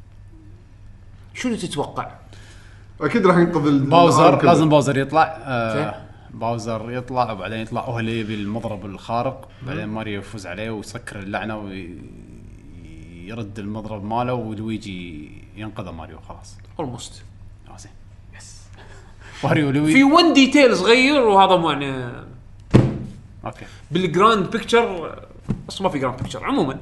شنو تتوقع؟ اكيد راح ينقذ باوزر لازم باوزر يطلع باوزر يطلع وبعدين يطلع هو اللي بالمضرب الخارق بعدين ماريو يفوز عليه ويسكر اللعنه ويرد المضرب ماله ولويجي ينقذ ماريو خلاص اولموست زين يس ماريو لويجي في 1 ديتيل صغير وهذا مو يعني اوكي بالجراند بيكتشر اصلا ما في جراند بيكتشر عموما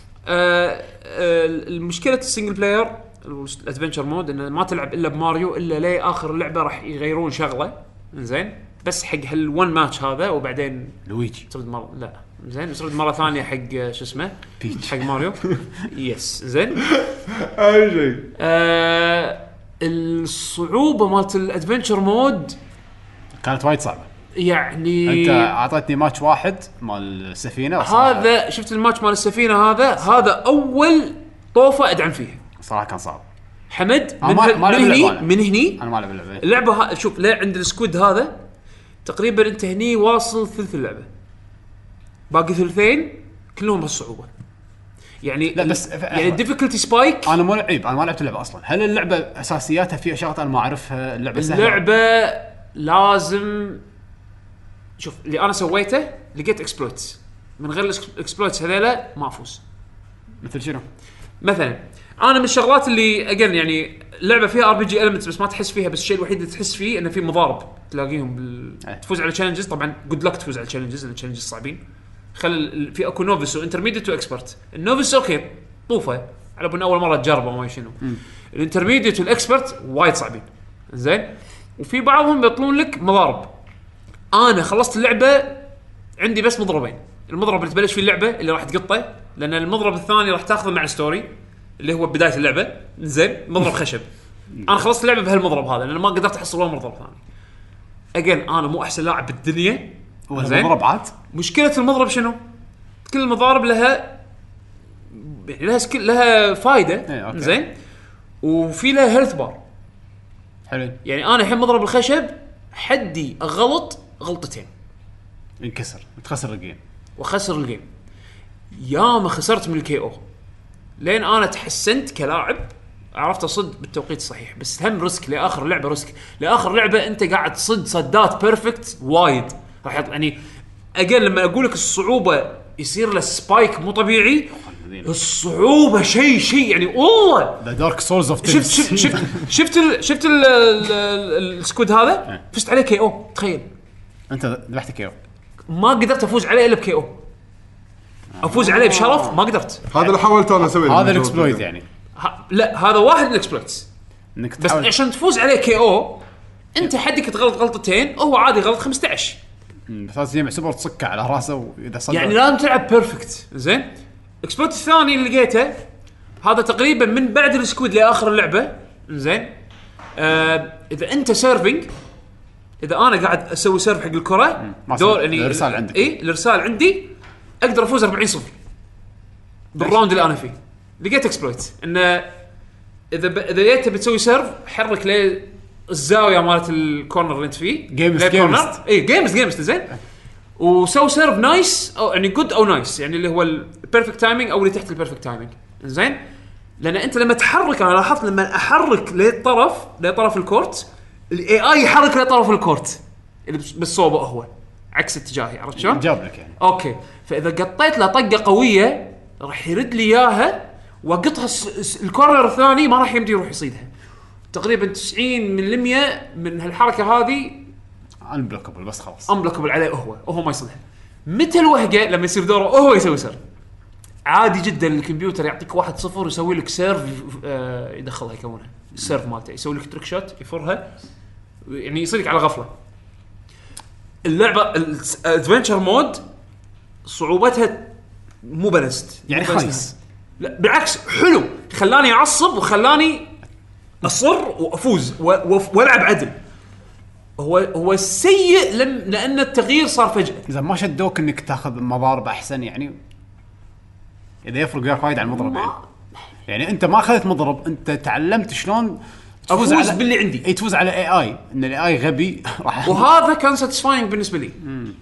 المشكله السنجل بلاير الادفنتشر مود انه ما تلعب الا بماريو الا لي اخر اللعبه راح يغيرون شغله. زين بس حق هال1 ماتش هذا وبعدين لويجي ترد مره لا زين ترد مره ثانيه حق شو اسمه بيتش حق ماريو يس زين اي شيء. الصعوبه مالت الادفنتشر مود كانت وايد صعبه يعني انت اعطيتني ماتش واحد مال السفينه هذا شفت الماتش مال السفينه هذا اول طوفه ادعم فيها صراحه كان صعب. حمد من هني انا ما العب اللعبه شوف لا عند السكود هذا تقريبا انت هني واصل ثلث اللعبه باقي ثلثين كلهم بهالصعوبه يعني لا بس يعني الديفيكولتي سبايك. انا مو لعيب انا ما لعبت اللعبه اصلا. هل اللعبه اساسياتها في اشياء انا ما اعرفها؟ اللعبه سهله اللعبه لازم شوف اللي انا سويته لقيت اكسبلويتس من غير الاكسبلويتس هذيلا ما افوز. مثل شنو؟ مثلا انا من الشغلات اللي اجل يعني اللعبه فيها ار بي جي المنتس بس ما تحس فيها بس الشيء الوحيد اللي تحس فيه انه في مضارب تلاقيهم تفوز على تشالنجز. طبعا جود لك تفوز على تشالنجز لان التشالنجز صعبين. خل في اكو نوفيس وانترميديت واكسبرت. النوفيس اوكي طوفه على بن اول مره تجربه ما شنو. الانترميديت والاكسبرت وايد صعبين. زين وفي بعضهم بيطلون لك مضارب. انا خلصت اللعبه عندي بس مضربين. المضرب اللي تبلش فيه اللعبه اللي راح تقطه لان المضرب الثاني راح تاخذه مع الستوري اللي هو بدايه اللعبه. زين مضرب خشب. انا خلصت اللعبه بهالمضرب هذا لان ما قدرت احصل ولا مضرب ثاني. اجين انا مو احسن لاعب بالدنيا. زين مضربات مشكله المضرب شنو؟ كل المضارب لها يعني لها فايده. زين وفي لها هيلث بار حلو. يعني انا الحين مضرب الخشب حدي اغلط غلطتين ينكسر تخسر الجيم وخسر الجيم. يا ما خسرت من الكي او لين انا تحسنت كلاعب عرفت اصد بالتوقيت الصحيح. بس هم ريسك لاخر لعبه، ريسك لاخر لعبه انت قاعد تصد صدات بيرفكت وايد راح يعني اجل. لما اقول لك الصعوبه يصير له سبايك مو طبيعي، الصعوبه شيء يعني والله ذا دارك سولز اوف شفت السكود هذا فزت عليه كي او. تخيل انت ذبحت كي او، ما قدرت افوز عليه الا بكي او، افوز عليه بشرف ما قدرت. هذا اللي حاولت انا اسويه، هذا الاكسبلويت يعني. لا هذا واحد من الاكسبلويتس، بس تحاول. عشان تفوز عليه كي او انت حدك تغلط غلطتين، هو عادي غلط 15. بس يجمع سوبر تصكه على راسه واذا صدق يعني لازم تلعب بيرفكت. زين الاكسبلويت الثاني اللي لقيته هذا تقريبا من بعد السكويد لاخر اللعبه. زين اذا انت سيرفنج، اذا انا قاعد اسوي سيرف حق الكره دور يعني الارسال عندك، الارسال عندي اقدر افوز 40-0 بالراوند اللي انا فيه. لقيت اكسبلويت انه اذا جيت بتسوي سيرف حرك لي الزاويه مالت الكورنر اللي انت فيه، جيمز زين، وسوي سيرف نايس او يعني جود او نايس، يعني اللي هو البيرفكت تايمينج او اللي تحت البيرفكت تايمينج. زين لان انت لما تحرك، انا لاحظت لما احرك لطرف الكورت، الاي اي يحرك لطرف الكورت اللي بالصوبه هو عكس اتجاهي. عرفت شلون؟ جاب لك يعني. اوكي، فاذا قطيت له طقه قويه راح يرد لي اياها واقطها الكورنر الثاني ما راح يمدي يروح يصيدها. تقريبا 90% من هالحركه هذه انبلوكبل، بس خلاص انبلوكبل عليه هو ما يصيدها. متى الوهقه لما يصير دوره هو يسوي سيرف عادي جدا. الكمبيوتر يعطيك 1-0 ويسوي لك سيرف، يدخلها يكونها السيرف مالته، يسوي لك تريك شوت يفرها، يعني يصيرك على غفله. اللعبه الادفنتشر مود صعوبتها مو بالانست، يعني خايس. لا بالعكس حلو، خلاني اعصب وخلاني اصر وافوز والعب عدل. هو سيء لان التغيير صار فجأة. اذا ما شدوك انك تاخذ مضارب احسن يعني، اذا يفرق وياك وايد عن المضرب يعني انت ما اخذت مضرب، انت تعلمت شلون تفوز على باللي عندي. اي تفوز على اي ان الاي غبي راح وهذا كان ساتيسفاينج بالنسبه لي.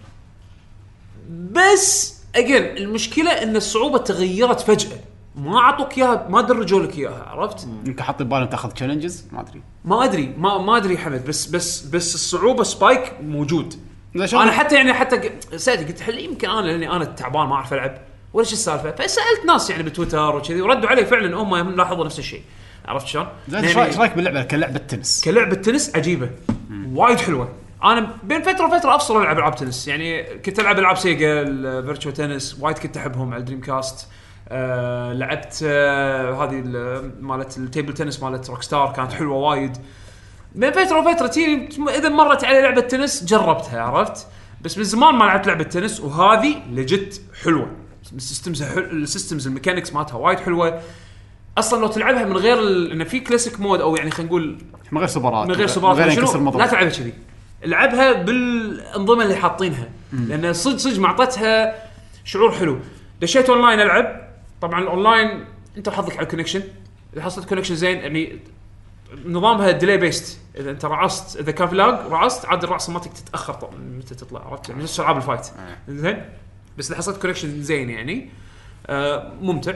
بس اجين المشكله ان الصعوبه تغيرت فجأة، ما عطوك اياها، ما درجوا لك اياها. عرفت؟ انت حاط ببالك تاخذ تشالنجز، ما ادري ما ادري حمد، بس الصعوبه سبايك موجود. انا حتى سالت قلت هل يمكن انا لاني انا تعبان ما اعرف العب ولا شو السالفه، فسالت ناس يعني بتويتر وكذي وردوا علي فعلا هم لاحظوا نفس الشيء. عرفت شلون؟ ايش رايك باللعبه كلعبه تنس؟ كلعبه تنس عجيبه وايد حلوه. انا بين فتره وفتره افصل العب تنس، يعني كنت العب العاب سيجا الفيرتشوال تنس وايد كنت احبهم على الدريم كاست. لعبت هذه مالت التيبل تنس مالت روك ستار كانت حلوه وايد. بين فتره وفتره تي اذا مرت علي لعبه تنس جربتها. عرفت؟ بس من زمان ما لعبت لعبه تنس، وهذه لجت حلوه. السيستمز الميكانكس مالتها وايد حلوه اصلا. لو تلعبها من غير انه في كلاسيك مود او يعني خلينا نقول من غير سوبرات لا تلعبها كذي، العبها بالانظمه اللي حاطينها، لان صدق معطتها شعور حلو. دشيت اونلاين العب، طبعا الاونلاين انت حظك على الكونكشن، اذا حصلت كونكشن زين يعني نظامها ديلي بيست، اذا انت رعصت اذا كان فلاج رعصت عاد الرعصه مالتك تتاخر متى تطلع. عرفت؟ يعني نفس العاب الفايت زين، بس اذا حصلت كونكشن زين يعني ممتع.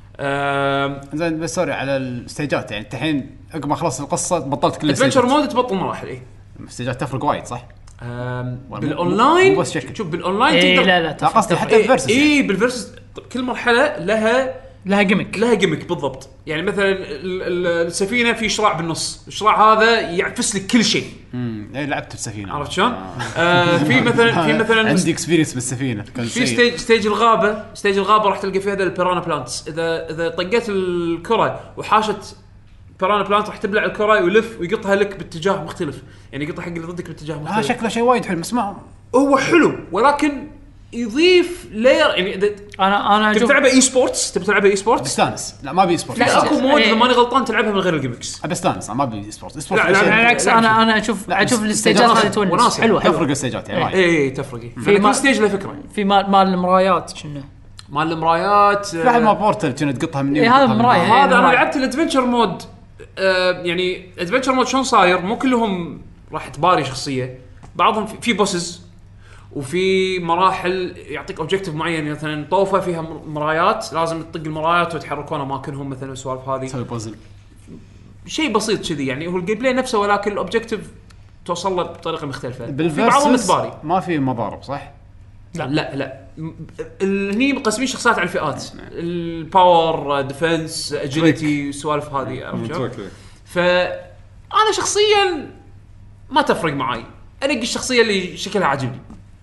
زين بس سوري على الستيجات، يعني الحين عقب ما خلصت القصه بطلت كل الادفنتشر مود تبطل مراحل. اي الستيجات تفرق وايد صح؟ بالاونلاين شوف بالاونلاين تقدر لا لا قصدي حتى الفيرسس اي بالفيرسس كل مرحله لها جيمك بالضبط. يعني مثلا السفينه في شراع بالنص، الشراع هذا يعفس لك كل شيء. اي لعبت السفينه، عرفت شلون؟ في مثلا عندي اكسبيرينس بالسفينه. في ستيج الغابه راح تلقى فيها هذا البيرانا بلانتس. اذا طقيت الكره وحاشت بيرانا بلانت راح تبلع الكره ويلف ويقطها لك باتجاه مختلف، يعني يقطها حق اللي ضدك باتجاه مختلف. شكله شيء وايد حلو. اسمع هو حلو ولكن يضيف لاير. يعني انا تبي تلعبها اي سبورتس، بستانس. لا ما بي سبورتس. لا اكو مود اذا ماني غلطان تلعبها من غير الجيمكس. بستانس ما بي سبورتس. لا بالعكس انا اشوف الاستيجات هذه تونس حلوه. تفرق الستيجات يعني. اي تفرق في كل ستيج له فكره. في مال المرايات كنا مال المرايات بعد ما بورتل كنت تقطها من هذا المرايه. هذا انا لعبت الادفنتشر مود. يعني ادفنتشر مود شلون صاير؟ مو كلهم راح تباري شخصيه، بعضهم في بوسز وفي مراحل يعطيك اوبجيكتيف معين. مثلا طوفه فيها مرايات لازم تطق المرايات وتحركون اماكنهم مثلا، السوالف هذه تسوي بازل. شيء بسيط كذي يعني هو الجيم بلاي نفسه ولكن الاوبجيكتيف توصل له بطريقه مختلفه في بعضهم متباري ما في مضارب صح؟ لا هني مقسمين شخصيات على الفئات الباور ديفنس اجيلتي سوالف هذه عرفت شلون فانا شخصيا ما تفرق معي انقي الشخصيه اللي شكلها عاجبني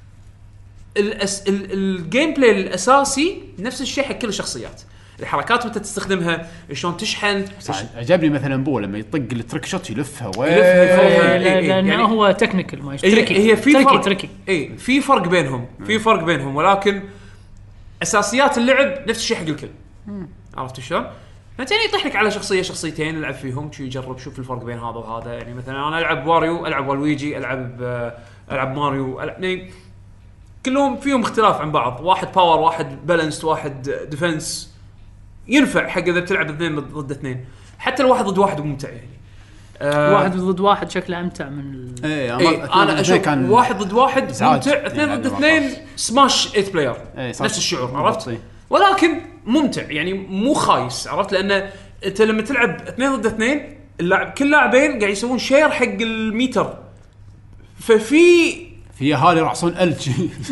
الجيم بلاي الاساسي نفس الشيء حق كل الشخصيات الحركات متى تستخدمها شلون تشحن عجبني مثلا بو لما يطق التريك شوت يلفها لانه هو تكنيكال ما تريكي هي في تريكي اي في فرق بينهم ولكن اساسيات اللعب نفس الشيء حق الكل عرفت شلون مثلا يطيح لك على شخصيتين العب فيهم شو يجرب شوف الفرق بين هذا وهذا يعني مثلا انا العب واريو العب والويجي العب ماريو يعني كلهم فيهم اختلاف عن بعض واحد باور واحد بالانس واحد ديفنس ينفع حق اذا بتلعب اثنين ضد اثنين حتى الواحد ضد واحد ممتع يعني واحد ضد واحد شكله امتع من انا اشوف واحد ضد واحد ممتع اثنين ضد اثنين سماش 8 بلاير نفس الشعور عرفت ولكن ممتع يعني مو خايس عرفت لان انت لما تلعب اثنين ضد اثنين اللاعب كل لاعبين قاعد يسوون شير حق الميتر في اهالي يرعصون الج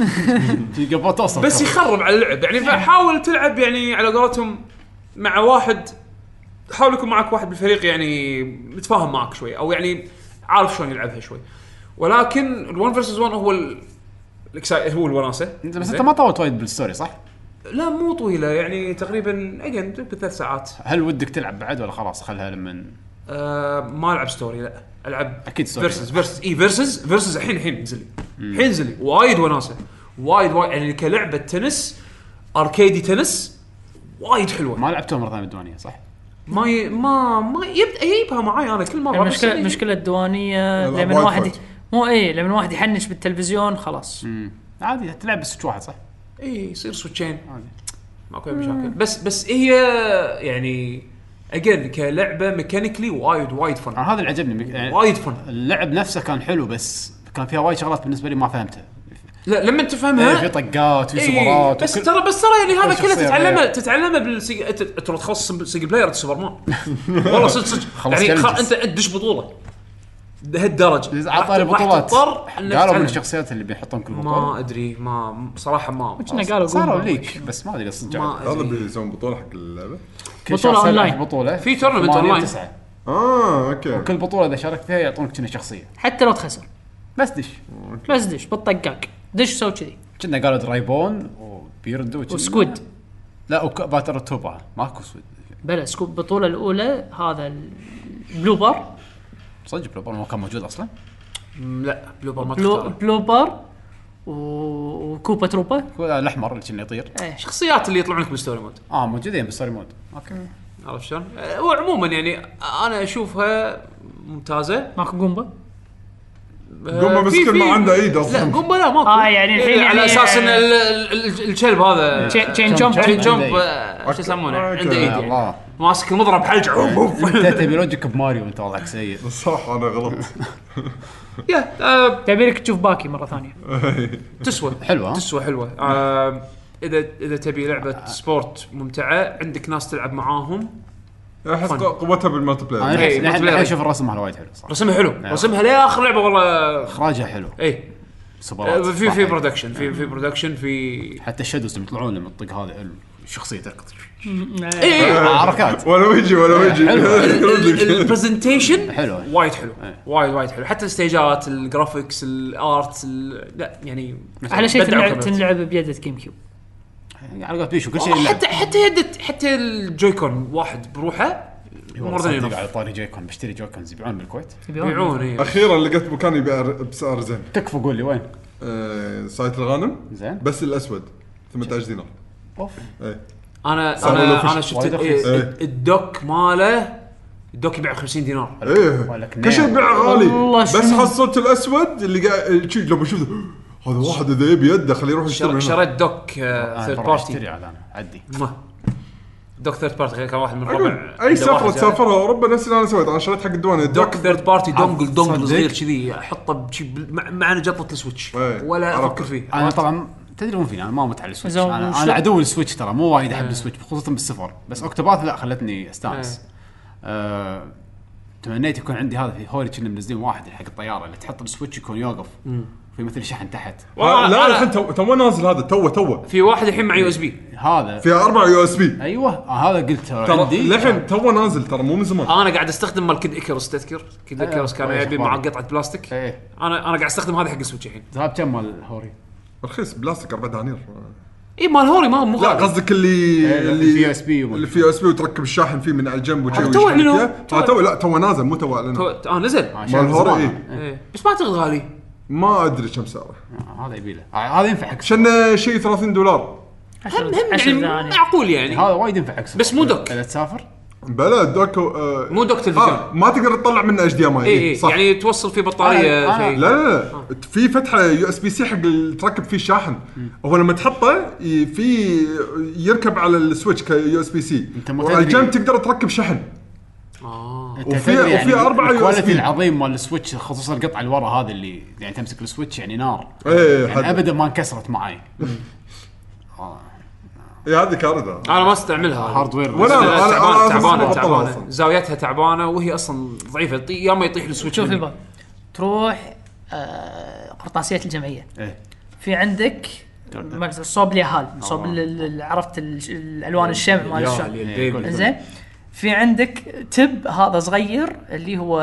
قبل توصل بس يخرب على اللعب يعني فحاول تلعب يعني على قولتهم مع واحد حاول يكون معك واحد بالفريق يعني متفاهم معك شوي او يعني عارف شلون يلعبها شوي ولكن ال1 vs 1 هو هو الوناسه بس انت ما طولت وايد بالستوري صح؟ لا مو طويله يعني تقريبا اجين بثلاث ساعات هل ودك تلعب بعد ولا خلاص خلها لمن ما العب ستوري لا العب اكيد ستوري فيرسز الحين نزل لي وايد وناسه وايد يعني كلعبه تنس اركيدي تنس وايد حلوه ما لعبتها مره ثانيه الديوانيه صح ما يبدا يجيبها معي انا كل مره مشكله الديوانيه لما واحد مو لما واحد يحنش بالتلفزيون خلاص عادي تلعب بسويتش واحد صح يصير سويتشين عادي ماكو مشاكل بس هي يعني اجين كلعبه ميكانيكلي وايد فن هذا اللي عجبني يعني وايد فن اللعب نفسه كان حلو بس كان فيها وايد شغلات بالنسبه لي ما فهمتها لا لما تفهمها في طقات في سوبرات بس ترى يعني هذا كله تتعلمه ترى تخصص سينجل بلاير سوبرمان والله صدق يعني انت تدش بطوله بهالدرجه عطاري بطولات قالوا من الشخصيات اللي بيحطون كل بطوله ما ادري ما بصراحه ما قالوا صاروا ليك بس ما ادري صدق هذا بيسوون بطوله حق اللعبه بطوله اونلاين بطوله في تورنمنت اونلاين اوكي وكل بطوله اذا شاركت فيها يعطونك كنا شخصيه حتى لو تخسر بس دش بالطقاق دش سوي كذي كنا قالوا درايبون وبيردو وسكويد لا باتر توبا ماكو سكويد بلا سكويد البطوله الاولى هذا البلوبر صدق بلوبر ما كان موجود اصلا لا بلوبر ما بلوبر وكوبا تروبا الاحمر اللي كنا يطير شخصيات اللي يطلعون لك بالستوري مود موجودين بالستوري مود اوكي عرفت شلون وعموما يعني انا اشوفها ممتازه ماكو قومبا مسكين ما عنده ايد اصلا لا قنبله ماكو يعني الحين على اساس ان الكلب هذا تشين جومب شو يسمونه عنده ايد يعني ماسك المضرب حلجه انت تبي لوجيك بماريو انت وضعك سيء صح انا غلط تبي لك تشوف باكي مره ثانيه تسوى حلوه اذا تبي لعبه سبورت ممتعه عندك ناس تلعب معاهم احس قوتها بالمالتي بلاير انا اشوف الرسم ماله وايد حلو صراحه رسمها حلو رسمها لاخر لعبه والله اخراجها حلو سوبرات في برودكشن في برودكشن في حتى الشادوز اللي يطلعون لما تطق هذا الشخصيه تركض حركات ولا يجي البرزنتيشن حلو وايد حلو وايد حلو حتى الستيجات الجرافيكس الارت لا يعني على شيء تنلعب بيدة جيم كيوب على قولت بيشو كل شيء حتى الجويكون واحد بروحه مرة على طاري جويكون بشتري جويكونز يبيعون بالكويت يبيعون اخيرا لقيت مكان يبيع بسعر زين تكفى قول لي وين سايت الغانم زين بس الاسود 18 دينار اوف انا شفت الدوك ماله الدوك يبيع 50 دينار كل شيء يبيع غالي بس حصلت الاسود اللي قاعد شيء لو بشوف هذا واحد اذا يبي يده خليه يروح يشتري شريت دوك ثيرد بارتي عدي دوك ثيرد بارتي كان واحد من ربع اي سفره تسافرها اوروبا نفس اللي انا سويت انا شريت حق الديوانيه دوك ثيرد بارتي دونجل صغير كذي احطه مع نجطه السويتش ولا افكر فيه انا طبعا تدري مو فيني انا ما متعلق السويتش انا عدو السويتش ترى مو وايد احب السويتش خصوصا بالسفر بس اوكتوباث لا خلتني استانس تمنيت يكون عندي هذا في هوري كنا منزلين واحد حق الطياره اللي تحط السويتش يكون يوقف في مثل شحن تحت. لا الحين تو نازل هذا تو في واحد الحين مع USB هذا فيها 4 USB. ايوه هذا قلت عندي الحين تو نازل ترى مو من زمان. انا قاعد استخدم مال كيد ايكروس تذكر كيد ايكروس كان يبي مع قطعه بلاستيك. انا قاعد استخدم هذا حق السويتش الحين. ذهب كم مال هوري رخيص بلاستيك 4 دنانير. اي مال هوري ما مو لا قصدك اللي في USB اللي في USB وتركب الشاحن فيه من على الجنب وشي تو لا تو نازل مو تو نزل مال هوري بس ما تغلى غالي ما ادري كم سعره. هذا يبي له هذا ينفع حق شنو شيء $30 هم يعني معقول يعني هذا وايد ينفع حق بس مو دوك اذا تسافر بلا دوك مو دوك تلفزيون ما تقدر تطلع منه HDMI صح يعني توصل فيه بطاريه شيء لا في فتحه USB-C حق تركب فيه الشاحن. هو لما تحطه في يركب على السويتش USB-C وعلى الجنب تقدر تركب شحن. وفي 4 الكواليتي العظيم مال السويتش خصوصا القطعه اللي ورا هذا اللي يعني تمسك السويتش يعني نار يعني ابدا ما انكسرت معي. هذه كارثه. انا ما استعملها هاردوير ولا تعبانه زاويتها تعبانه وهي اصلا ضعيفه يا ما يطيح السويتش. شوف يبا تروح قرطاسيه الجمعيه في عندك صوب اليهال صوب عرفت الالوان الشمع مال الشام زين. في عندك تب هذا صغير اللي هو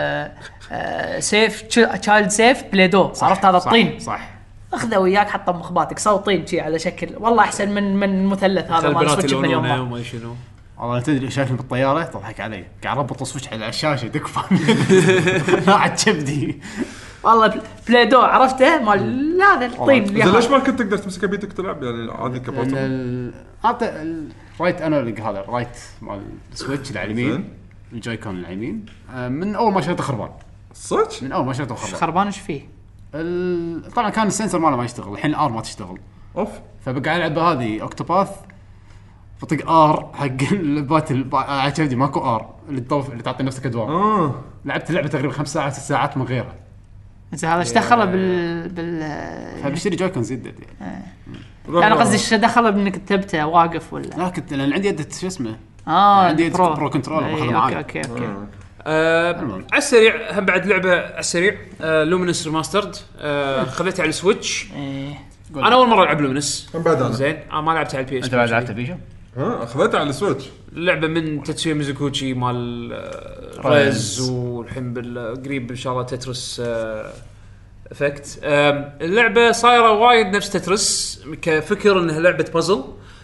سيف تشايلد سيف بليدو عرفت هذا الطين صح اخذه وياك حطه بمخباتك صوتين شي على شكل والله احسن من المثلث هذا مال سويتش مليون ما شنو والله تدري شايفني بالطياره تضحك علي قاعد اربط السويتش على الشاشه تكفى قاعد كبدي والله بليدو عرفته مال هذا الطين. ليش ما كنت تقدر تمسك بيدك تلعب يعني عادي كبوتر رايت انالوج هذا رايت مال السويتش على اليمين الجويكون على اليمين من اول ما شريته خربان صدق من اول ما شريته خربان ايش فيه طبعا كان السنسور ماله ما يشتغل الحين الار ما تشتغل اوف فبقى العب هذه اوكتوباث بطق ار حق الباتل على كبدي ماكو ار اللي تطوف اللي تعطي نفسك ادوار لعبت اللعبه تقريبا 5 ساعات 6 ساعات من غيرها. انت هذا ايش دخله فبشتري جويكون زدت يعني انا قصدي ايش دخله بانك تبته واقف ولا لا كنت لان عندي يد شو اسمه عندي برو كنترولر باخذ معاي. اوكي على السريع هم بعد لعبه على السريع لومينس ريماسترد خذيتها على السويتش. انا اول مره العب لومينس زين انا ما لعبتها على البي اس. انت بعد لعبتها بيشو اخذتها على السويتش لعبه من تاتسويا ميزوكوتشي مال ريز والحين بالقريب ان شاء الله تترس افكت. اللعبه صايره وايد نفس تترس كفكر انها لعبه بازل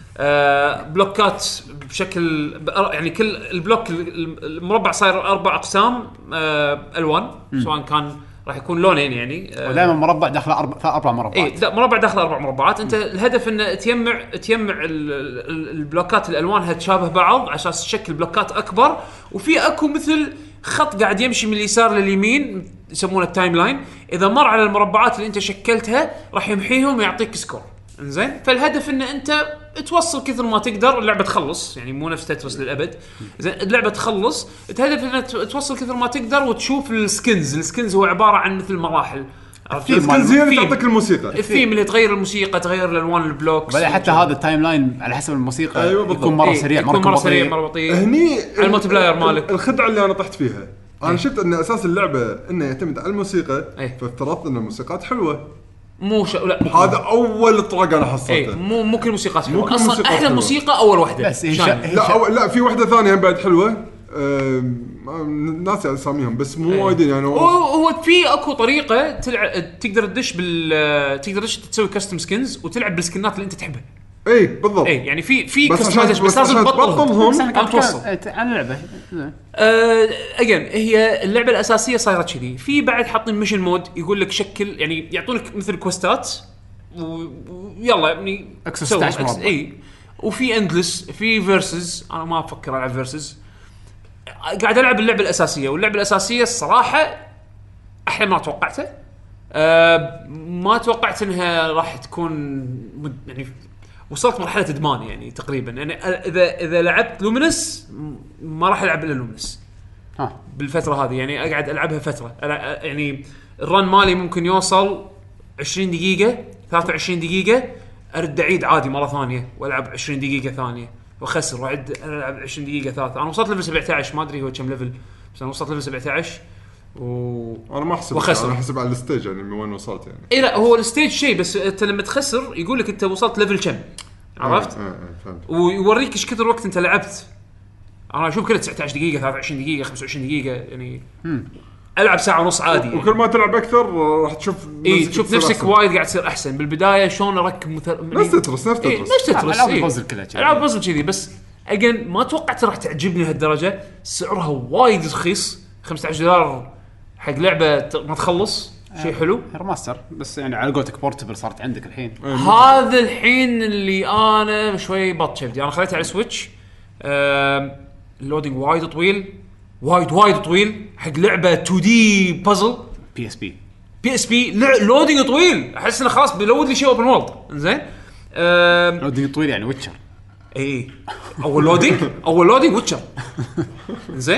بلوكات بشكل يعني كل البلوك المربع صاير 4 اقسام الوان سواء كان راح يكون لونين يعني ودائما مربع داخله 4 مربعات. مربع داخله 4 مربعات. انت الهدف انه تجمع البلوكات الالوانها تشابه بعض على اساس تشكل بلوكات اكبر وفي اكو مثل خط قاعد يمشي من اليسار لليمين يسمونه التايم لاين. اذا مر على المربعات اللي انت شكلتها راح يمحيهم ويعطيك سكور انزين. فالهدف ان انت توصل كثر ما تقدر اللعبه تخلص يعني مو نفس تترس للابد زين. اللعبه تخلص الهدف ان توصل كثر ما تقدر وتشوف السكنز هو عباره عن مثل مراحل السكنز هي تعطيك الموسيقى الثيم اللي تغير الموسيقى تغير الالوان البلوكس بل حتى هذا التايم لاين على حسب الموسيقى يكون مره سريع مره سريع مره بطيء. هني على الملتي بلاير مالك الخدعه اللي انا طحت فيها انا شفت ان اساس اللعبه انه يعتمد على الموسيقى فافترضت ان الموسيقات حلوه لا هذا اول طرق انا حصلته مو كل موسيقات حلوه اصلا احلى موسيقى اول واحده بس لا في واحده ثانيه بعد حلوه ناس اساميهم بس مو وايدين يعني هو في اكو طريقه تقدر تدش تقدر تسوي كاستم سكنز وتلعب بالسكنات اللي انت تحبها. اي بالضبط يعني في كاستمايزيشن بس لازم تبطلهم توصل عن اللعبه اجين. هي اللعبه الاساسيه صايره كذي في بعد حاطين ميشن مود يقول لك شكل يعني يعطونك مثل كوستات ويلا يعني اكسس 16 مربع اي وفي اندلس في فيرسز. انا ما افكر العب فيرسز قاعد العب اللعبه الاساسيه واللعبه الاساسيه الصراحه احلى ما توقعته. ما توقعت انها راح تكون يعني وصلت مرحله ادمان يعني تقريبا يعني اذا لعبت لومينس ما راح العب الا لومينس بالفتره هذه يعني اقعد العبها فتره يعني الرن مالي ممكن يوصل 20 دقيقه 23 دقيقه ارد اعيد عادي مره ثانيه والعب 20 دقيقه ثانيه واخسر واعد العب 20 دقيقه ثالثه. انا وصلت ليفل 17 ما ادري هو كم ليفل بس انا وصلت ليفل 17 انا ما احسب، انا احسب على الستيج يعني من وين وصلت يعني. اي لا هو الستيج شيء، بس انت لما تخسر يقول لك انت وصلت ليفل كم، عرفت؟ فهمت. ويوريك ايش كثر وقت انت لعبت. انا اشوف كله 19 دقيقه 23 دقيقه 25 دقيقه يعني العب ساعه ونص عادي يعني. وكل ما تلعب اكثر راح تشوف تشوف نفسك وايد قاعد تصير احسن. بالبدايه شلون اركب نفس تترس العاب البازل كلها العاب بازل كذي. بس اجين ما توقعت راح تعجبني هالدرجه. سعرها وايد رخيص، $15 حق لعبه ما تخلص. شيء حلو ريماستر بس يعني على قولتك بورتبل صارت عندك الحين. هذا الحين اللي انا شوي بط شفتي. انا خليتها على سويتش. اللودينج وايد طويل وايد طويل حق لعبه 2 دي بازل. بي اس بي لودينج طويل. احس انه خلاص بيلود لي شيء اوبن وورلد. زين لودينج طويل يعني ويتشر. اي اول لودينج ويتشر. زين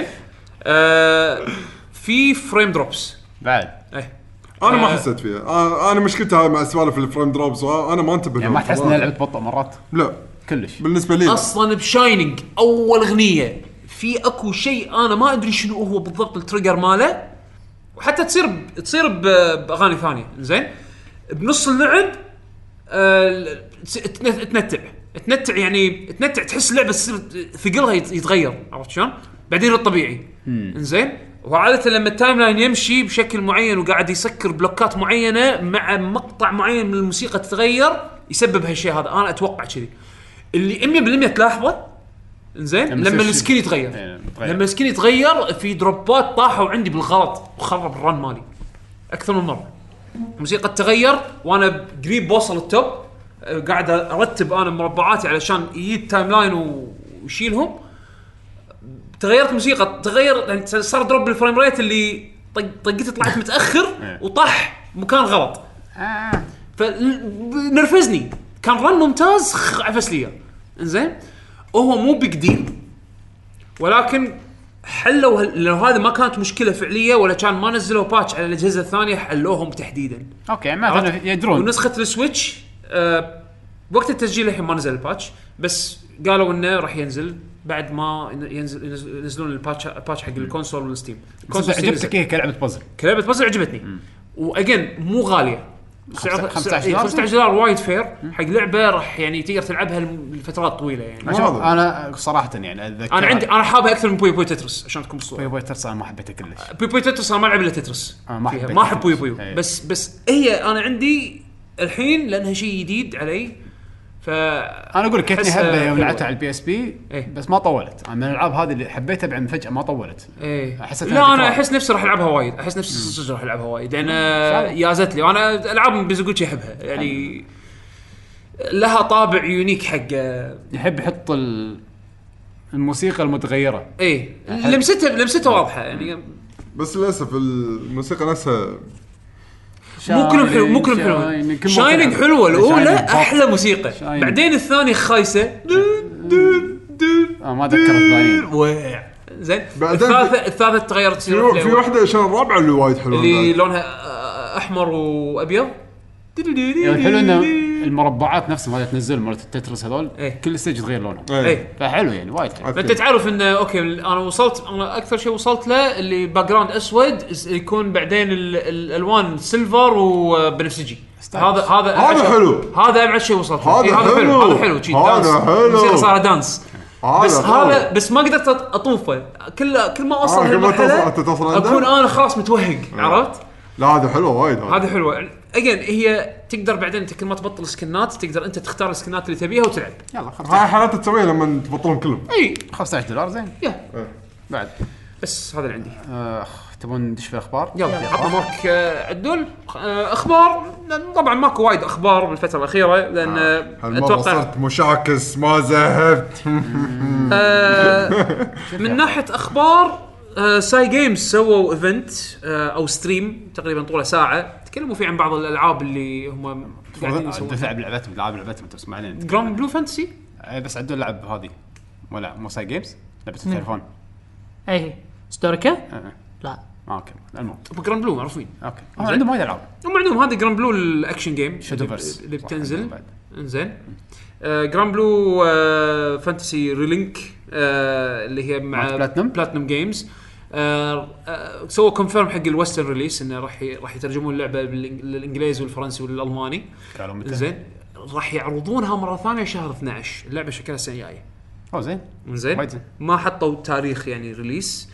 في فريم دروبس بعد. انا ما حسيت فيها. انا مشكلتها مع سوالف الفريم دروبس. انا ما انتبه يعني ما تحس انها لعبه بطء مرات؟ لا كلش بالنسبه لي. اصلا بشاينينج اول اغنيه في اكو شيء انا ما ادري شنو هو بالضبط التريجر ماله. وحتى تصير باغاني ثانيه. زين بنص اللعب تنتع يعني تنتع تحس اللعبه ثقلها يتغير. عرفت شلون؟ بعدين الطبيعي. زين وعاده لما التايم لاين يمشي بشكل معين وقاعد يسكر بلوكات معينه مع مقطع معين من الموسيقى تتغير يسبب هالشيء هذا. انا اتوقع كذي اللي 100% تلاحظه. زين لما السكين يتغير لما السكين يتغير في دروبات طاحوا عندي بالغلط وخرب الرن مالي اكثر من مره. الموسيقى تتغير وانا قريب بوصل التوب قاعد ارتب انا مربعاتي علشان يجي تايم لاين ويشيلهم. تغيرت الموسيقى تغير يعني صار دروب بالفريم ريت اللي طقيت طلعت متاخر وطاح مكان غلط. فنرفزني. كان رن ممتاز عفس لي. انزين هو مو بيج ديل ولكن حلوا لو هذا ما كانت مشكله فعليه ولا كان ما نزلوا باتش على الاجهزه الثانيه حلوهم تحديدا. اوكي ما يدرون. ونسخه السويتش وقت التسجيل الحين ما نزل الباتش بس قالوا انه راح ينزل بعد ما ينزلون الباتش حق الكونسول والستيم. عجبتك ايه كلعبه بازل عجبتني. واجين مو غاليه. $15 وايد فير حق لعبه راح يعني تقدر تلعبها لفترات طويله يعني. انا صراحه يعني انا حابه اكثر من بوي تترس عشان تكون بالصوره. بوي تترس انا ما حبيته كلش. بوي تترس انا ما لعب الا تترس. ما احب بوي بس هي انا عندي الحين لانها شيء جديد علي. انا اقول لك كنتني هبه يوم لعبتها على البي اس بي بس ما طولت. انا من الالعاب هذه اللي حبيتها بعد فجاه ما طولت. لا انا احس نفسي راح العبها وايد. احس نفسي صدق راح العبها وايد لان يازت لي. وانا العاب بيزوجوتشي احبها يعني لها طابع يونيك حق يحب يحط الموسيقى المتغيره. لمستها واضحه يعني. بس للاسف الموسيقى نفسها مو كلهم حلو. شاينينج حلوه الاولى احلى موسيقى. بعدين الثانيه خايسه ما ذكرت الثانيه. زين الثالثه تغيرت. في واحده عشان الرابعه اللي وايد حلوه اللي لونها احمر وابيض. الحلو انه المربعات نفسها ما تنزل مالت التترس هذول كل ستيج تغير لونهم. فحلو يعني وايد حلو. انت تعرف انه اوكي انا اكثر شيء وصلت له اللي باك جراوند اسود يكون بعدين الالوان سيلفر وبنفسجي. هذا حلو. هذا ابعد شيء وصلت له. هذا حلو موسيقى صار دانس. بس ما قدرت اطوفه. كل ما اوصل هالمرحله اكون انا خلاص متوهق. عرفت؟ لا هذا حلو وايد. هذا حلو اجين. هي تقدر بعدين انت كل ما تبطل سكنات تقدر انت تختار السكنات اللي تبيها وتلعب. يلا هاي حالات تسويها لما تبطلهم كلهم. $15 زين. بعد بس هذا اللي عندي. تبون ندش في اخبار؟ يلا عطنا مارك عدول. اخبار طبعا ماكو وايد اخبار بالفتره الاخيره لان اتوقع صرت مشاكس ما ذهبت. من ناحيه اخبار ساي جيمز سووا ايفنت او ستريم تقريبا طوله ساعه تكلموا فيه عن بعض الالعاب اللي هم قاعدين يسوون. تلعب لعبتهم تسمع لنا جراند بلو فانتسي. بس عدول لعب هذه ولا مو ساي جيمز لعبه التليفون. ستوريكا لا اوكي المهم جراند بلو معروفين. اوكي عندهم وايد العاب. هم عندهم هذا جراند بلو الاكشن جيم شادوفرز اللي بتنزل. انزين جراند بلو فانتسي ريلينك اللي هي مع بلاتنم جيمز. سووا كونفيرم حق الويسترن ريليس انه راح يترجمون اللعبه بالانجليزي والفرنسي والالماني. زين راح يعرضونها مره ثانيه شهر 12. اللعبه شكلها السنه الجايه. زين ما حطوا تاريخ يعني ريليس.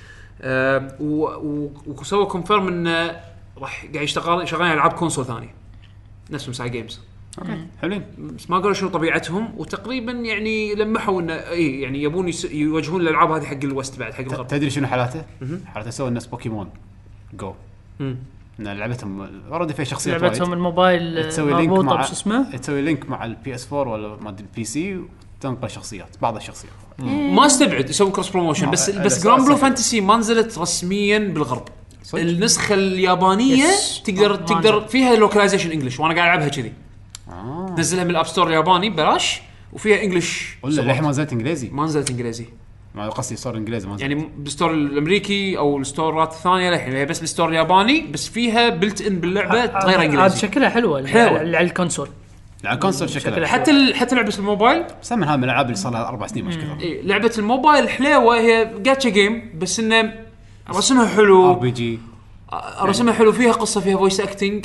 وسووا كونفيرم انه راح قاعد شغالين العاب كونسول ثاني نفس مساي جيمز. اوكي حلوين بس ما قالوا شنو طبيعتهم وتقريبا يعني لمحوا انه اي يعني يبون يوجهون الالعاب هذه حق الوست بعد حق الغرب. تدري شنو حالاته؟ حالته سووا الناس بوكيمون جو ان لعبتهم اوريدي فيها شخصيات لعبتهم الموبايل مربوطه بش اسمه تسوي لينك مع البي اس 4 ولا مع البي سي وتنقل شخصيات بعض الشخصيات. ما استبعد يسوون كروس بروموشن بس جراند بلو فانتسي ما نزلت رسميا بالغرب. النسخه اليابانيه تقدر فيها لوكاليزيشن انجلش وانا قاعد العبها كذي. نزلها من الاب ستور الياباني ببلاش وفيها انجلش ولا للحين ما نزلت انجليزي. ما قصدي صار انجليزي ما يعني بالستور الامريكي او الستورات الثانيه للحين هي بس بالستور الياباني بس فيها بلت ان باللعبه غير انجليزي. هذا شكلها حلوه على الكونسول. على الكونسول شكلها حتى لعبه الموبايل بس من الالعاب اللي صار لها 4 سنين مش كثر. إيه لعبه الموبايل حلوه هي جاتشا جيم بس انه رسمها حلو ار بي جي رسمها حلو فيها قصه فيها فويس اكتنج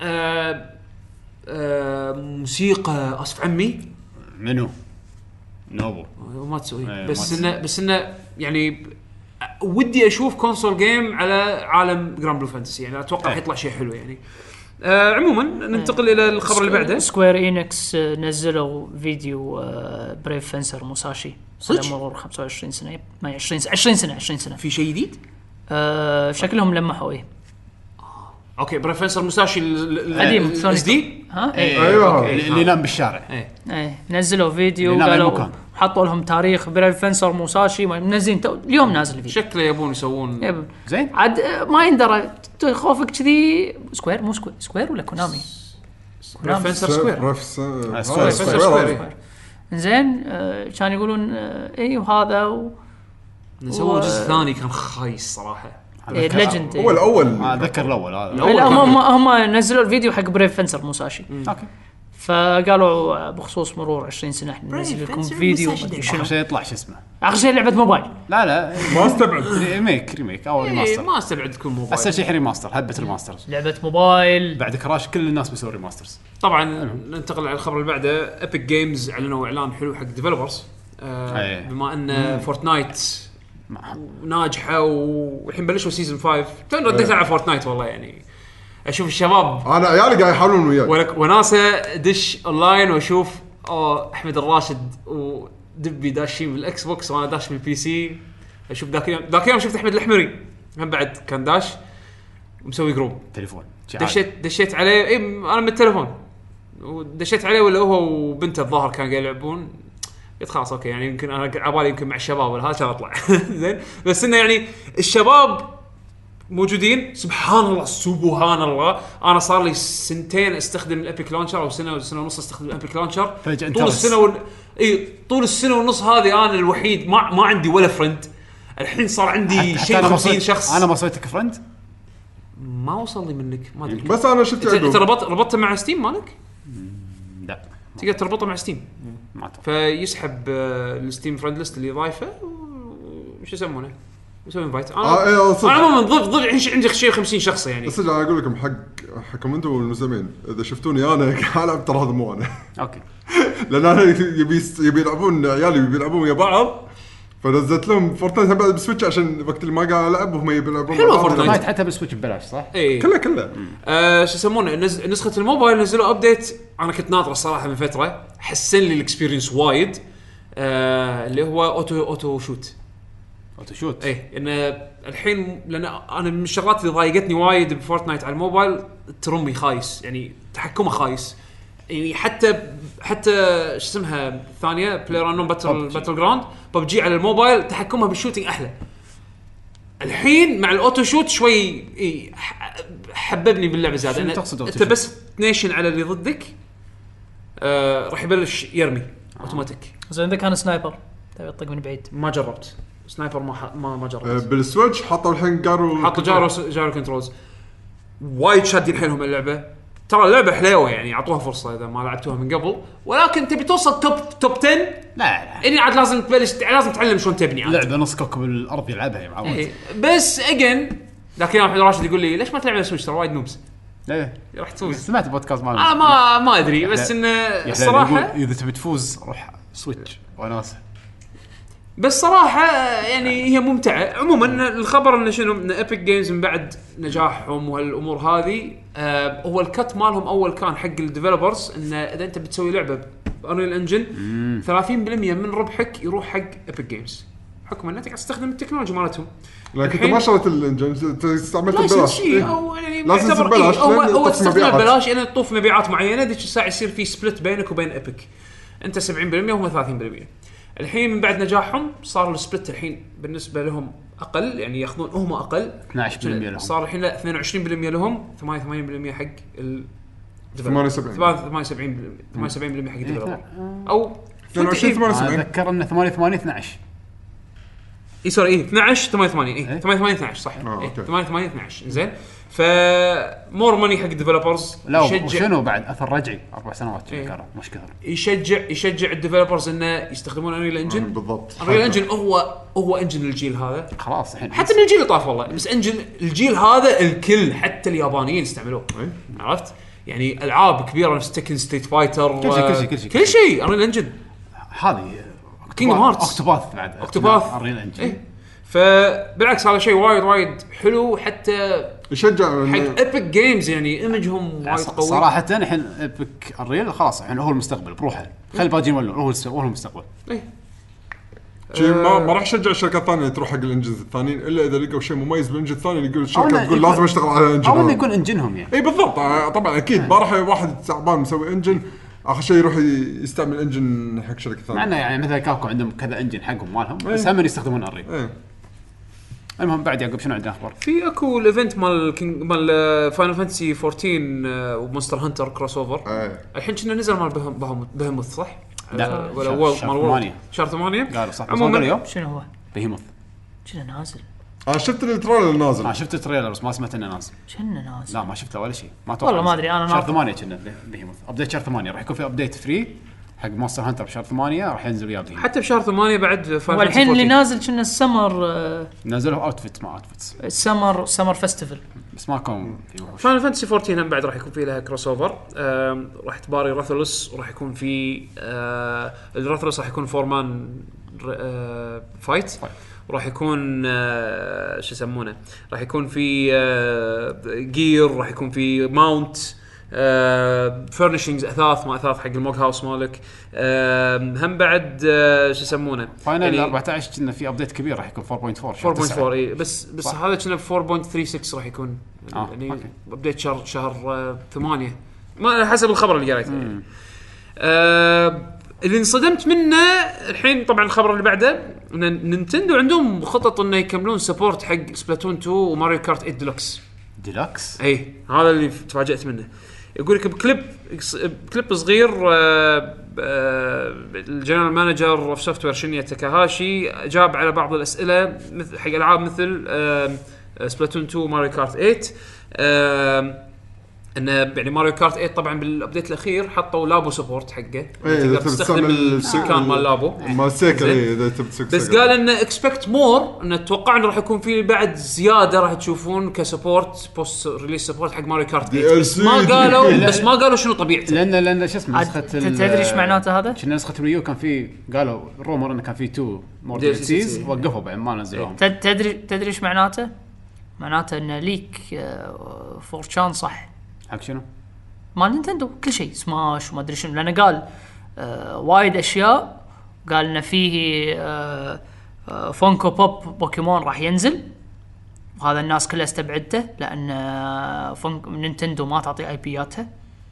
موسيقى اصف عمي منو نوبو ما تسوي بس انه يعني ودي اشوف كونسول جيم على عالم جراند بلو فانتسي يعني اتوقع يطلع شيء حلو يعني. عموما ننتقل الى الخبر اللي بعده. سكوير إينكس نزلوا فيديو بريف فنسر موساشي على مرور 25 سنه ما 20 سنه في شيء جديد. شكلهم لمحوا ايه اوكي بريف فنسر موساشي القديم اس دي ايوه اللي نام بالشارع. نزلوا فيديو قالوا حطوا لهم تاريخ بريف فنسر موساشي منزلين اليوم نازل فيديو شكله يبون يسوون زين عاد ما يندرى خوفك كذي. سكوير مو سكوير ولا كونامي بريف فنسر سكوير زين كانوا يقولون اي وهذا نسووا جزء ثاني كان خايس صراحه. ليجند هو الاول اتذكر الاول لا هم نزلوا الفيديو حق بريف فنسر موساشي. اوكي فقالوا بخصوص مرور 20 سنه احنا ننزل لكم فيديو شنو شيء يطلع شو اسمه اخر شيء لعبه موبايل. لا ما استبعد ريميك او ريماستر. ما استبعد تكون موبايل اسهل شيء ريماستر هبه ريماسترز لعبه موبايل بعد كراش كل الناس بيسوي ريماسترز. طبعا ننتقل على الخبر اللي بعده. ابيك جيمز اعلنوا اعلان حلو حق ديفلوبرز بما ان فورتنايت ناجحه والحين بلشوا سيزون 5 توني رديت على فورتنايت والله يعني اشوف الشباب انا عيالي قاعد يحاولون وياي وناسه دش اونلاين واشوف احمد الراشد ودبي داشين بالاكس بوكس وانا داش بالبي سي. اشوف ذاك يوم شفت احمد الحمري هم بعد كان داش ومسوي جروب تليفون دشيت عليه انا من التليفون ودشيت عليه ولا هو وبنته الظاهر كان قاعد يلعبون. قلت خلاص اوكي يعني يمكن انا عبالي يمكن مع الشباب ولا هذا اطلع زين بس انه يعني الشباب موجودين سبحان الله. انا صار لي سنتين استخدم الابيك لانشر او سنه ونص استخدم الابيك لانشر طول السنه ونص هذه انا الوحيد ما عندي ولا فريند. الحين صار عندي شيء 50 شخص. انا ما صرتك فريند ما وصل لي منك ما ادري بس انا شفت ربطته مع ستيم مالك لا تقدر تربطه مع ستيم ما فيسحب الستيم فريند ليست اللي ضايفه وش يسمونه يسوي انفايت. انا عموما ضف عندي شيء 50 شخص يعني. بس انا اقول لكم حقكم انتم والمسلمين اذا شفتوني انا العب ترى هذا مو انا. اوكي لان انا يبي يلعبون عيالي يلعبون ويا بعض فنزلت لهم فورتنايت بعد بالسويتش عشان وقت اللي ما قاعد العب وهم يلعبون. حلو فورتنايت حتى بالسويتش ببلاش صح؟ ايه كله شو يسمونه نسخه الموبايل نزلوا ابديت انا كنت ناطر الصراحه من فتره حسن لي الاكسبيرينس وايد اللي هو اوتو شوت ايه ان الحين لان انا من الشغلات اللي ضايقتني وايد بفورتنايت على الموبايل ترمي خايس يعني تحكمه خايس يعني حتى شو اسمها ثانيه بلاير انون باتل جراوند ببجي على الموبايل تحكمها بالشوتينج احلى. الحين مع الاوتو شوت شوي حببني باللعبه زياده. انت بس تنيشن على اللي ضدك راح يبلش يرمي اوتوماتيك. زين اذا كان سنايبر تبي تطق من بعيد ما جربت سنايبر ما جربت. بالسويتش حطوا الحين حطوا جارو كنترولز وايد شادين حيلهم اللعبه ترى اللعبه حلوه يعني اعطوها فرصه اذا ما لعبتوها من قبل ولكن تبي توصل توب 10 لا يعني عاد لازم تبلش لازم تتعلم شلون تبني عاد. لعبه نص كوكب الارض يلعبها يا معود بس اجين لكن الحين راشد يقول لي ليش ما تلعب على سويتش ترى وايد نوبس ليه راح تفوز. سمعت بودكاست مال ما ادري بس انه الصراحه اذا تبي تفوز روح سويتش وناسه بس صراحه يعني هي ممتعه عموما. الخبر انه شنو ان ايبك جيمز من بعد نجاحهم وهالامور هذه هو الكت مالهم اول كان حق الديفلوبرز انه اذا انت بتسوي لعبه بانريل انجن 30% من ربحك يروح حق ايبك جيمز حكم انك قاعد تستخدم التكنولوجيا مالتهم. لكن انت ما شريت الانجن استعملته ببلاش ببلاش او يعني لازم ببلاش هو تستخدمه ببلاش يعني تطوف مبيعات معينه ذيك الساعه يصير في سبلت بينك وبين ايبك انت 70% وهم 30%. الحين من بعد نجاحهم صار السبلت الحين بالنسبه لهم اقل يعني ياخذون هم اقل 12% لهم صار الحين لا 22% لهم 88% حق ال 78% حق الديفلوبر او 22 اتذكر انه 88 12 اي سوري 12 88 اي 88 12 صح 88 12 زين فمور ماني حق الديفلوبرز شنو بعد اثر رجعي 4 سنوات مش كثر يشجع الديفلوبرز انه يستخدمون انريل انجن بالضبط. انريل انجن هو انجن الجيل هذا خلاص الحين حتى من الجيل اللي طاف والله بس انجن الجيل هذا الكل حتى اليابانيين استعملوه عرفت يعني العاب كبيره نفس تكن ستريت فايتر كل شيء انريل انجن هذه كينغدم هارتس اوكتوباث بعد اوكتوباث انريل انجن فبالعكس هذا شيء وايد حلو حتى يشجع حق ايبك جيمز يعني ايمجهم وايد قوي صراحه. الحين ايبك الريل خلاص الحين هو المستقبل بروحه خلي باجين ولا هو المستقبل ما راح يشجع الشركات الثانيه تروح حق الانجنز الثانيين الا اذا لقوا شيء مميز بالانجن الثاني يقول الشركه تقول لازم اشتغل على انجن او يكون انجنهم يعني اي بالضبط طبعا اكيد ما راح واحد تعبان مسوي انجن اخر شيء يروح يستعمل انجن حق شركه ثانيه معنا يعني مثلا كاكو عندهم كذا انجن حقهم مالهم بس هم يستخدمون الريل المهم بعد يعقوب شنو عندنا اخبار في اكو الايفنت مال فاينل فانتسي 14 ومونستر هانتر كروس اوفر الحين كنا نزل مال بهموث صح لا ولا مال شهر 8 قالوا صح اليوم شنو هو بهموث كنا نازل شفت التريلر نازل شفت التريلر بس ما سمعت انه نازل كنا نازل لا ما شفته ولا شيء ما اتوقع والله ما ادري انا شهر 8 كنا بهموث ابديت شهر 8 راح يكون في ابديت فري حق مونستر هانتر بشهر 8 راح ينزل وياه حتى بشهر 8 بعد والحين اللي نازل كنا السمر نزلوا اوتفيت ما اوتفيتس السمر فيستيفال بس ما كان في فاينل فانتسي 14 هم بعد راح يكون في لها كروس اوفر راح تباري راثلوس وراح يكون في الراثلوس راح يكون فورمان فايت وراح يكون شو يسمونه راح يكون في جير راح يكون في ماونت فورنيشنجز اثاث ما اثاث حق الموج هاوس مالك هم بعد شو يسمونه فاينل يعني 14 كنا في ابديت كبير راح يكون 4.4 اي بس هذا كنا 4.36 راح يكون يعني ابديت شهر 8 ما حسب الخبر اللي قريته يعني. اللي انصدمت منه الحين طبعا الخبر اللي بعده ان نينتندو عندهم خطط انه يكملون سبورت حق سبلاتون 2 وماريو كارت 8 ديلوكس اي هذا اللي تفاجأت منه. يقول لك بكليب صغير الجنرال مانجر اوف سوفت وير شينيا تاكاهاشي جاب على بعض الاسئله مثل حق العاب مثل سبلاتون 2 وماريو كارت 8 ان يعني ماريو كارت 8 طبعا بالابديت الاخير حطوا لابو سبورت حقه تقدر تستخدم السكان مال لابو مال سيكل اذا تبي بس قال ان اكسبكت مور ان اتوقع انه راح يكون في بعد زياده راح تشوفون كسبورت بوست ريليس سبورت حق ماريو كارت 8 بس ما قالوا شنو طبيعته لان شو اسمه نسخه تدري ايش معناته هذا كنا نسخه الويو كان في قالوا رومر انه كان في 2 مور دي سيز وقفوا بعد ما نزلوهم تدري ايش معناته انه ليك فورشان صح حق شنو؟ مال نينتندو كل شيء سماش وما ادري شنو لانه قال وايد اشياء قال انه فيه فونكو بوب بوكيمون راح ينزل وهذا الناس كلها استبعدته لان نينتندو ما تعطي اي بياتها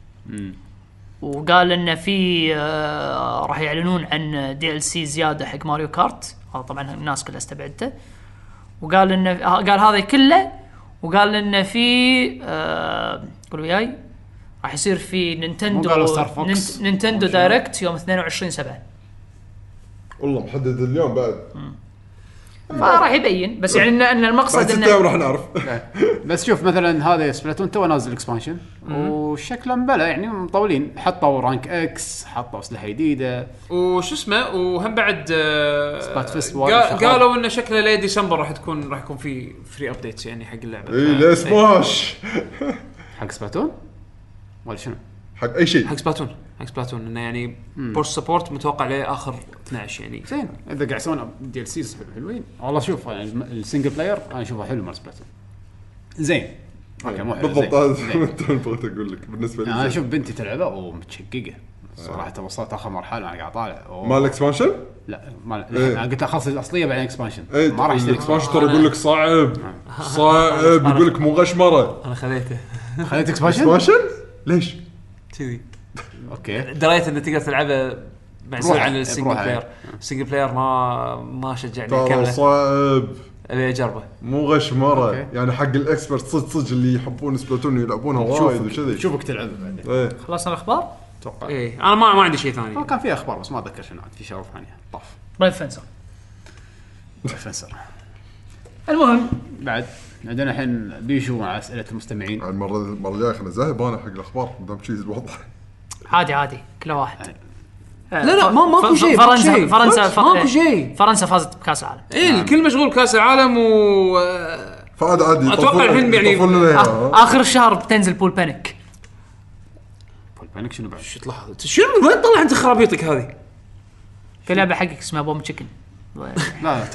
وقال انه في راح يعلنون عن دي ال سي زياده حق ماريو كارت هذا طبعا الناس كلها استبعدته وقال انه قال هذا كله وقال انه في قولوا وياي راح يصير في نينتندو دايركت يوم 22/7 والله محدد اليوم بعد فراح يبين بس يعني ان المقصد بعد 6 ايام راح نعرف. بس شوف مثلا هذا سبلاتون تو نازل اكسبانشن وشكله مبلى يعني مطولين حطوا رانك اكس حطوا اسلحه جديده وش اسمه وهم بعد سبات فيست قالوا انه شكله لي ديسمبر راح يكون في فري ابديتس يعني حق اللعبه. اي لا سماش حق سبلاتون ولا شنو حق اي شيء حق سبلاتون انه يعني بوست سبورت متوقع له 12 يعني زين اذا قاعد يسوون دي ال سيز حلوين والله شوف يعني السنجل بلاير انا اشوفه حلو مال سبلاتون زين اوكي مو حلو بالضبط هذا بغيت اقول لك بالنسبه لي انا اشوف بنتي تلعبه ومتشققه صراحه وصلت اخر مرحله انا قاعد طالع مال اكسبانشن لا انا قلت له خلص الاصليه بعدين اكسبانشن ما راح اشتري اكسبانشن ترى يقول لك صعب يقول لك مو غشمره انا خذيته خليت اكسبانشن ليش كذي اوكي دريت انه تقدر تلعبه معزول عن السنجل بلاير ما شجعني كامله صعب ابي اجربه مو غشمره يعني حق الاكسبرت صدق اللي يحبون سبلاتون يلعبونها وايد وكذي شوفك تلعب بعدين خلصنا الاخبار اتوقع ايه انا ما عندي شيء ثاني كان في اخبار بس ما اتذكر شنو في شغله ثانيه طاف برايف فنسر المهم بعد عندنا الحين بيشو مع اسئله المستمعين المره الجايه خلينا ذاهب انا حق الاخبار دام شيء الوضع عادي كل واحد لا ماكو شيء فرنسا فازت بكاس العالم ايه الكل مشغول كاس العالم و فعاد عادي اتوقع الحين يعني اخر الشهر بتنزل بول بانيك شنو بعد شو تلاحظ شنو وين طلع انت خرابيطك هذه في لعبه حقك اسمها بوم تشيكن لا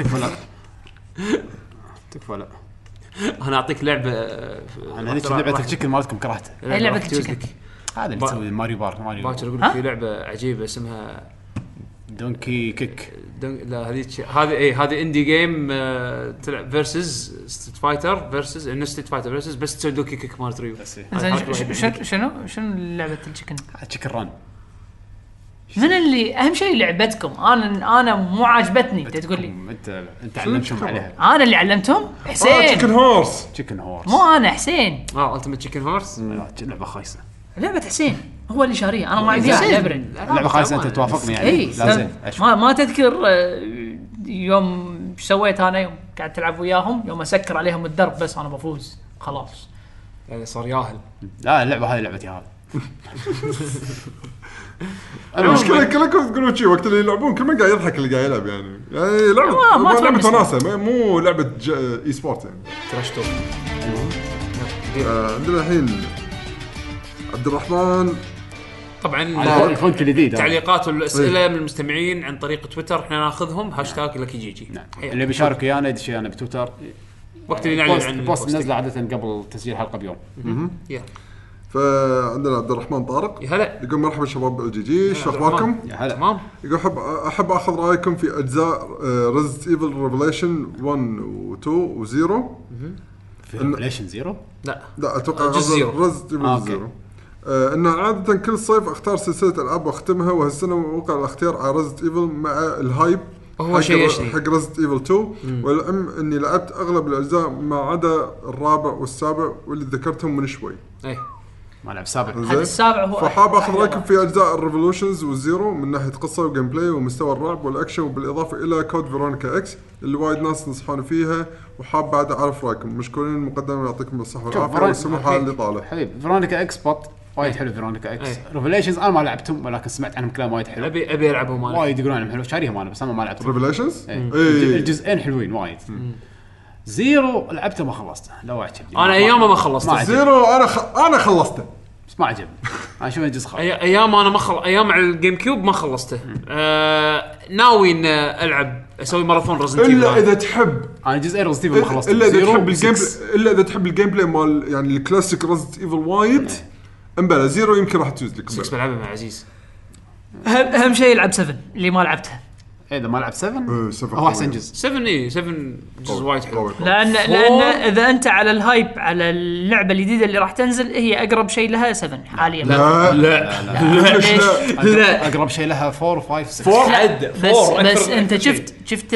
تكفى لا انا اعطيك لعبه انا ليش لعبه التشيكن مالتكم كرهتها لعبه التشيكن هذا اللي تسوي ماريو بارك باكر اقول لك في لعبه عجيبه اسمها دونكي كيك لا هذه اندي جيم تلعب فيرسز ستريت فايتر فيرسز ستريت فايتر فيرسز بس تسوي دوكي كيك مال ريو شنو لعبه التشيكن تشيكن ران من اللي اهم شيء لعبتكم انا مو عاجبتني انت تقول لي انت علمتهم عليها انا اللي علمتهم حسين تشيكن هورس مو انا حسين التيمت تشيكن هورس لعبه خايسه لعبه حسين هو اللي شاريها انا ما عندي لعبه خايسه انت توافقني يعني لازم ما تذكر يوم سويت انا يوم قاعد تلعب وياهم يوم اسكر عليهم الدرب بس انا بفوز خلاص يعني صار ياهل لا اللعبه هذه لعبتي هذه المشكله كلكم تقولون شيء وقت اللي يلعبون كل من قاعد يضحك اللي قاعد يلعب يعني لعبه وناسه مو لعبه اي سبورت يعني تراش توك. عندنا الحين عبد الرحمن طبعا الفونت الجديد تعليقات والاسئله من المستمعين عن طريق تويتر احنا ناخذهم هاشتاج لكيجيجي اللي بيشارك ويانا يدش انا بتويتر وقت اللي نعلن عن البوست نزله عاده قبل تسجيل حلقه بيوم فعندنا عبد الرحمن طارق يقول مرحبا شباب الجي شو اخباركم تمام يقول احب اخذ رايكم في اجزاء ريزنت ايفل ريفيليشن 1 و2 و0 في ريفيليشن 0 لا اتوقع ريزنت ايفل 0 ان عاده كل صيف اختار سلسله العاب واختمها وهالسنه وقع الاختيار على ريزنت ايفل مع الهايب هو شيء حق ريزنت ايفل 2 والعلم اني لعبت اغلب الاجزاء ما عدا الرابع والسابع واللي ذكرتهم من شوي ما لعب سابع هذا السابع هو فحاب اخذ رايكم في اجزاء الريفولوشنز والزيرو من ناحيه قصه وجيم بلاي ومستوى الرعب والاكشن وبالاضافه الى كود فيرونيكا اكس اللي وايد ناس نصحوني فيها وحاب بعد اعرف رايكم مشكورين المقدمه يعطيكم الصحه والعافيه والسموح على اللي طالع حبيبي فيرونيكا اكس بوت وايد حلو فيرونيكا اكس ريفيليشنز انا ما لعبتهم ولكن سمعت عنهم كلام وايد حلو ابي العبهم وايد يقولون عنهم حلو شاريهم انا بس انا ما لعبتهم ريفيليشنز الجزئين حلوين وايد زيرو لعبته ما خلصته لو عجبني انا ايامه ما خلصته زيرو انا خلصته بس ما عجبني انا شوف الجزء خلاص ايام انا ما ايام على الجيم كيوب ما خلصته ناوي ان العب اسوي ماراثون ريزنت ايفل الا اذا تحب انا جزء ريزنت ايفل ما خلصته الا اذا تحب الجيم الا اذا تحب الجيم بلاي مال يعني الكلاسيك ريزنت ايفل وايد امبلا زيرو يمكن راح تجوز لك 6 بلعبه مع عزيز اهم شيء يلعب 7 اللي ما لعبتها اذا ما لعب 7 هو احسن جزء 7 7 جزء وايد حلو لان اذا انت على الهايب على اللعبه الجديده اللي راح تنزل هي اقرب شيء لها 7 حاليا لا اقرب شيء لها 4 و5 6 بس انت شفت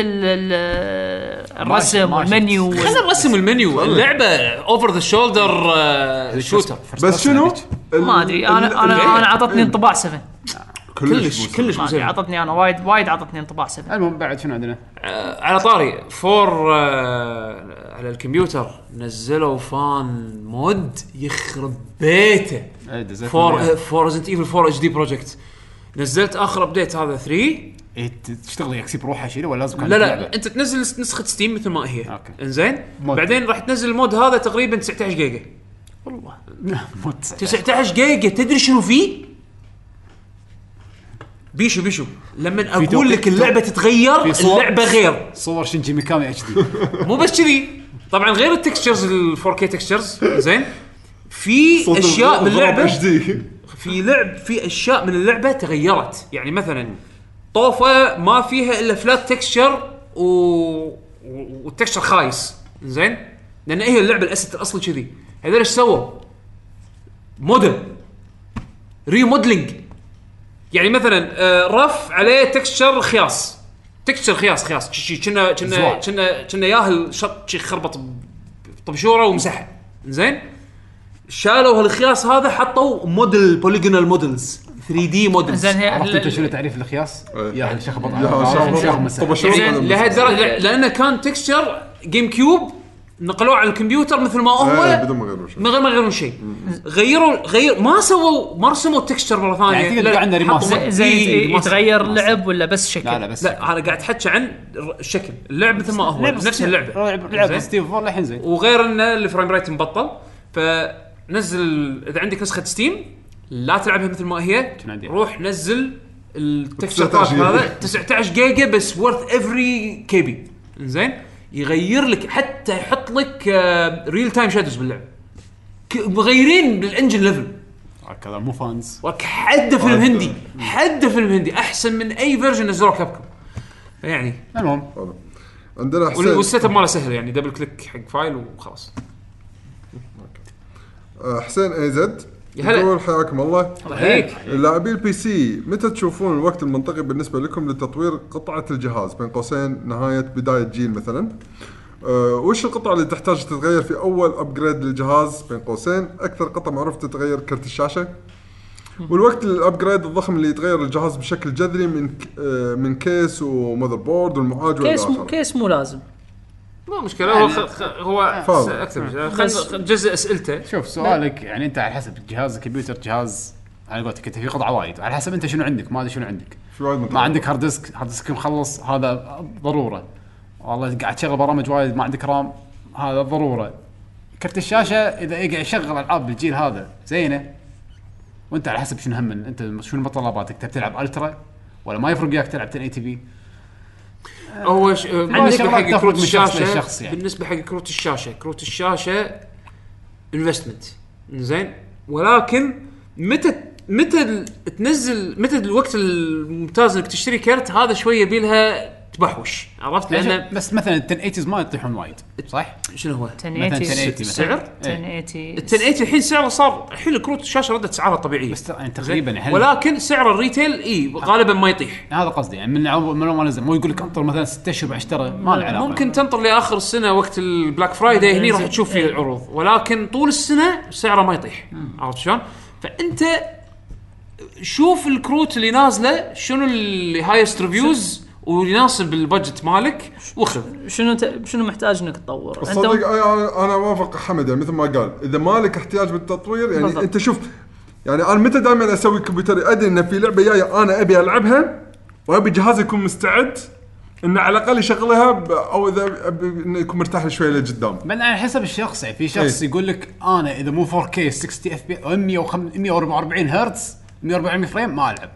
الرسم والمنيو خلينا الرسم والمنيو اللعبه اوفر ذا شولدر شوتر بس شنو ما ادري انا عطتني انطباع 7 كلش ما مزين. عطتني انا وايد عطتني انطباع 7. المهم بعد شنو عندنا؟ على طاري فور على الكمبيوتر نزلوا فان مود يخرب بيته. فور ريزنت ايفل 4 اتش دي بروجكت. نزلت اخر ابديت هذا 3. تشتغل يكسي بروحها شيء ولا لازم؟ لا انت تنزل نسخه ستيم مثل ما هي. انزين بعدين راح تنزل المود هذا تقريبا 19 جيجا. والله 19 جيجا. تدري شنو فيه؟ بيشو لما اقول لك اللعبه تتغير، اللعبه غير صور شينجي ميكامي اتش دي. مو بس كذي طبعا، غير التكستشرز ال 4K تكستشرز. زين في اشياء من اللعبه في اشياء من اللعبه تغيرت. يعني مثلا طوفه ما فيها الا فلات تكستشر والتكستشر خايس. زين لان هي اللعبه الاسيت الاصلي كذي. هذول ايش سووا؟ موديل ريموديلنج. يعني مثلا رف عليه تكستشر خياس كنا ياهل شط شي خربط طبشوره ومسحه. زين شالوا هالخياس هذا حطوا موديل بوليجونال مودلز 3D مودلز. زين عرفت انت شنو تعريف الخياس؟ يا شخبط لهالدرجه لانه كان تكستشر جيم كيوب نقلوه على الكمبيوتر مثل ما هو بدون ما يغيرون شيء. من غير ما يغيرون شيء. غير ما رسموا التكستشر مره ثانيه. يعني تقدر عندنا ريماستر زي يتغير لعب ولا بس شكل؟ لا انا قاعد احكي عن الشكل. اللعب مثل ما هو نفس اللعبه ستيف 4 الحين زين. وغير ان الفريم ريت مبطل. فنزل اذا عندك نسخه ستيم لا تلعبها مثل ما هي، روح نزل التكستشر هذا 19 جيجا بس worth every KB. زين يغير لك حتى يحط لك ريل تايم شادوز باللعب. مغيرين بالانجن ليفل هكذا مو فانز. حد فيلم هندي احسن من اي فيرجن نزلوه كابكم. يعني المهم عندنا حسين والسيت اب ماله سهل. يعني دبل كليك حق فايل وخلاص. حسين اي زد يقول حياكم الله. اللاعبين البي سي متى تشوفون الوقت المنطقي بالنسبه لكم لتطوير قطعه الجهاز بين قوسين نهايه بدايه جيل مثلا؟ وش القطعه اللي تحتاج تتغير في اول ابجريد للجهاز بين قوسين؟ اكثر قطعه معروف تتغير كرت الشاشه. والوقت الابجريد الضخم اللي يتغير الجهاز بشكل جذري من كيس ومذر بورد والمعالج والآخر. كيس مو لازم، مو مشكله. هو اكثر جزء اسئلته. شوف سؤالك يعني انت على حسب جهاز الكمبيوتر جهاز على قولتك انت في قطعه وايد على حسب انت شنو عندك. ما ادري شنو عندك. ما عندك هارد ديسك مخلص هذا ضروره. والله قاعد تشغل برامج وايد ما عندك رام هذا ضروره. كرت الشاشه اذا يقعد يشغل العاب بالجيل هذا زينه. وانت على حسب شنو هم انت شنو متطلباتك. تبي تلعب الترا ولا ما يفرق وياك تلعب 1080p؟ هو بالنسبه حق كروت الشاشه يعني. بالنسبه حق كروت الشاشه انفستمنت زين. ولكن متى تنزل متى الوقت الممتاز انك تشتري كرت هذا شويه بيلها تبحوش. عرفت لان بس مثلا 1080 ما يطيحون وايد صح. شنو هو 1080 السعر 1080 الحين سعره صار الحين كروت الشاشه ردت سعرها طبيعيه بس يعني تقريبا. ولكن سعر الريتيل غالبا ما يطيح. هذا قصدي يعني من ما نزل مو يقول لك انطر مثلا 6 اشهر اشترى ما له علاقه. ممكن تنطر لاخر السنه وقت البلاك فرايداي هني راح تشوف فيه العروض. ولكن طول السنه سعره ما يطيح. عرفت شلون؟ فانت شوف الكروت اللي نازله شنو اللي هايست ريفيوز ويناسب البادجت مالك وخذ. شنو محتاج انك تطور. صدق انا وافق حمد يعني مثل ما قال اذا مالك احتياج بالتطوير يعني بالضبط. انت شوف يعني انا متى دائما اسوي كمبيوتر ادري ان في لعبه جايه انا ابي العبها وابي جهازي يكون مستعد انه على الاقل يشغلها او اذا انه يكون مرتاح شويه لقدام. من على حسب الشخص يعني في شخص يقول لك انا اذا مو 4K 60 اف بي 144 هرتز 140 فريم ما العب.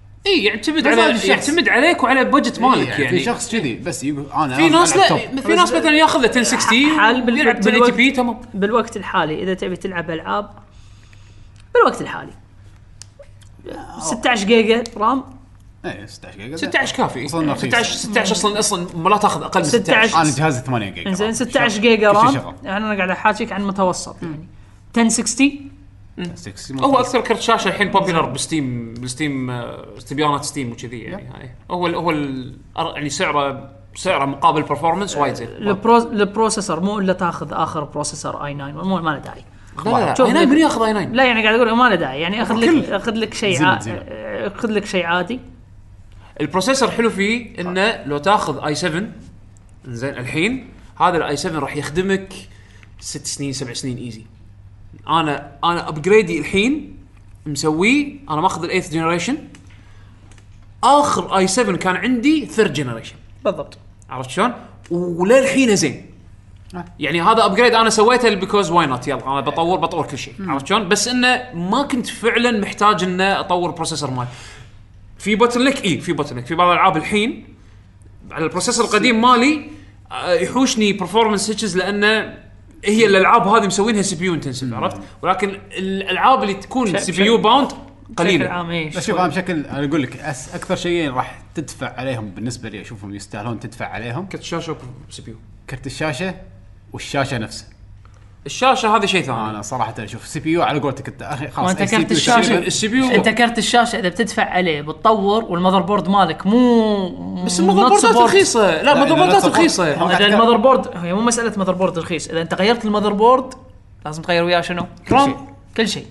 يعتمد عليك وعلى بادجت مالك يعني في شخص كذي بس يقول انا في ناس لا في ناس مثلا ياخذ 1060 يلعب 1080p تمام. بالوقت الحالي اذا تبي تلعب العاب بالوقت الحالي 16 جيجا رام 16 جيجا 16 كافي. 16 اصلا ما تاخذ اقل من 16. انا جهازي 8 جيجا زين 16 جيجا رام يعني انا قاعد احاكيك عن متوسط يعني 1060 هو اكثر كرت شاشه الحين بوبيلر بالستيم استبيانات ستيم وكذي يعني هاي هو يعني سعره مقابل برفورمانس وايد زين. البروسيسور مو الا تاخذ اخر بروسيسور i9 مو ما له داعي. لا انا من ياخذ i9 لا يعني قاعد اقول ما له داعي يعني اخذ لك شيء خذ لك شيء عادي. البروسيسور حلو فيه انه لو تاخذ اي 7 زين الحين هذا الاي 7 راح يخدمك 6 سنين 7 سنين ايزي. انا ابجريدي الحين مسويه، انا ماخذ ال8th جنريشن، اخر اي 7 كان عندي 3rd جنريشن بالضبط. عرفت شلون؟ وللحين زين. يعني هذا ابجريد انا سويته بيكوز واي نوت، يلا انا بطور كل شيء. عرفت شلون؟ بس انه ما كنت فعلا محتاج انه اطور البروسيسور مالي. في بوتلنك في بوتلنك في بعض الالعاب الحين على البروسيسور القديم مالي يحوشني performance hitches، لانه هي الالعاب هذه مسوينها سي بي يو انتنسيف. عرفت؟ ولكن الالعاب اللي تكون سي بي يو باوند قليله. بس شوف انا بشكل انا اقول لك اكثر شيئين راح تدفع عليهم بالنسبه لي اشوفهم يستاهلون تدفع عليهم: كرت الشاشه وسي بي يو. كرت الشاشه والشاشه نفسها. الشاشه هذه شيء ثاني. انا صراحه اشوف سي بي يو على قولتك انت اخي خلاص. وانت كرت الشاشه السي بي يو، انت كرت الشاشه اذا بتدفع عليه بتطور والمذر بورد مالك مو بس المذر بوردات رخيصه. لا المذر بوردات رخيصه. اذا المذر بورد هي مو مساله مذر بورد رخيص، اذا انت غيرت المذر بورد لازم تغير وياه شنو؟ كل شيء.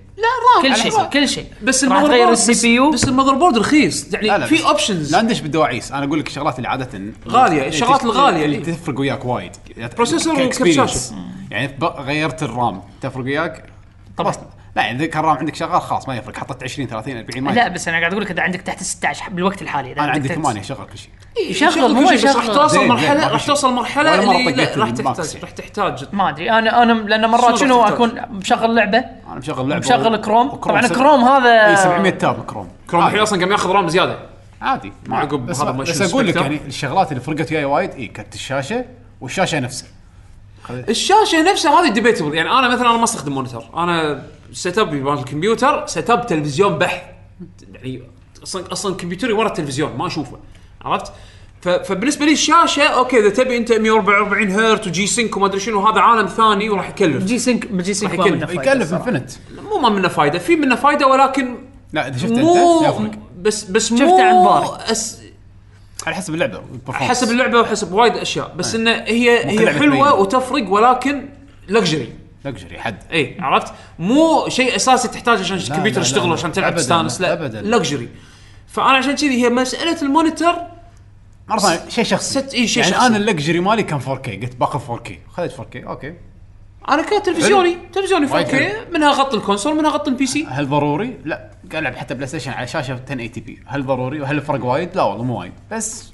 لا كل شيء. بس راح تغير السي بي يو. بس المذر بورد رخيص يعني لا في اوبشنز. لا ندش بالدواعيس. انا اقول لك الشغلات اللي عاده غاليه، الشغلات الغاليه اللي تفرق وياك وايد. بروسيسور وكرت شاشه. يعني غيرت الرام تفرق وياك طبعا. لا يعني اذا الرام عندك شغال خلاص ما يفرق، حطيت 20 30 40 ما لا بس انا قاعد اقول لك اذا عندك تحت 16 بالوقت الحالي. انا عندي 8 شغل كل شيء. يشغل مو يشغل. راح توصل مرحله اللي راح تحتاج ما ادري انا لان مرات شنو اكون مشغل لعبه. انا مشغل كروم. طبعا كروم هذا 700 تاب كروم الحين اصلا قام ياخذ رام زياده عادي ما عقب هذا ما بس اقول لك يعني الشغلات اللي فرقت وياي وايد كرت الشاشه والشاشه نفسها. الشاشه نفسها هذه ديبيتبل. يعني انا مثلا ما استخدم مونيتور، انا سيت اب مال الكمبيوتر سيت اب تلفزيون بحث. يعني اصلا كمبيوتري ورا التلفزيون ما اشوفه. عرفت؟ فبالنسبه لي الشاشه اوكي اذا تبي انت 144 هرت وجي سينك وما ادري شنو هذا عالم ثاني وراح يكلف. جي سينك يكلف انفنت. مو ما منه فايده، في منه فايده ولكن لا اذا شفت انت يفرق. بس مو شفته عن بارك على حسب اللعبه حسب اللعبه وحسب وايد اشياء. بس انه هي حلوه وتفرق ولكن لكجري حد. اي عرفت؟ مو شيء اساسي تحتاجه عشان الكمبيوتر يشتغل عشان تلعب تستانس. لا لكجري. فانا عشان كذي هي مساله المونيتور مره ثانيه شيء شخصي. يعني شخصي. انا اللكجري مالي كان 4K قلت باخذ 4K خذيت 4K اوكي. انا كان تلفزيوني 4K منها غط الكونسول منها غط البي سي. هل ضروري؟ لا قاعد العب حتى بلاي ستيشن على شاشه 1080p. هل ضروري وهل الفرق وايد؟ لا والله مو وايد. بس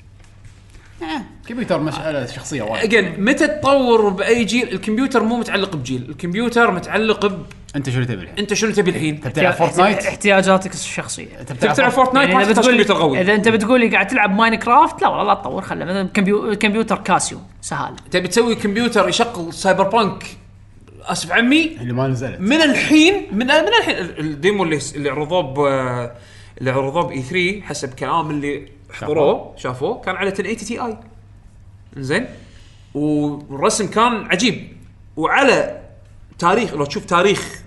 كمبيوتر مساله شخصيه وايد. اجين متى تطور باي جيل؟ الكمبيوتر مو متعلق بجيل، الكمبيوتر متعلق انت شنو تبي الحين؟ انت شنو تبي الحين؟ تلعب فورتنايت؟ احتياجاتك الشخصيه. تلعب فورتنايت ما تحتاج كمبيوتر قوي. اذا انت بتقول لي قاعد تلعب ماينكرافت لا والله لا تطور، خله مثلا كمبيوتر كاسيو سهل. تبي تسوي كمبيوتر يشغل سايبر بانك اسف عمي اللي ما نزلت من الحين الديمو اللي عرضوه ب E3 حسب كلام اللي حضروه شافوه كان على 1080 تي اي. زين والرسم كان عجيب. وعلى تاريخ لو تشوف تاريخ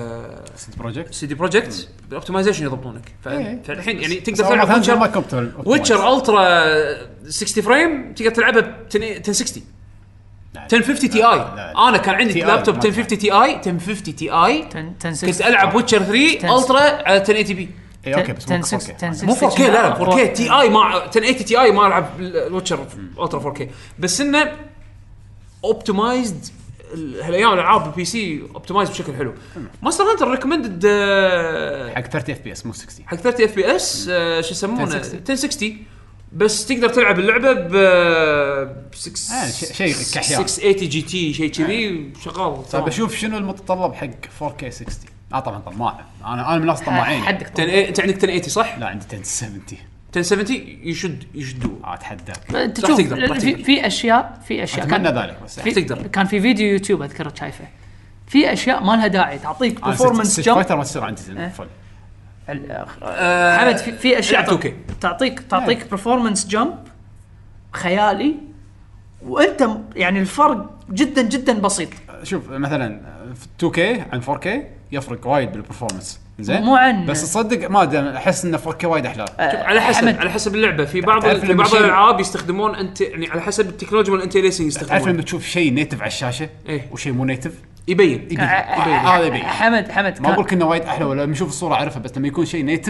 سيدي بروجكت بالاوبتمايزيشن يضبطونك. فالحين يعني تقدر تلعب ويتشر الترا 60 فريم تقدر تلعبها ب 1060 1050 تي اي. انا كان عندي لابتوب 1050 تي اي كنت العب ويتشر 3 الترا على 1080 بي. اي اوكي بس مو 4K لا 4K تي اي مع 1080 تي اي ما العب ويتشر الترا 4K. بس انه اوبتمايزد. هالايام الالعاب البي سي اوبتمايز بشكل حلو. ماستر هانتر ريكومندد حق 30 اف بي اس مو 60 حق 30 اف بي اس شو يسمونه 1060 بس تقدر تلعب اللعبه ب 6 شيء كحيان 680 جي تي شيء كذي شغال. طيب اشوف شنو المتطلب حق 4K 60. طبعا طماع انا من الناس طماعين. انت عندك 1080 صح؟ لا عندي 1070 يشد اتحداك. تشوف في اشياء كان ذلك بس تقدر. كان في فيديو يوتيوب اذكره شايفه في اشياء ما لها داعي تعطيك performance jump. فايتر ما تصير عندي فل حمد في اشياء تعطيك performance jump خيالي وانت يعني الفرق جدا جدا بسيط. شوف مثلا 2K عن 4K يفرق وايد بالبرفورمانس زين مو عن بس تصدق ما احس ان 4K وايد احلى. على حسب اللعبه. في بعض الالعاب يستخدمون انت يعني على حسب التكنولوجيا والانتي ليسنج يستخدمون. تعرف لما تشوف شيء نيتف على الشاشه وشيء مو نيتف يبين هذا يبين. حمد ما اقول كنا وايد احلى ولا نشوف الصوره اعرفها بس لما يكون شيء نيتف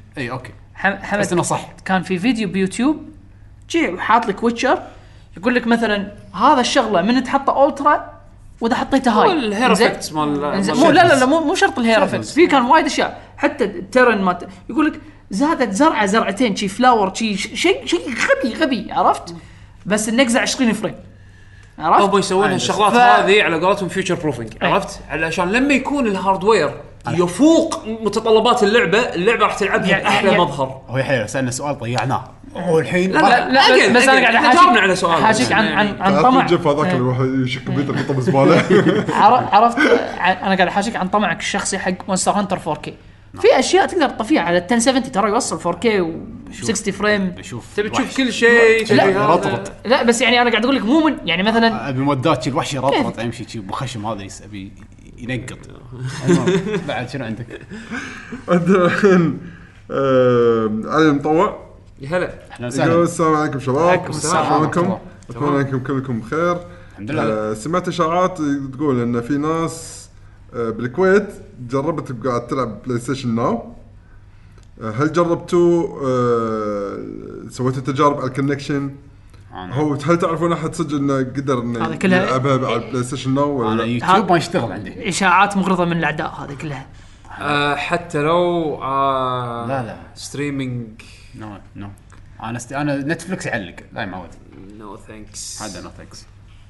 اي اوكي حمد بس انه صح. كان في فيديو بيوتيوب جي حاط لك ويتشر يقول لك مثلا هذا الشغله من تحطه الترا واذا حطيته هاي الهير افكتس مال لا مو شرط الهير افكتس، في كان وايد اشياء حتى الترن ما يقول لك زادت زرعه زرعتين شي فلاور شي شيء غبي عرفت، بس النقزه 20 فريم عرفت. هم يسوون الشغلات هذه على قولتهم فيوتشر بروفينج عرفت، علشان لما يكون الهاردوير يفوق متطلبات اللعبه راح تلعبها باحلى مظهر. هو حلو سالنا سؤال ضيعناه والحين لا بس انا قاعد جاوبنا على سؤال حاشيك عن طمع جف هذاك اللي يروح يشك بيته بطب زباله. عرفت انا قاعد حاشيك عن طمعك الشخصي حق مونستر هانتر 4K. في اشياء تقدر تطفيها على 1070 ترى يوصل 4K و60 فريم. تبي تشوف كل شيء رطرط. لا بس يعني انا قاعد اقول لك مو من يعني مثلا ابي مودات الوحش يرطرط يمشي شيء بخشم هذا ابي ينقط. بعد شنو عندك؟ الحين علي المطوع هلا احنا السلام عليكم شباب. السلام عليكم. اتمنى انكم كلكم بخير. الحمد لله. سمعت اشاعات تقول ان في ناس بالكويت جربت قاعد تلعب بلاي ستيشن ناو. هل جربتوا سويتوا تجارب على الكونكشن؟ هو هل تعرفون احد صدق انه قدر انه يلعبها على البلاي ستيشن ناو ولا على يوتيوب ما يشتغل عندي اشاعات مغرضه من الاعداء هذه كلها. حتى لو لا ستريمينج نو انا نتفلكس يعلق لا معود. نو ثانكس. هذا نو ثانكس.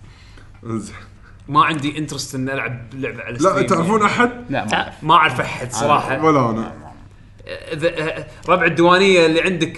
ما عندي انترست ان العب لعبه على ستريم. لا تعرفون احد؟ لا ما اعرف احد صراحه ولا انا. ربع الديوانيه اللي عندك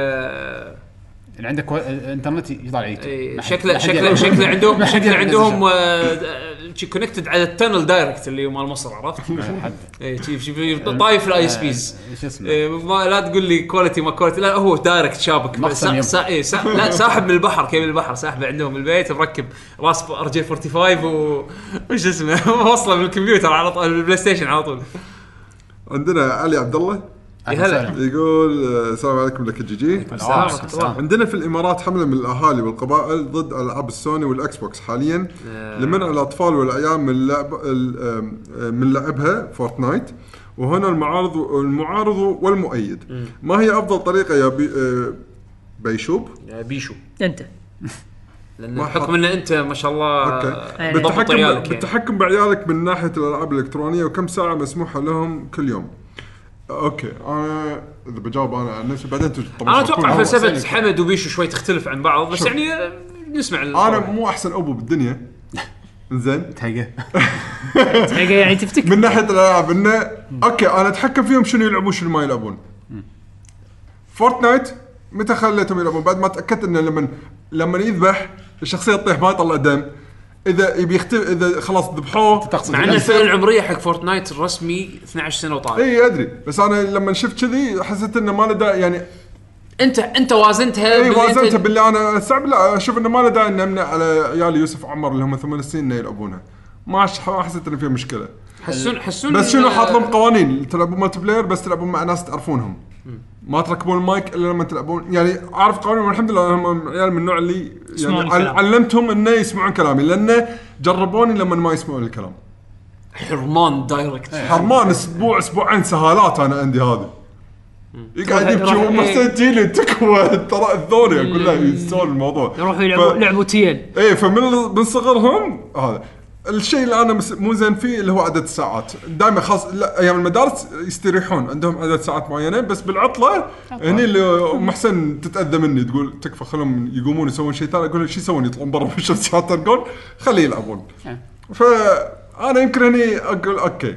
اللي عندك انترنت يطلع يوتيوب. شكله عندهم شي كونكتد على التانل دايركت اللي مال مصر عرفت. اي شي طايف الاي اس بيز ما لا تقول لي كواليتي ما كواليتي لا هو دايركت شابك لا ساحب من البحر كيبل البحر ساحبه عندهم البيت مركب راس ار جي 45 وش اسمه وصله بالكمبيوتر على طول البلاي ستيشن على طول. عندنا علي عبد الله يقول السلام عليكم لك جي. عندنا في الامارات حمله من الاهالي والقبائل ضد العاب السوني والاكس بوكس حاليا لمنع الاطفال والعيال من لعبها فورتنايت. وهنا المعارض والمؤيد. ما هي افضل طريقه يا بيشوب يا بيشو انت لان حكم ان انت ما شاء الله بالتحكم بعيالك من ناحيه الالعاب الالكترونيه وكم ساعه مسموحه لهم كل يوم؟ اوكي انا اذا بجاوب انا عن نفسي بعدين انا اتوقع فلسفه حمد وبيشو شوي تختلف عن بعض بس يعني نسمع انا مو احسن ابو بالدنيا زين تحقه يعني تفتكر من ناحيه الالعاب انه اوكي انا اتحكم فيهم شنو يلعبون شنو ما يلعبون. فورتنايت متى خليتهم يلعبون؟ بعد ما تاكدت انه لما يذبح الشخصيه تطيح ما يطلع دم. اذا اذا خلاص ذبحوه مع ان الفئه العمريه حق فورتنايت الرسمي 12 سنه وطالع. اي ادري بس انا لما شفت كذي حسيت انه ما له داعي يعني انت وازنتها وازنتها باللي انا صعب لا اشوف انه ما له داعي نمنع على عيال يوسف عمر اللي هم 8 سنين يلعبونها. ما حسيت انه فيها مشكله. حسون بس شنو حاط لهم قوانين تلعبون مالتي بلاير بس تلعبون مع ناس تعرفونهم. ما تركبون المايك الا لما تلعبون يعني اعرف قوانين والحمد لله هم عيال من النوع اللي يعني علمتهم انه يسمعون كلامي لانه جربوني لما ما يسمعون الكلام. حرمان دايركت حرمان اسبوعين سهالات انا عندي هذا يقعد يبكي ومحسن تيلي تكوى ترى الثوري كلها يسولف الموضوع يروحوا يلعبوا تيل. ايه فمن صغرهم هذا الشيء اللي انا مو زين فيه اللي هو عدد الساعات دائما خاص ايام المدارس يستريحون عندهم عدد ساعات معينه بس بالعطله هني اللي محسن تتاذى مني تقول تكفى خلهم يقومون يسوون شيء ثاني اقول شو يسوون يطلعون برا في الشمس يترقون خليه يلعبون. فانا يمكن هني اقول اوكي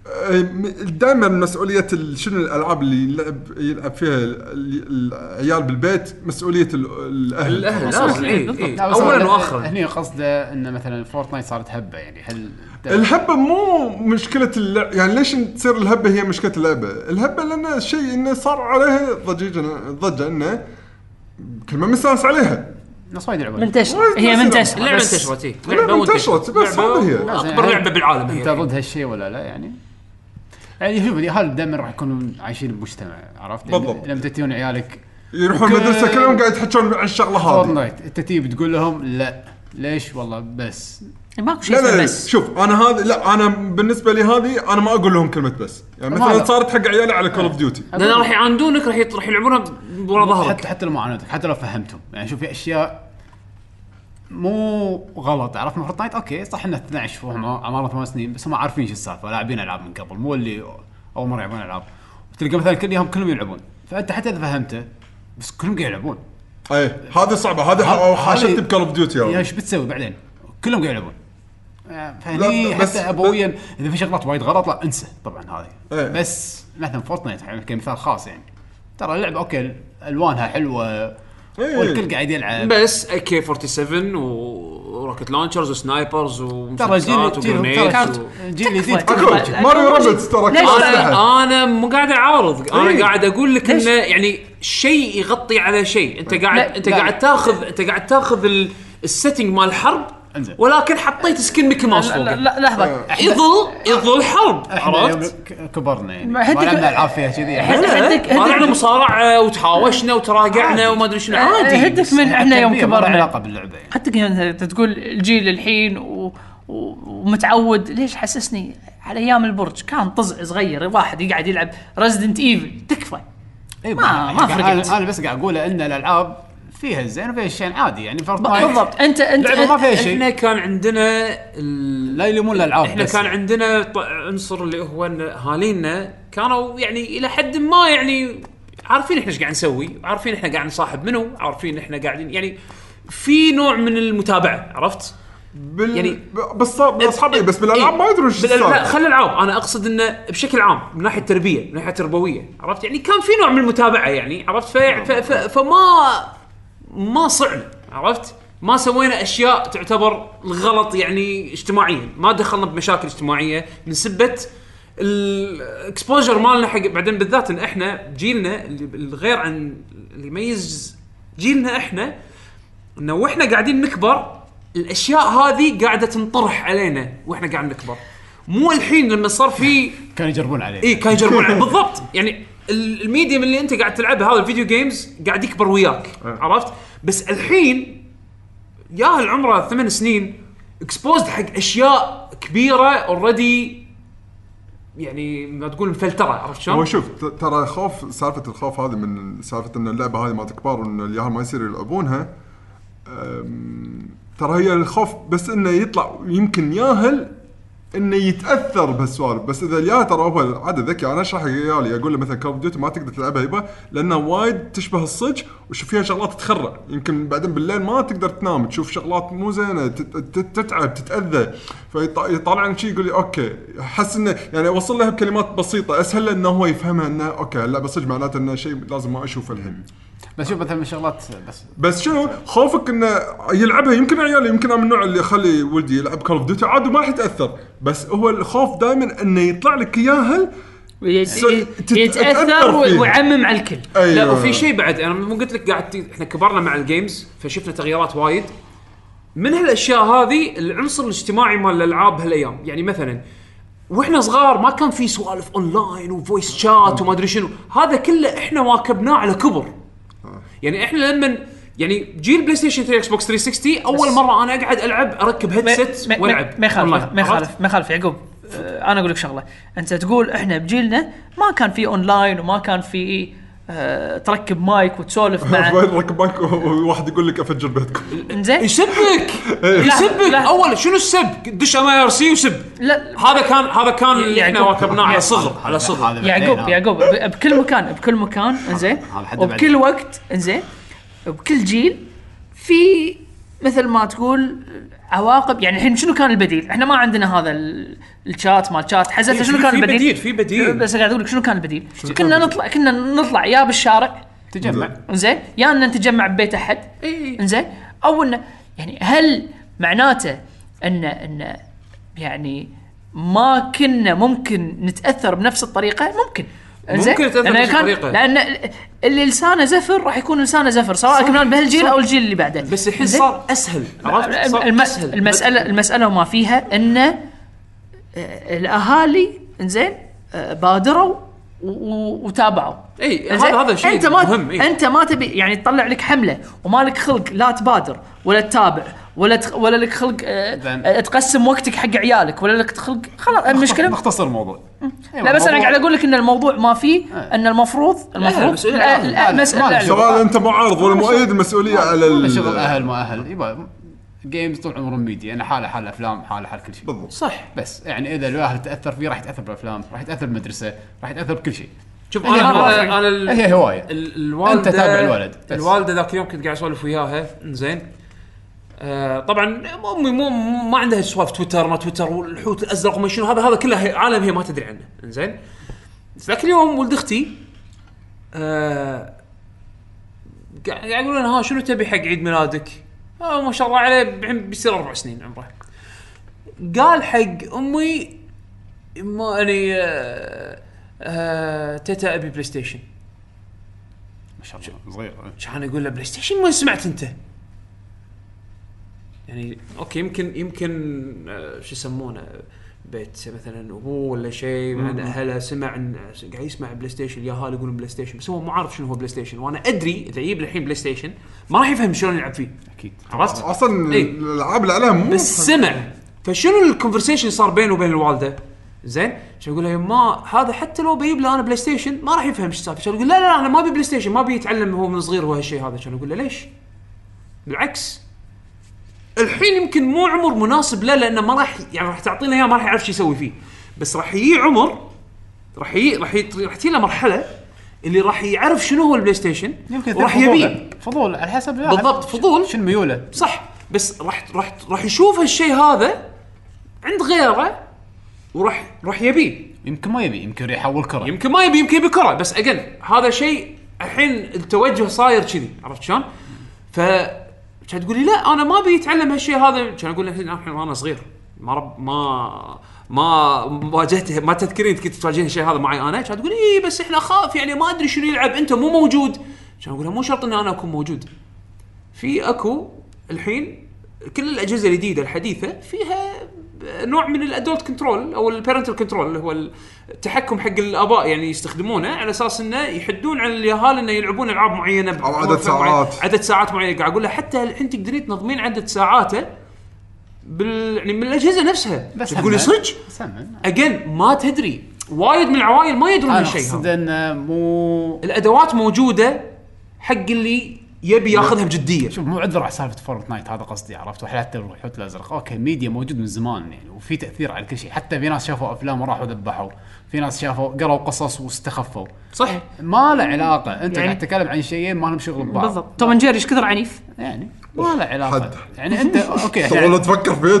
دائما مسؤوليه شنو الالعاب اللي يلعب فيها العيال بالبيت مسؤوليه الاهل اولا واخرا. هني قصده ان مثلا فورتنايت صارت هبه يعني هل الهبه مو مشكله يعني ليش تصير الهبه هي مشكله اللعبه؟ الهبه لان الشيء انه صار عليه ضجه انه كل ما مستانس عليها ناس وايد يلعبون هي منتشره لعبه انتشرت بس هي اكبر لعبه بالعالم. انت ضد هالشيء ولا لا يعني شوف الاهل دائما راح يكونوا عايشين بمجتمع عرفت لما تتيون عيالك يروحون المدرسه كلهم قاعد يحكون عن الشغله هذه فورتنايت انت تيجي بتقول لهم لا ليش والله بس ماكو شيء اسمه بس. شوف انا هذا لا انا بالنسبه لي هذه انا ما اقول لهم كلمه بس يعني مثلا صارت حق عيالي على كول اوف ديوتي لان راح يعاندونك راح يلعبونها ورا ظهرك حتى لو ما عاندك حتى لو فهمتهم يعني شوف في اشياء مو غلط عرفنا فورتنايت اوكي صح انه 12 وهم عمره 8 سنين بس هم عارفين شو السالفه لاعبين العاب من قبل مو اللي اول مره يلعبون العاب وتلقى مثلا كلهم يلعبون فانت حتى اذا فهمته بس كلهم قاعد يلعبون اي هذه صعبه هذا حاشت بكول اوف ديوتي يا ايش بتسوي بعدين كلهم قاعد يلعبون فهني حتى ابويا اذا في شغلات وايد غلط لا انسى طبعا هذه بس مثلا فورتنايت كمثال خاص يعني ترى اللعبه اوكي الوانها حلوه والكل قاعد يلعب بس AK 47 وروكت لانشرز وسنايبرز ومسدسات وجرنيدز جيل جديد ماريو رابتس ترى انا مو قاعد اعارض انا قاعد اقول لك انه يعني شيء يغطي على شيء انت قاعد تاخذ السيتنج مال الحرب ولكن حطيت سكين ميكي ماوس فوق لا لحظه يظل حرب عرفت كبرنا يعني ما لعبنا العاب فيها كذي احنا مصارعه وتهاوشنا وتراجعنا وما ادري شنو عادي هدف من احنا يوم كبرنا علاقه باللعبه يعني. حتى انت تقول الجيل الحين ومتعود ليش حسسني على ايام البرج كان طزع صغير واحد يقعد يلعب ريزيدنت ايفل تكفى ما فرقت انا بس قاعد اقول ان الالعاب فيها الزين وفيها الشيء عادي يعني فورتنايت بالضبط انت ما فيها شيء احنا كان عندنا لا يلومون الالعاب احنا كان عندنا عنصر اللي هو ان اهالينا كانوا يعني الى حد ما يعني عارفين احنا ايش قاعد نسوي عارفين احنا قاعد نصاحب منو عارفين احنا قاعدين يعني في نوع من المتابعه عرفت يعني بس اصحابي بس بالالعاب ما يدرون ايش لا خلي الالعاب انا اقصد انه بشكل عام من ناحيه التربيه من ناحيه التربويه عرفت يعني كان في نوع من المتابعه يعني عرفت فما صعنا عرفت ما سوينا اشياء تعتبر غلط يعني اجتماعيا ما دخلنا بمشاكل اجتماعيه من سبه الاكسبوجر مالنا حق بعدين بالذات ان احنا جيلنا اللي غير عن اللي يميز جيلنا احنا انه واحنا قاعدين نكبر الاشياء هذه قاعده تنطرح علينا واحنا قاعد نكبر مو الحين لما صار في كانوا يجربون عليه كانوا يجربون عليه بالضبط يعني الميديم اللي انت قاعد تلعبه هذا الفيديو جيمز قاعد يكبر وياك عرفت بس الحين يا العمره 8 سنين اكسبوزد حق اشياء كبيره اوريدي يعني ما تقول مفلتره عرفت شلون هو شوف ترى خوف سالفه الخوف هذه من سالفه ان اللعبه هذه ما تكبر وان الياهل ما يصير يلعبونها ترى هي الخوف بس انه يطلع يمكن ياهل انه يتاثر بهالسوالف بس اذا الياهل ترى هو عاده ذكي انا اشرح عيالي اقول له مثلا كول اوف ديوتي ما تقدر تلعبها يبا لانها وايد تشبه الصج وشوف فيها شغلات تخرع يمكن بعدين بالليل ما تقدر تنام تشوف شغلات مو زينه تتعب تتاذى فيطالعني شيء يقول لي اوكي احس انه يعني اوصل له بكلمات بسيطه اسهل انه هو يفهمها انه اوكي اللعبه صج معناته انه شيء لازم ما اشوفه الحين بس شوف مثلا شغلات بس شنو خوفك انه يلعبها يمكن عيالي يمكن انا من النوع اللي اخلي ولدي يلعب كول اوف ديوتي عاد ما راح يتاثر بس هو الخوف دائما انه يطلع لك ياهل يتاثر ويعمم على الكل أيوة. لا وفي شيء بعد انا مو قلت لك قاعد احنا كبرنا مع الجيمز فشفنا تغييرات وايد من هالاشياء هذه العنصر الاجتماعي مال الالعاب هالايام يعني مثلا واحنا صغار ما كان في سوالف اونلاين وفويس شات وما ادري شنو هذا كله احنا واكبناه على كبر يعني احنا لما يعني جيل بلاي ستيشن 3 اكس بوكس 360 اول مره انا اقعد العب اركب هيدسيت والعب ما يخالف يعقوب انا اقول لك شغله انت تقول احنا بجيلنا ما كان في اونلاين وما كان في تركب مايك وتسولف مع تركب مايك وواحد يقول لك افجر بيتكم انزين يسبك اول شنو السب دش ام ار سي وسب هذا كان اللي احنا واكبناه على صغر يعقوب بكل مكان انزين وبكل وقت انزين وبكل جيل في مثل ما تقول عواقب يعني الحين شنو كان البديل احنا ما عندنا هذا الشات مال شات حزت شنو كان البديل في بديل بس قاعد اقول لك شنو كان البديل كنا نطلع يا بالشارع تجمع انزين يا ان نتجمع ببيت احد انزين او ان يعني هل معناته ان يعني ما كنا ممكن نتاثر بنفس الطريقه ممكن نتاثر بنفس الطريقه لان اللي لسانه زفر راح يكون لسانه زفر سواء كنا بهالجيل او الجيل اللي بعده بس الحين صار اسهل عرفت المساله وما فيها ان الاهالي انزين بادروا وتابعوا هذا شيء مهم انت ما تبي يعني تطلع لك حمله ومالك خلق لا تبادر ولا تتابع ولا لك خلق تقسم وقتك حق عيالك ولا لك خلق خلاص المشكله نختصر الموضوع. لا بس انا قاعد اقول لك ان الموضوع ما فيه ان المفروض مسؤوليه سواء انت معارض ولا مؤيد المسؤوليه على شغل اهل ما اهل يبا جيمز طول عمرهم ميديا. انا حال افلام حال كل شيء بالضبط صح. بس يعني اذا الاهل تاثر فيه راح يتاثر بالافلام راح يتاثر بالمدرسه راح يتاثر بكل شيء. شوف انا هي هوايه الوالده انت تابع الولد الوالده ذاك اليوم كنت قاعد اسولف وياها زين. طبعا امي ما عندها سوالف تويتر ما تويتر والحوت الازرق وما شنو هذا كله عالم هي ما تدري عنه زين. ذاك اليوم ولد اختي قاعد يقول لنا ها شنو تبي حق عيد ميلادك؟ ما شاء الله عليه بيصير 4 سنين عمره. قال حق امي ما اني تيتا ابي بلاي ستيشن. ما شاء الله صغير كان يقول له بلاي ستيشن ما سمعت انت يعني اوكي يمكن شو يسمونه بيت مثلا ابوه ولا شيء عند اهله سمع قاعد يسمع بلاي ستيشن الياهال يقولون بلاي ستيشن بس هو مو عارف شنو هو بلاي ستيشن. وانا ادري اذا يجيب الحين بلاي ستيشن ما راح يفهم شلون يلعب فيه اكيد عرفت اصلا الالعاب اللي عليها مو بس سمع. فشنو الكونفرسيشن صار بينه وبين الوالده زين شو يقول لها ما هذا حتى لو بيجيب له انا بلاي ستيشن ما راح يفهم ايش السالفه. شو يقول لا انا ما ابي بلاي ستيشن ما ابي يتعلم هو من صغير هو هالشيء هذا. شو يقول له ليش بالعكس الحين يمكن مو عمر مناسب له لانه ما راح يعني راح تعطينا اياه ما راح يعرف شو يسوي فيه. بس راح يجي عمر راح تجي له مرحله اللي راح يعرف شنو هو البلاي ستيشن وراح يبيه فضول على حسب بالضبط فضول شنو ميوله صح. بس راح يشوف هالشيء هذا عند غيره وراح يبيه. يمكن ما يبي يمكن يحول كره يمكن ما يبي يمكن بكره. بس اجل هذا شيء الحين التوجه صاير كذي عرفت شلون. كان تقول لي لا انا ما ابي اتعلم هالشيء هذا. كان اقول له الحين انا صغير ما واجهته ما تذكرين كنت تواجهين الشيء هذا معي انا. كان تقول لي بس احنا خاف يعني ما ادري شنو يلعب انت مو موجود. كان اقول له مو شرط ان انا اكون موجود في اكو الحين كل الاجهزه الجديده الحديثه فيها نوع من الادولت كنترول او البيرنتال كنترول اللي هو التحكم حق الاباء يعني يستخدمونه على اساس انه يحدون على اليهال انه يلعبون العاب معينه او عدد ساعات معينه. قاعد اقول له حتى الحين تقدرين تنظمين عدد ساعاته يعني من الاجهزه نفسها. تقول لي صدق اجين ما تدري وايد من العوائل ما يدرون هالشيء هذا. اقصد ان مو الادوات موجوده حق اللي يبي ياخذها بجديه. شوف مو عذر على سالفه فورتنايت هذا قصدي عرفت. وحتى الحوت الازرق اوكي ميديا موجود من زمان يعني وفي تاثير على كل شيء. حتى في ناس شافوا افلام وراحوا ذبحوا في ناس شافوا قرأوا قصص واستخفوا صح ما له علاقه. انت يعني قاعد تتكلم عن شيئين ما لهم شغل ببعض بالضبط. توم اند جيري ايش كثر عنيف يعني ما له علاقه يعني انت اوكي والله تفكر فيه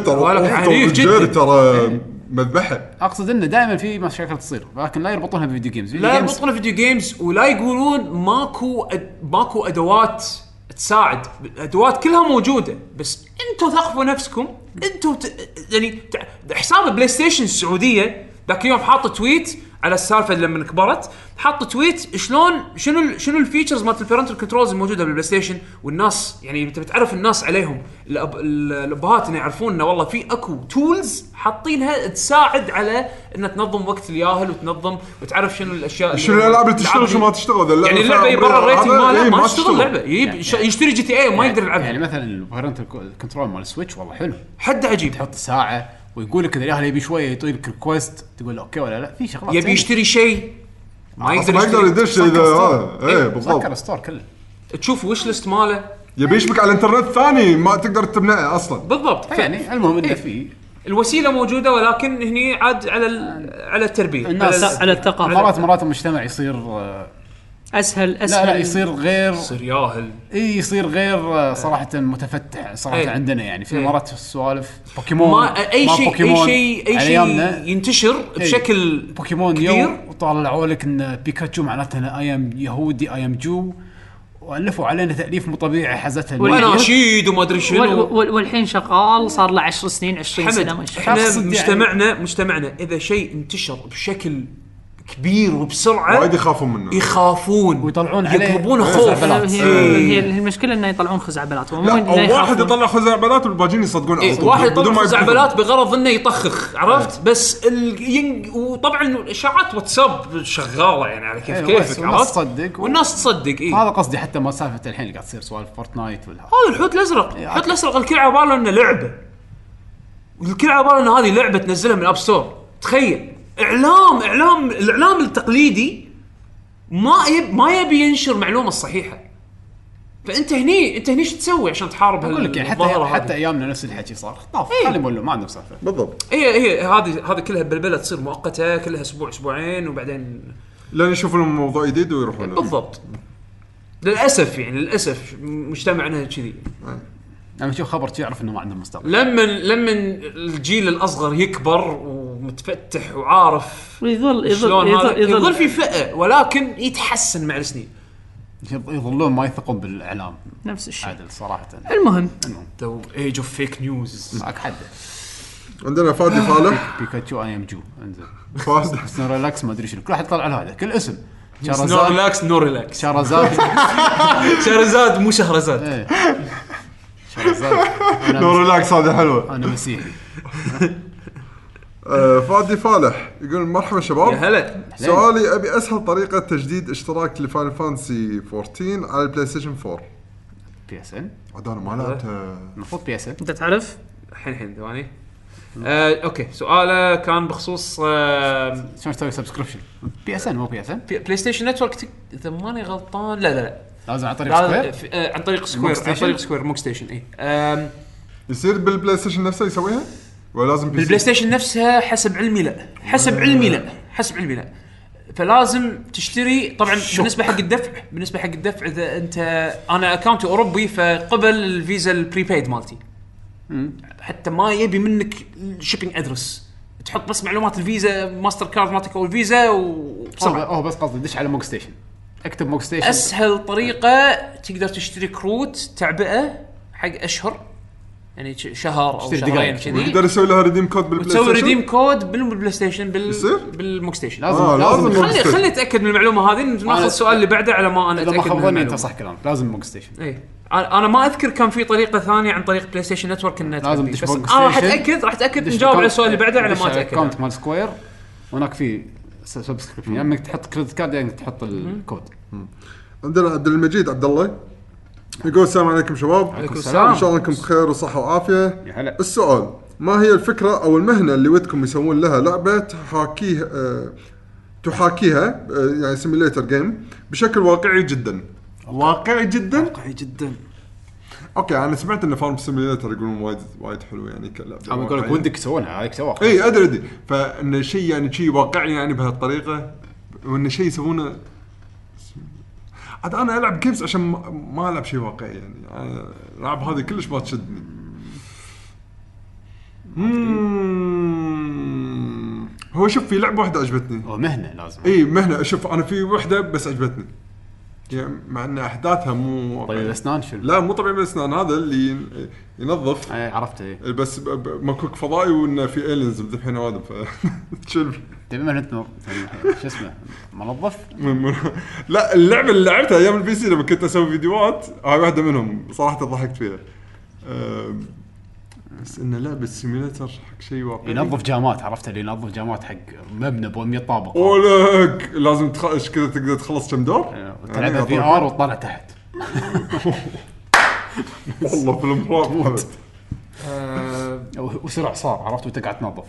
ترى مذبحه. اقصد انه دائما في مشاكل تصير لكن لا يربطونها بفيديو جيمز. لا يربطونها بفيديو جيمز ولا يقولون ماكو ادوات تساعد. الادوات كلها موجوده بس انتم ثقفوا نفسكم. انتم يعني حساب بلاي ستيشن السعوديه ذاك اليوم حاط تويت على السالفه لما كبرت حاط تويت شلون شنو الفيتشرز مالت البيرنتال كنترولز الموجوده بالبلاي ستيشن. والناس يعني انت بتعرف الناس عليهم الابهات انه يعرفون انه والله في اكو تولز حاطينها تساعد على ان تنظم وقت الياهل وتنظم وتعرف شنو الاشياء شنو الالعاب اللي تشتغل شو ما تشتغل. يعني اللعبه يبرر الريتنج ماله ما تشتغل اللعبه يشتري جي تي اي وما يقدر يلعبها. يعني مثلا البيرنتال كنترول مال السويتش والله حلو حد عجيب. تحط ساعه ويقول لك اذا الياهل يبي شويه يطيل لك ريكوست تقول اوكي ولا لا. في شغلات يبي يشتري شيء ما يقدر يدش اذا بالضبط سكر ستور كله تشوف وش ليست ماله يبي يشبك على الانترنت ثاني ما تقدر تمنعه اصلا بالضبط. يعني المهم انه في الوسيله موجوده ولكن هني عاد على التربيه الناس على الثقافه. مرات المجتمع يصير اسهل لا يصير غير يصير ياهل يصير غير صراحه متفتح صراحه. عندنا يعني في مرات السوالف بوكيمون اي شيء ينتشر بشكل بوكيمون يوم وطلعوا لك ان بيكاتشو معناته ايام يهودي ايام جو والفوا علينا تاليف مو طبيعي حزتها والناشيد وما ادري شنو والحين شغال صار له 10 سنين 20 سنه احنا مجتمعنا اذا شيء انتشر بشكل كبير وبسرعه وايد يخافون منه يخافون ويطلعون عليه يطلبونه خوف. هي المشكله انه يطلعون خزعبلات لا او واحد يطلع خزعبلات والباقيين يصدقون على طول واحد بدون يطلع ما خزعبلات بغرض انه يطخخ عرفت بس وطبعا اشاعات واتساب شغاله يعني على كيفك عرفت تصدق والناس تصدق هذا قصدي حتى ما سالفه الحين اللي قاعد تصير سوالف فورتنايت هذا الحوت الازرق الحوت الازرق الكل على باله انه لعبه الكل على باله ان هذه لعبه تنزلها من الاب ستور. تخيل الاعلام التقليدي ما يبي ينشر معلومه الصحيحه. فانت هني شو تسوي عشان تحارب اقول لك يعني حتى ايامنا نفس الحكي صار خطاف خلينا نقول له ما عندنا سالفه بالضبط. هي هذه كلها بلبله تصير مؤقته كلها اسبوعين وبعدين لين يشوفون الموضوع جديد ويروحون بالضبط. للاسف مجتمعنا كذي. لما تشوف خبر تعرف انه ما عندهم مستقبل. لما الجيل الاصغر يكبر ومتفتح وعارف يظل في فئه ولكن يتحسن مع السنين. يظلون ما يثقون بالاعلام نفس الشيء عادل صراحه. المهم تو ايج اوف فيك نيوز معك حد. عندنا فادي فالح بيكاتشو اي ام جو انزين فادي سنورلاكس ما ادري شنو كل واحد طلع له هذا كل اسم نو ريلاكس شارزاد مو شهرزاد نو ريلاكس هذا حلوه. انا مسيحي. فادي فالح يقول مرحبا شباب يا هلا. سؤالي ابي اسهل طريقه تجديد اشتراك لفاينل فانسي 14 على البلاي ستيشن 4 بي اس ان. عاد انا ما لعبت المفروض بي اس ان انت تعرف الحين ثواني. اوكي سؤاله كان بخصوص شلون تسوي سبسكريبشن بي اس ان مو بي اس ان بلاي ستيشن نتورك اذا ماني غلطان لا لازم عن طريق سكوير عن طريق سكوير موك ستيشن يصير بالبلاي ستيشن نفسه يسويها ولا لازم بالبلاي ستيشن نفسها حسب علمي لا فلازم تشتري طبعا بالنسبه حق الدفع اذا انت انا اكاونتي اوروبي فقبل الفيزا البريبايد مالتي حتى ما يبي منك الشيبينج ادرس تحط بس معلومات الفيزا ماستر كارد مالتك او الفيزا وبسرعه بس قصدي دش على موك ستيشن اكتب موك ستيشن اسهل طريقه تقدر تشتري كروت تعبئه حق اشهر يعني شهر او شهرين كذي يقدر يسوي لها ريديم كود بالبلاي ستيشن تسوي ريديم كود بالبلاي ستيشن بالموك ستيشن لازم خلي اتاكد من المعلومه هذه ناخذ السؤال اللي بعده على ما انا اتاكد من المعلومه. انت صح كلامك لازم موك ستيشن. اي انا ما اذكر كان في طريقه ثانيه عن طريق بلاي ستيشن نتورك لازم بس راح اتاكد نجاوب على السؤال اللي بعده على ما اتاكد. اكونت مال سكوير هناك في سبسكريبشن يعني تحط كريدت كارد يعني تحط الكود. عندنا عبد المجيد عبد الله يقول السلام عليكم شباب ان شاء الله انكم بخير وصحه وعافيه. السؤال ما هي الفكره او المهنه اللي ودكم يسوون لها لعبه تحاكيها يعني سيميليتر جيم بشكل واقعي جدا اوكي انا سمعت ان فارم سيميليتر يقولون وايد حلو يعني كلعبه انا اقول لك ودك تسوونها هاي سواها اي ادري فان شيء يعني شيء واقعي يعني بهالطريقه وان شيء يسوونه عاد انا العب جيمز عشان ما العب شيء واقعي يعني العب هذه كلش ما تشدني. هو شوف في لعبه واحده عجبتني مهنه لازم مهنه شوف انا في واحده بس عجبتني يعني مع ان احداثها مو طبيب الاسنان شنو لا مو طبيب الاسنان هذا اللي ينظف عرفته بس مكوك فضائي وانه في الينز مذبحين هذا شنو تبي من شو اسمه منظف لا اللعبه اللي لعبتها ايام البي سي لما كنت اسوي فيديوهات هاي واحده منهم صراحه ضحكت فيها بس انه لعبه سيميليتر حق شيء واقعي ينظف جامات عرفت اللي ينظف جامات حق مبنى ب 100 طابق ولك لازم كذا تقدر تخلص كم دور تلعب في ار وتطلع تحت والله في المرات وسرع صار عرفت وتقعد تنظف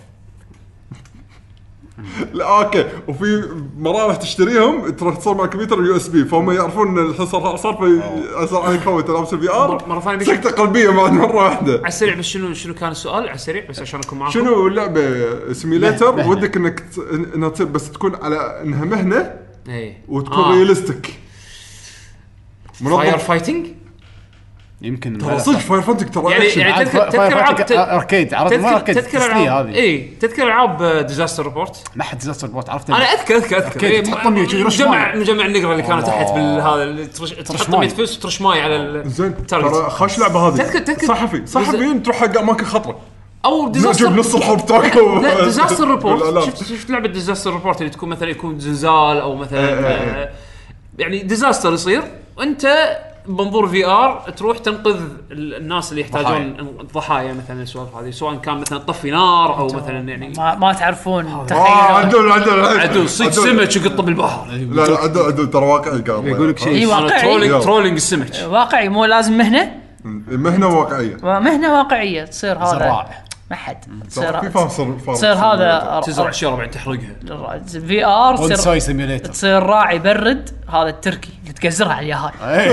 لا اوكي وفي مراوح تشتريهم تروح تصور مع الكمبيوتر اليو اس بي فهم يعرفون ان الحصار صار في اثر على الكويت لابس الفي ار مره ثانيه سكته قلبيه بعد مره واحده على السريع. بس شنو كان السؤال على السريع بس عشان اكون معاكم شنو اللعبه سيميليتر ودك انك انها تصير بس تكون على انها مهنه وتكون رياليستيك فاير فايتنج يمكن صدق فاير فانتك ترى يعني تذكر العاب اركيد عرفت ما اركيد تذكر العاب تذكر العاب ديزاستر ريبورت ما حد ديزاستر ريبورت عرفت انا اذكر تحطهم مجمع النقره اللي كانت تحت بالهذا اللي ترش ماي ترش ماي على زين ترى خاش لعبه هذه صحفيين تروح حق اماكن خطره او نجيب ديزاستر نص الحرب تاكل. لا ديزاستر ريبورت. شفت لعبه ديزاستر ريبورت اللي تكون مثلا يكون زلزال او مثلا يعني ديزاستر يصير وانت بمنظور في ار تروح تنقذ الناس اللي يحتاجون الضحايا مثلا السوالف هذه سواء كان مثلا تطفي نار او مثلا يعني ما تعرفون تخيلوا عدو صيد سمك يقط بالبحر. لا عدو ترى واقعي قال يقول لك شيء واقعي ترولينج السمك واقعي مو لازم مهنه واقعيه تصير هذا زراعه ما حد تصير هذا تزرع اشياء بعدين تحرقها في ار سيميوليتر تصير راعي برد هذا التركي اللي تقزرها على اليهال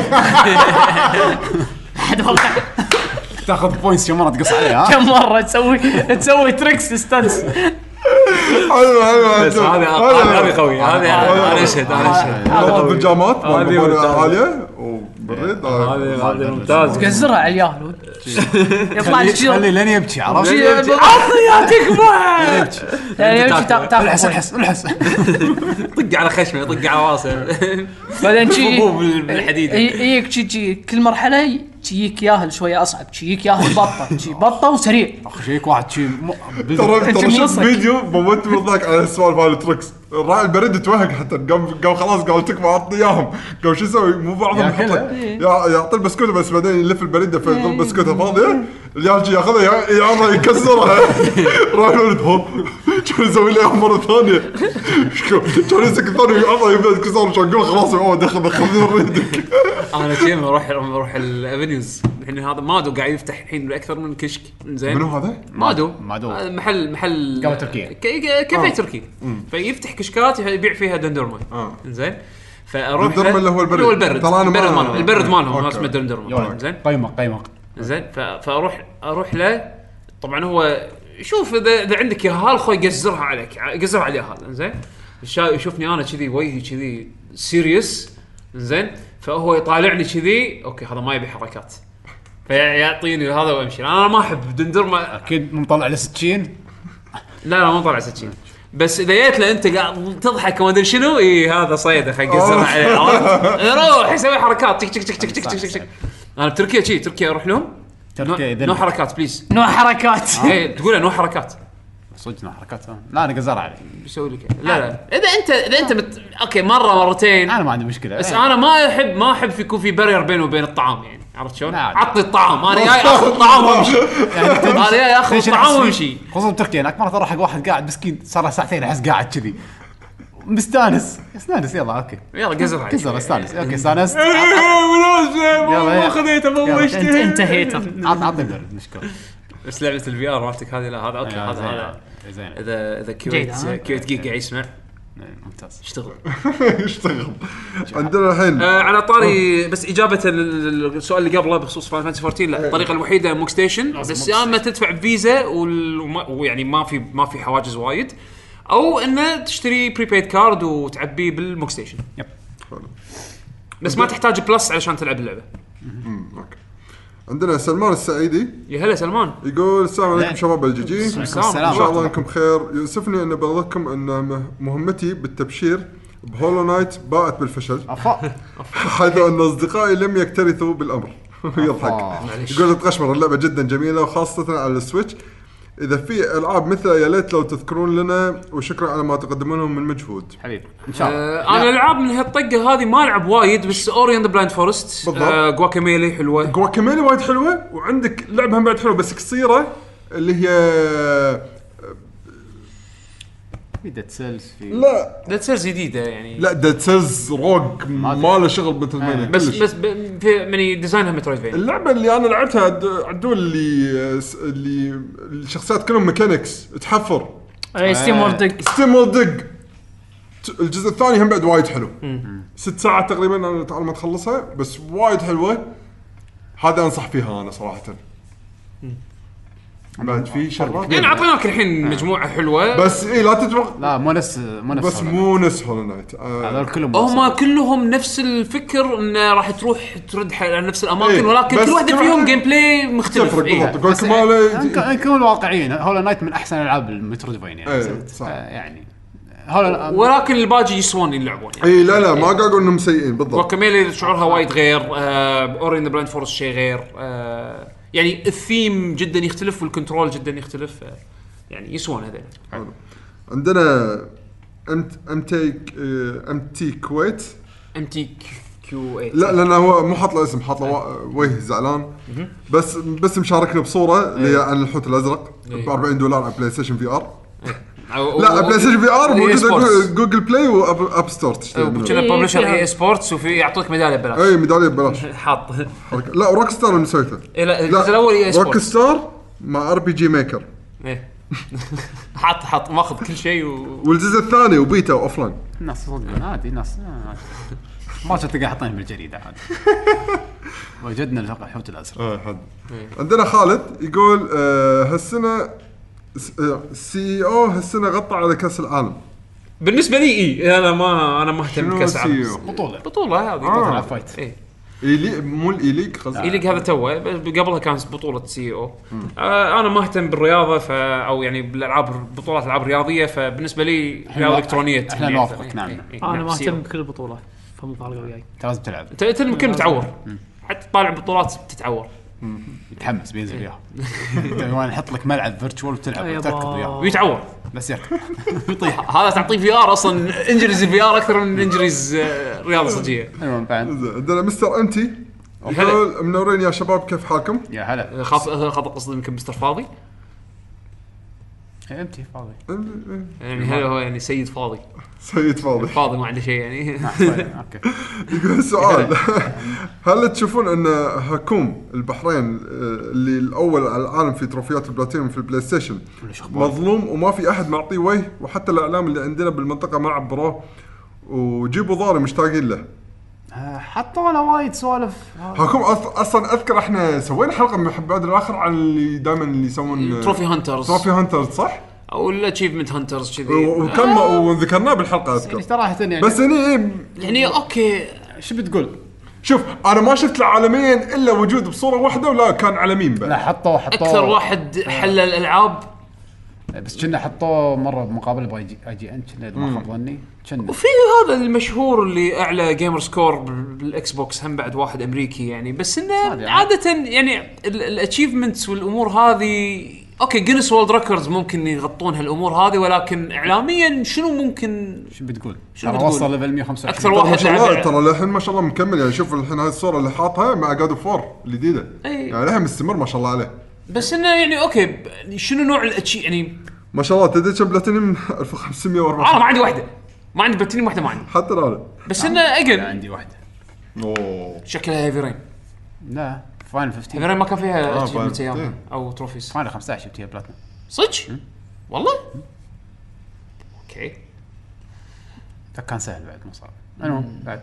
حد والله تاخذ بوينتس كم مره تقص عليها كم مره تسوي تريكس ستانس بس هذه قويه هذه انا اشهد بيجامات عاليه وبرد هذه ممتاز تقزرها على اليهال يطلع لك خلي لين يبكي عرفت يا تكبر يبكي الحس طق على خشمه طق على راسه بعدين شيء بالحديد يجيك شيء كل مرحله تجيك ياهل شويه اصعب تجيك ياهل بطه وسريع اخ شيك واحد شيء ترى شفت فيديو بموت من الضحك على السوالف هذه التركس الراعي البرد توهق حتى قام خلاص قال تكفى عطني اياهم قام شو يسوي مو بعضهم يحط لك يعطي البسكوته بس بعدين يلف البريده في البسكوته فاضيه الياجي ياخذها يعطى يكسرها راح الولد هو شو يسوي له مره ثانيه شو يمسك الثاني يعطى يبدا يكسر شو يقول خلاص هو دخل ريدك انا شيء بروح الافنيوز الحين هذا مادو قاعد يفتح الحين اكثر من كشك زين منو هذا مادو محل قهوه تركيه كافيه تركي فيفتح كشكات يبيع فيها دندرما زين فاروح دندرما اللي هو البرد مالهم اسمه دندرما زين قيمق زين فاروح له طبعا هو شوف اذا عندك ياهال خوي قزرها عليك قزرها على ياهال زين يشوفني انا كذي وجهي كذي سيريس زين فهو يطالعني كذي اوكي هذا ما يبي حركات فيعطيني هذا وامشي انا ما احب دندرما اكيد مطلع له سكين لا ما طلع سكين بس اذا جيت له انت قاعد تضحك وما ادري شنو هذا صيده خلي يقزرها عليه يروح يسوي حركات تك تك تك تك تك تك انا بتركيا اروح لهم نو حركات بليز نو حركات تقول نو حركات صدق نو حركات لا انا قزر عليه بيسوي لك لا اذا انت اوكي مره مرتين انا ما عندي مشكله بس انا ما احب يكون في بارير بينه وبين الطعام يعني عرفت شلون عطني الطعام انا جاي اخذ الطعام وامشي انا جاي اخذ الطعام وامشي خصوصا بتركيا هناك مره تروح حق واحد قاعد مسكين صار له ساعتين احس قاعد كذي مستانس يلا اوكي يلا قزر استانس اوكي استانس يلا خذيته موشته انتهيت عطني برد مشكله بس لعبه الفي ار مالتك هذه لا هذا اوكي هذا زين اذا كيوت جيج قاعد يسمع ممتاز اشتغل عندنا الحين على طاري بس اجابه السؤال اللي قبله بخصوص فاينل فانتسي 14 لا الطريقه الوحيده موك ستيشن بس يا اما تدفع بفيزا ويعني ما في حواجز وايد او انه تشتري بريبيد كارد وتعبيه بالموك ستيشن يب بس ما تحتاج بلس علشان تلعب اللعبه. اوكي عندنا سلمان السعيدي. يا هلا سلمان. يقول السلام عليكم شباب الجي. السلام. ان شاء الله انكم بخير. يوسفني ان بلغكم ان مهمتي بالتبشير بهولو نايت باءت بالفشل حيث ان اصدقائي لم يكترثوا بالامر. يضحك يقول تقشمر اللعبه جدا جميله وخاصه على السويتش. اذا في العاب مثل يا ليت لو تذكرون لنا وشكرا على ما تقدمونه من مجهود حبيبي ان شاء الله. انا العاب من هالطقه هذه ما العب وايد بس اوري اند بلايند فورست جواكاميلي حلوه. جواكاميلي وايد حلوه وعندك لعبه هم بعد حلوه بس قصيره اللي هي في ديد سيلز في لا ديد سيلز جديده يعني لا ديد سيلز روج ما له شغل بمترويدفينيا بس في مني ديزاينها مترويدفينيا. اللعبه اللي انا لعبتها عدول اللي الشخصيات كلهم ميكانكس تحفر ستيم وورد الجزء الثاني هم بعد وايد حلو 6 ساعات تقريبا انا على ما تخلصها بس وايد حلوه. هذا انصح فيها انا صراحه. بعد في شغلات يعني اعطيناك الحين مجموعه حلوه بس لا تتوقع لا مو نفس بس مو نفس هولو نايت. هذول كلهم هم كلهم نفس الفكر انه راح تروح ترد على نفس الاماكن ولكن كل واحده فيهم جيم بلاي مختلف. بالضبط نكون واقعيين هولو نايت من احسن العاب المترويدفينيا يعني ولكن الباقي يسوون يلعبون يعني. اي لا ما قاعد اقول انهم سيئين بالضبط. وكميلي شعورها وايد غير اورين ذا بلايند فورست شيء غير يعني الثيم جدا يختلف والكنترول جدا يختلف يعني يسوون هذول. عندنا ام تي كويت MT Q8 لا لانه هو مو حاط له اسم حاط له وجه زعلان بس مشاركنا بصوره اللي هي عن الحوت الازرق ب $40 على بلاي ستيشن في ار. لا بلاي ستيشن في ار موجود جوجل بلاي واب ستور تشتري كنا ببلشر اي سبورتس وفي يعطوك ميداليه ببلاش. اي ميداليه ببلاش حاط لا روك ستار اللي مسويته. لا الجزء الاول اي سبورتس روك ستار مع RPG ميكر ايه حاط ماخذ كل شيء والجزء الثاني وبيتا واوفلاين. الناس صدق عادي ناس ما تلقى حاطين بالجريده عادي. وجدنا الحوت الازرق. حد عندنا خالد يقول هالسنه سي او هالسنه غطى على كاس العالم. بالنسبه لي اي انا ما اهتم بكاس العالم. بطوله هذه فايت ايه إيلي مو الإيليج قصدي إيليج هذا توه قبلها كانت بطولة سي او. انا ما اهتم بالرياضه او يعني بالالعاب بطولات العاب رياضيه فبالنسبه لي رياضه الكترونيه احنا نوافقك. نعم انا ما اهتم بكل البطولات فمفارقه وياي. لازم تلعب انت يمكن متعور حتى طالع بطولات تتعور يتحمس بينزل وياها. انت نحط لك ملعب فيرتشوال وتلعب وتركض وياه ويتعور بس يركض يطيح. هذا تعطيه في ار اصلا انجريز في ار اكثر من انجريز رياضه صجيه. المهم بعد عندنا مستر امتي يقول منورين يا شباب كيف حالكم؟ يا هلا. خاطر قصدي يمكن مستر فاضي امتي فاضي يعني هذا هو يعني سيد فاضي فاضي ما عنده شيء يعني. اوكي. يقول سؤال هل تشوفون ان هكوم البحرين اللي الاول على العالم في تروفيات البلاتينيوم في البلاي ستيشن مظلوم وما في احد معطيه وجه وحتى الاعلام اللي عندنا بالمنطقه ما عبروه وجيبوا ضاري مشتاقين له؟ حطوا له وايد سوالف. هكوم اصلا اذكر احنا سوينا حلقه من حباد الاخر عن اللي دائما اللي يسوون تروفي هانترز صح او الاتشيفمنت هانترز كذي وكان وذكرناه بالحلقه اذكر صراحه يعني بس يعني اوكي شو بتقول. شوف انا ما شفت العالمين الا وجود بصوره واحده ولا كان عالمين بقى. لا حطوا اكثر واحد حل الالعاب بس كنا حطوه مره بمقابله باي جي ان كنا ما خاب ظني كنا. وفي هذا المشهور اللي اعلى جيمر سكور بالاكس بوكس هم بعد واحد امريكي يعني بس انه يعني. عاده يعني الاتشيفمنتس والامور هذه اوكي جينيس وورلد ريكوردز ممكن يغطون هالامور هذه ولكن اعلاميا شنو ممكن شو بتقول وصل ليفل 125 اكثر واحد لعب ترى الحين ما شاء الله مكمل يعني شوف الحين هاي الصوره اللي حاطها مع جاد اوف 4 الجديده يعني الحين مستمر ما شاء الله عليه. بس انه يعني اوكي شنو نوع يعني ما شاء الله تدري كم بلاتينيوم 1504. انا ما عندي واحده ما عندي بلاتينيوم واحده ما عندي حتى انا بس انه اجل عندي واحده شكلها هيفي لا فاينل 15 هيفي ما كان فيها اتشيفمنت ايام او تروفيز فاينل 15 جبتها بلاتينيوم صدق والله اوكي كان سهل بعد مو صعب. المهم بعد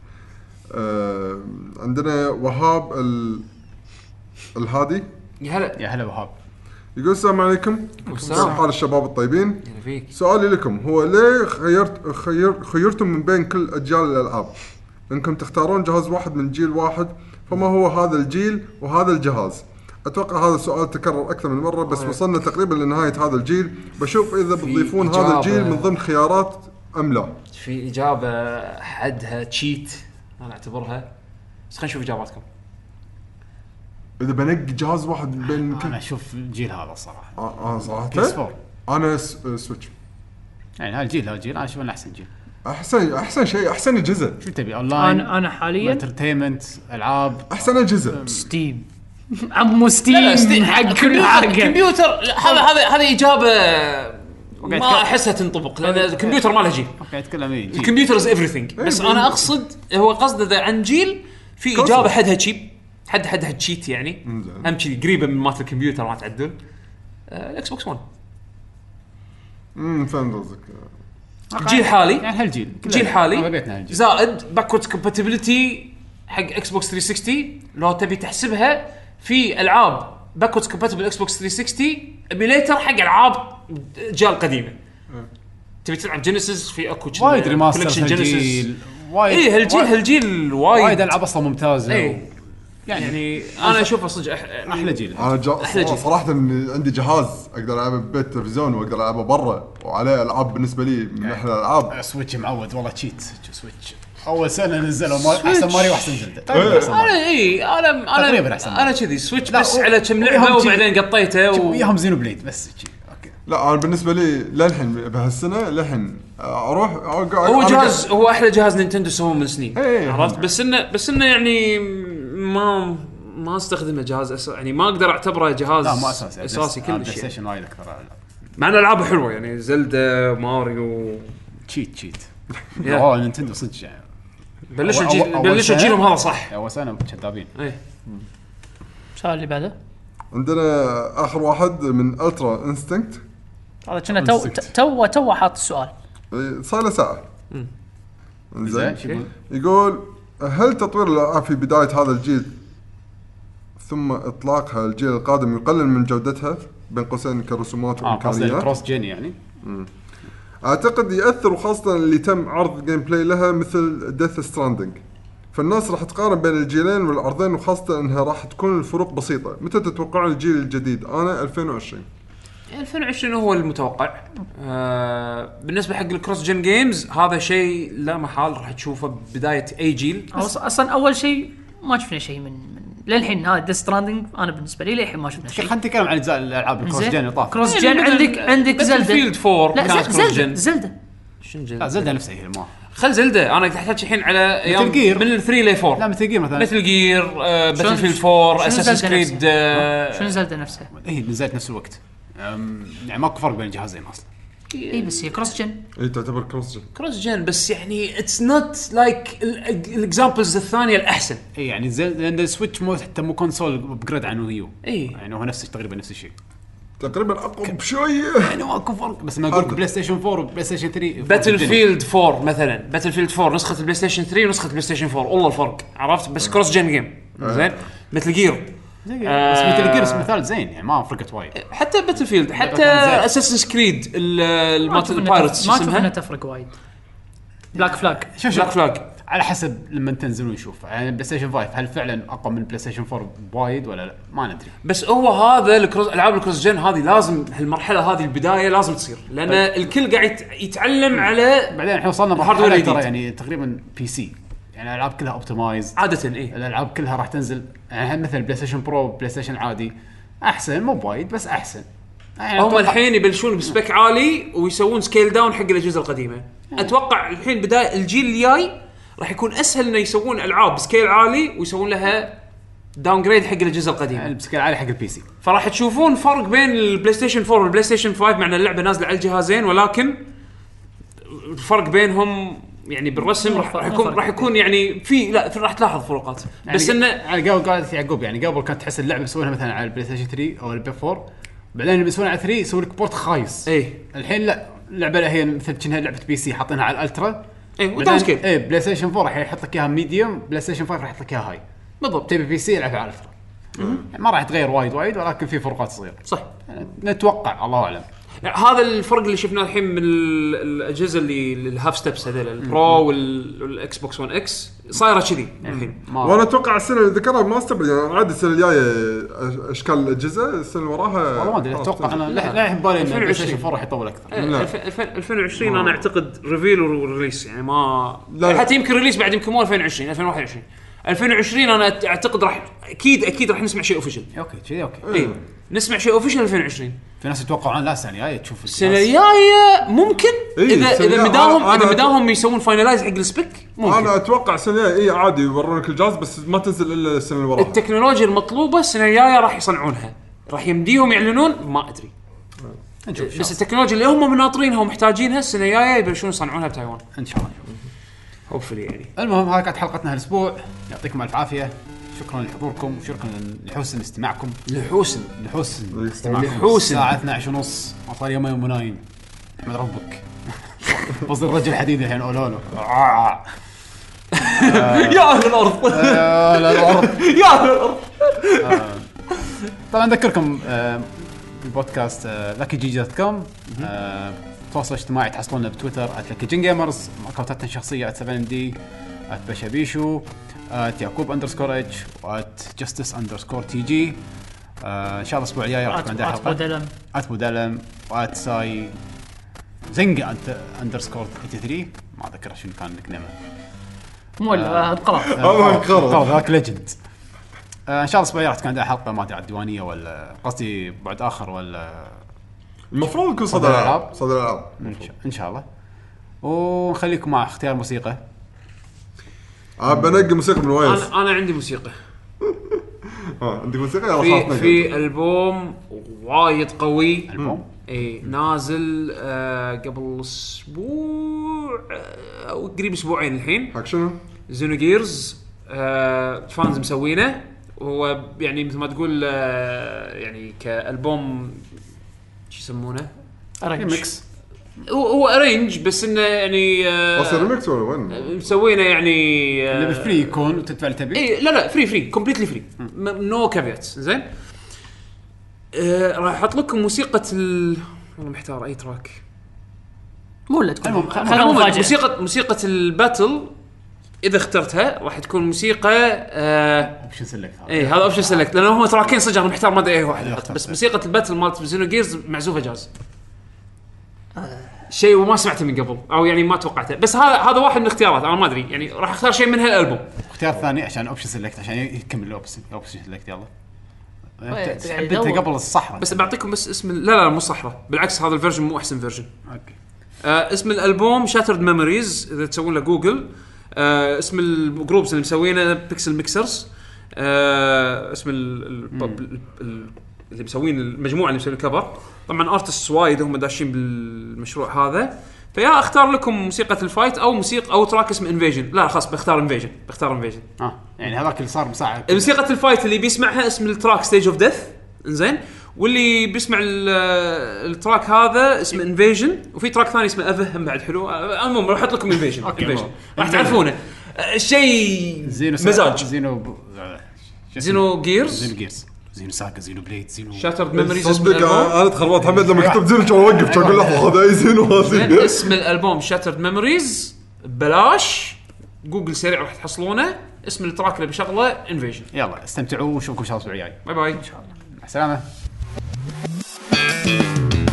عندنا وهاب الهادي يا هلا وهاب يقول السلام عليكم. كيف حال الشباب الطيبين؟ فيك. سؤالي لكم هو ليه خيرتم من بين كل أجيال الألعاب إنكم تختارون جهاز واحد من جيل واحد فما هو هذا الجيل وهذا الجهاز؟ أتوقع هذا السؤال تكرر أكثر من مرة بس وصلنا تقريبا لنهاية هذا الجيل بشوف إذا بتضيفون هذا الجيل من ضمن خيارات أم لا. في إجابة حدها تشيت أنا أعتبرها بس خلينا نشوف إجاباتكم. إذا بنقي جهاز واحد بين أنا أشوف الجيل هذا الصراحة. صراحة أنا سويتش يعني هالجيل أنا أشوف أنه أحسن جيل أحسن شيء أحسن أجهزة. شو تبي أونلاين أنا حاليا انترتينمنت ألعاب أحسن أجهزة ستيم عمو ستيم حق كل حاجة كمبيوتر هذا إجابة ما أحسها تنطبق لأن الكمبيوتر ما له جيل. أوكي أتكلم إيه الكمبيوتر is everything بس أنا أقصد هو قصده ذا عن جيل في إجابة حدها تشيب حدها تشيت يعني أهم شيء قريبة من مات الكمبيوتر ما تعدل الإكس بوكس 1 فهمت قصدك. جيل حالي يعني هالجيل جيل حالي زائد باكورد كومباتيبلتي حق اكس بوكس 360 لو تبي تحسبها في العاب باكورد كومباتيبل اكس بوكس 360 ايميليتر حق العاب جيل قديمه تبي تلعب جينيسيس في اكو وايد ريماستر هالجيل وايد ايه هالجيل وايد العاب اصلا ممتازه ايه. يعني انا اشوفه صدق احلى جيل. انا صراحه عندي جهاز اقدر العبه ببيت تلفزيون واقدر العبه برا وعليه العاب بالنسبه لي من احلى الالعاب. سويتش معود والله تشيت سويتش اول سنه نزلوا احسن ماريو واحسن زلده. انا كذي سويتش بس على كم لعبه وبعدين قطيته وياهم زينو بليد بس اوكي. لا انا بالنسبه لي للحين بهالسنه للحين اروح هو جهاز هو احلى جهاز نينتندو سووه من سنين عرفت. بس انه يعني ما استخدمه جهاز يعني ما اقدر اعتبره جهاز اساسي كل شيء. بلاي ستيشن وايد اكثر مع ان العابه حلوه يعني زلدا ماريو تشيت نينتندو صدق يعني بلشوا جيلهم هذا صح. اول سنه كذابين. السؤال اللي بعده عندنا اخر واحد من الترا انستنكت. هذا كنا تو حاط السؤال صار له ساعه. زين يقول هل تطوير الالعاب في بدايه هذا الجيل ثم اطلاقها الجيل القادم يقلل من جودتها بين قوسين كرسومات وامكانيات كروس جين يعني؟ اعتقد ياثر وخاصه اللي تم عرض جيم بلاي لها مثل ديث ستراندنج. فالناس راح تقارن بين الجيلين والعرضين وخاصه انها راح تكون الفروق بسيطه. متى تتوقعون الجيل الجديد؟ انا 2020 هو المتوقع. بالنسبه حق الكروس جين جيمز هذا شيء لا محال راح تشوفه بدايه اي جيل. اصلا اول شيء ما شفنا شيء من للحين. هذا ديث ستراندنج انا بالنسبه لي للحين ما شفنا شيء. خلينا نتكلم عن اجزاء الالعاب الكروس جين اللي طاف. كروس جين عندك زلدا فيلد 4 لا زلدا لا زلدا نفسها هي ما خل زلدا. انا تحتاج الحين على من 3 ل 4. لا مثل جير مثلا مثل جير باتل فيلد 4 اساسن كريد. شنو زلدا نفسها هي نزلت نفس الوقت يعني ماكو فرق بين الجهازين اصلا. اي بس هي كروس جين. اي تعتبر كروس جين بس يعني اتس نوت لايك الاكزامبلز الثانيه الاحسن. اي يعني لان السويتش حتى مو كونسول ابجريد عنه هيو. اي يعني هو تقريبا نفس الشيء تقريبا اقوى بشويه يعني ماكو فرق. بس ما اقول بلاي ستيشن 4 وبلاي ستيشن 3 باتل فيلد 4 مثلا باتل فيلد 4 نسخه البلاي ستيشن 3 ونسخه البلاي ستيشن 4 والله الفرق عرفت. بس كروس جين جيم زين مثل جير بس مثل جير مثال زين يعني ما فرقت وايد. حتى باتل فيلد حتى اساسن كريد المات البايرتس ما شفنا تفرق وايد. بلاك فلاج بلاك فلاج على حسب لما تنزلون نشوف يعني بلاي ستيشن 5 هل فعلا اقوى من بلاي ستيشن 4 وايد ولا لا ما ندري. بس هو هذا الكروس العاب الكروس جين هذه لازم هالمرحله هذه البدايه لازم تصير لان الكل قاعد يتعلم على بعدين احنا وصلنا مرحله ترى يعني تقريبا بي سي يعني الالعاب كلها اوبتمايز عاده. الالعاب كلها راح تنزل يعني مثل بلاي ستيشن برو بلاي ستيشن عادي احسن مو وايد بس احسن يعني هم الحين يبلشون بسبيك عالي ويسوون سكيل داون حق الاجهزه القديمه. اتوقع الحين بدايه الجيل الجاي راح يكون اسهل انه يسوون العاب بسكيل عالي ويسوون لها داون جريد حق الاجهزه القديمه يعني بسكيل عالي حق البي سي. فراح تشوفون فرق بين البلاي ستيشن 4 والبلاي ستيشن 5 مع ان اللعبه نازله على الجهازين ولكن الفرق بينهم يعني بالرسم راح يكون يعني في راح تلاحظ فروقات يعني بس انه يعني قالت يعقوب يعني قبل كانت تحس اللعبه يسوونها مثلا على البلاي ستيشن 3 او البي 4 بعدين اللي يسوونها على 3 يسوون لك بورت خايس. الحين لا اللعبه هي مثل كأنها لعبه بي سي حاطينها على الالترا وداون سكيل. بلاي ستيشن 4 راح يحط لك اياها ميديوم بلاي ستيشن 5 راح يحط لك اياها هاي بالضبط. تبي بي سي يلعب على الالترا ما راح يتغير وايد ولكن في فرقات صغيره صح يعني نتوقع الله اعلم. هذا الفرق اللي شفناه الحين من الاجهزه اللي الهاف ستبس هذول البرو والاكس بوكس 1 اكس صايره كذي الحين. وانا اتوقع السنه اللي ذكرها ما استبعد يعني عاد السنه الجايه اشكال الاجهزه السنه اللي وراها والله ما ادري اتوقع انا لا يحب بالي ان بلاي ستيشن 4 راح يطول اكثر. 2020 انا اعتقد ريفيل وريليس يعني ما حتى يمكن ريليس بعد يمكن مو 2020 2021 انا اعتقد راح اكيد راح نسمع شيء اوفيشال. اوكي كذي اوكي نسمع شيء اوفيشال 2020. في ناس يتوقعون لا السنه الجايه تشوف السنه الجايه ممكن اذا مداهم يسوون فاينلايز حق السبيك ممكن. انا اتوقع السنه الجايه عادي يورونك الجهاز بس ما تنزل الا السنه اللي وراها. التكنولوجيا المطلوبه السنه الجايه راح يصنعونها راح يمديهم يعلنون ما ادري نشوف بس التكنولوجيا اللي هم مناطرينها ومحتاجينها السنه الجايه يبلشون يصنعونها بتايوان ان شاء الله. هوبفلي يعني. المهم هاي كانت حلقتنا هالاسبوع يعطيكم الف عافيه. شكرا لحضوركم وشكرا لحسن استماعكم. لحسن استماعكم. الساعه 12:30 صار يوم نايم. احمد ربك بصير رجل حديد الحين اولولو يا اهل الارض يا اهل الارض. طبعا اذكركم البودكاست luckyg.com تواصل اجتماعي تحصلونه بتويتر @luckygengamers اكونتاتنا الشخصيه @7md @بشابيشو @يعقوب_h @justice_tg. ان شاء الله الاسبوع الجاي راح تكون عندنا حلقه @مدلم @ساي زنقه _83 ما اذكر شنو كان نكنمه. مو انقلاب هذا ذاك ليجند. ان شاء الله اسبوعيات كان عندها حلقه ما ادري على الديوانيه ولا قصدي بعد اخر ولا المفروض يكون صدى الالعاب ان شاء الله. ونخليكم مع اختيار موسيقى. بنقي موسيقى من ويس. انا عندي موسيقى. عندي موسيقى يلا في البوم وايد قوي. البوم اي نازل قبل اسبوع او قريب اسبوعين الحين. حق شنو؟ زينو جيرز. فانز مسوينه وهو يعني مثل ما تقول يعني كالبوم شو يسمونه ريمكس. هو ارينج بس انه يعني اصلا ريمكس ولا وين مسوينه يعني اللي بفري يكون وتدفع اللي تبي. اي لا فري كومبليتلي فري نو كافيات. زين راح احط لكم موسيقى والله محتار اي تراك مو لا تكون خلينا مفاجأة. موسيقى الباتل اذا اخترتها راح تكون موسيقى اوبشن سيلكت. اي هذا اوبشن سيلكت لانه هو تراكين صدق انا محتار ما ادري اي واحد احط. بس موسيقى الباتل مالت زينو جيرز معزوفه جاز شيء وما سمعته من قبل او يعني ما توقعته. بس هذا واحد من الاختيارات انا ما ادري يعني راح اختار شيء من هالالبوم. اختيار ثاني عشان اوبشن سيلكت عشان يكمل الاوبشن سيلكت. يلا يعني انت قبل الصحراء بس بعطيكم بس اسم لا مو الصحراء بالعكس هذا الفيرجن مو احسن فيرجن. اوكي. اسم الالبوم شاترد ميموريز اذا تسوون له جوجل. اسم الجروبز اللي مسوينه بيكسل ميكسرز. اسم اللي مسوين المجموعه اللي مسوين الكفر. طبعا ارتست وايد هم داشين بالمشروع هذا. فيا اختار لكم موسيقى الفايت او موسيقى او تراك اسمه انفيجن. لا خلاص بختار انفيجن. يعني هذاك اللي صار مساعد. موسيقى الفايت اللي بيسمعها اسم التراك ستيج اوف ديث. انزين واللي بيسمع التراك هذا اسمه انفيجن. وفي تراك ثاني اسمه افه هم بعد حلو. المهم راح احط لكم انفيجن. راح تعرفونه شيء مزاج. زينو جيرز زينو ساكا زينو بليد زينو شاترد ميموريز. صدق انا تخربت حمد لما كتبت زينو كان اوقف كان اقول له هذا اي زينو هذا. اسم الالبوم شاترد ميموريز ببلاش جوجل سريع راح تحصلونه. اسم التراك اللي بشغله انفيجن. يلا استمتعوا ونشوفكم ان شاء الله الاسبوع الجاي. باي باي مع السلامه.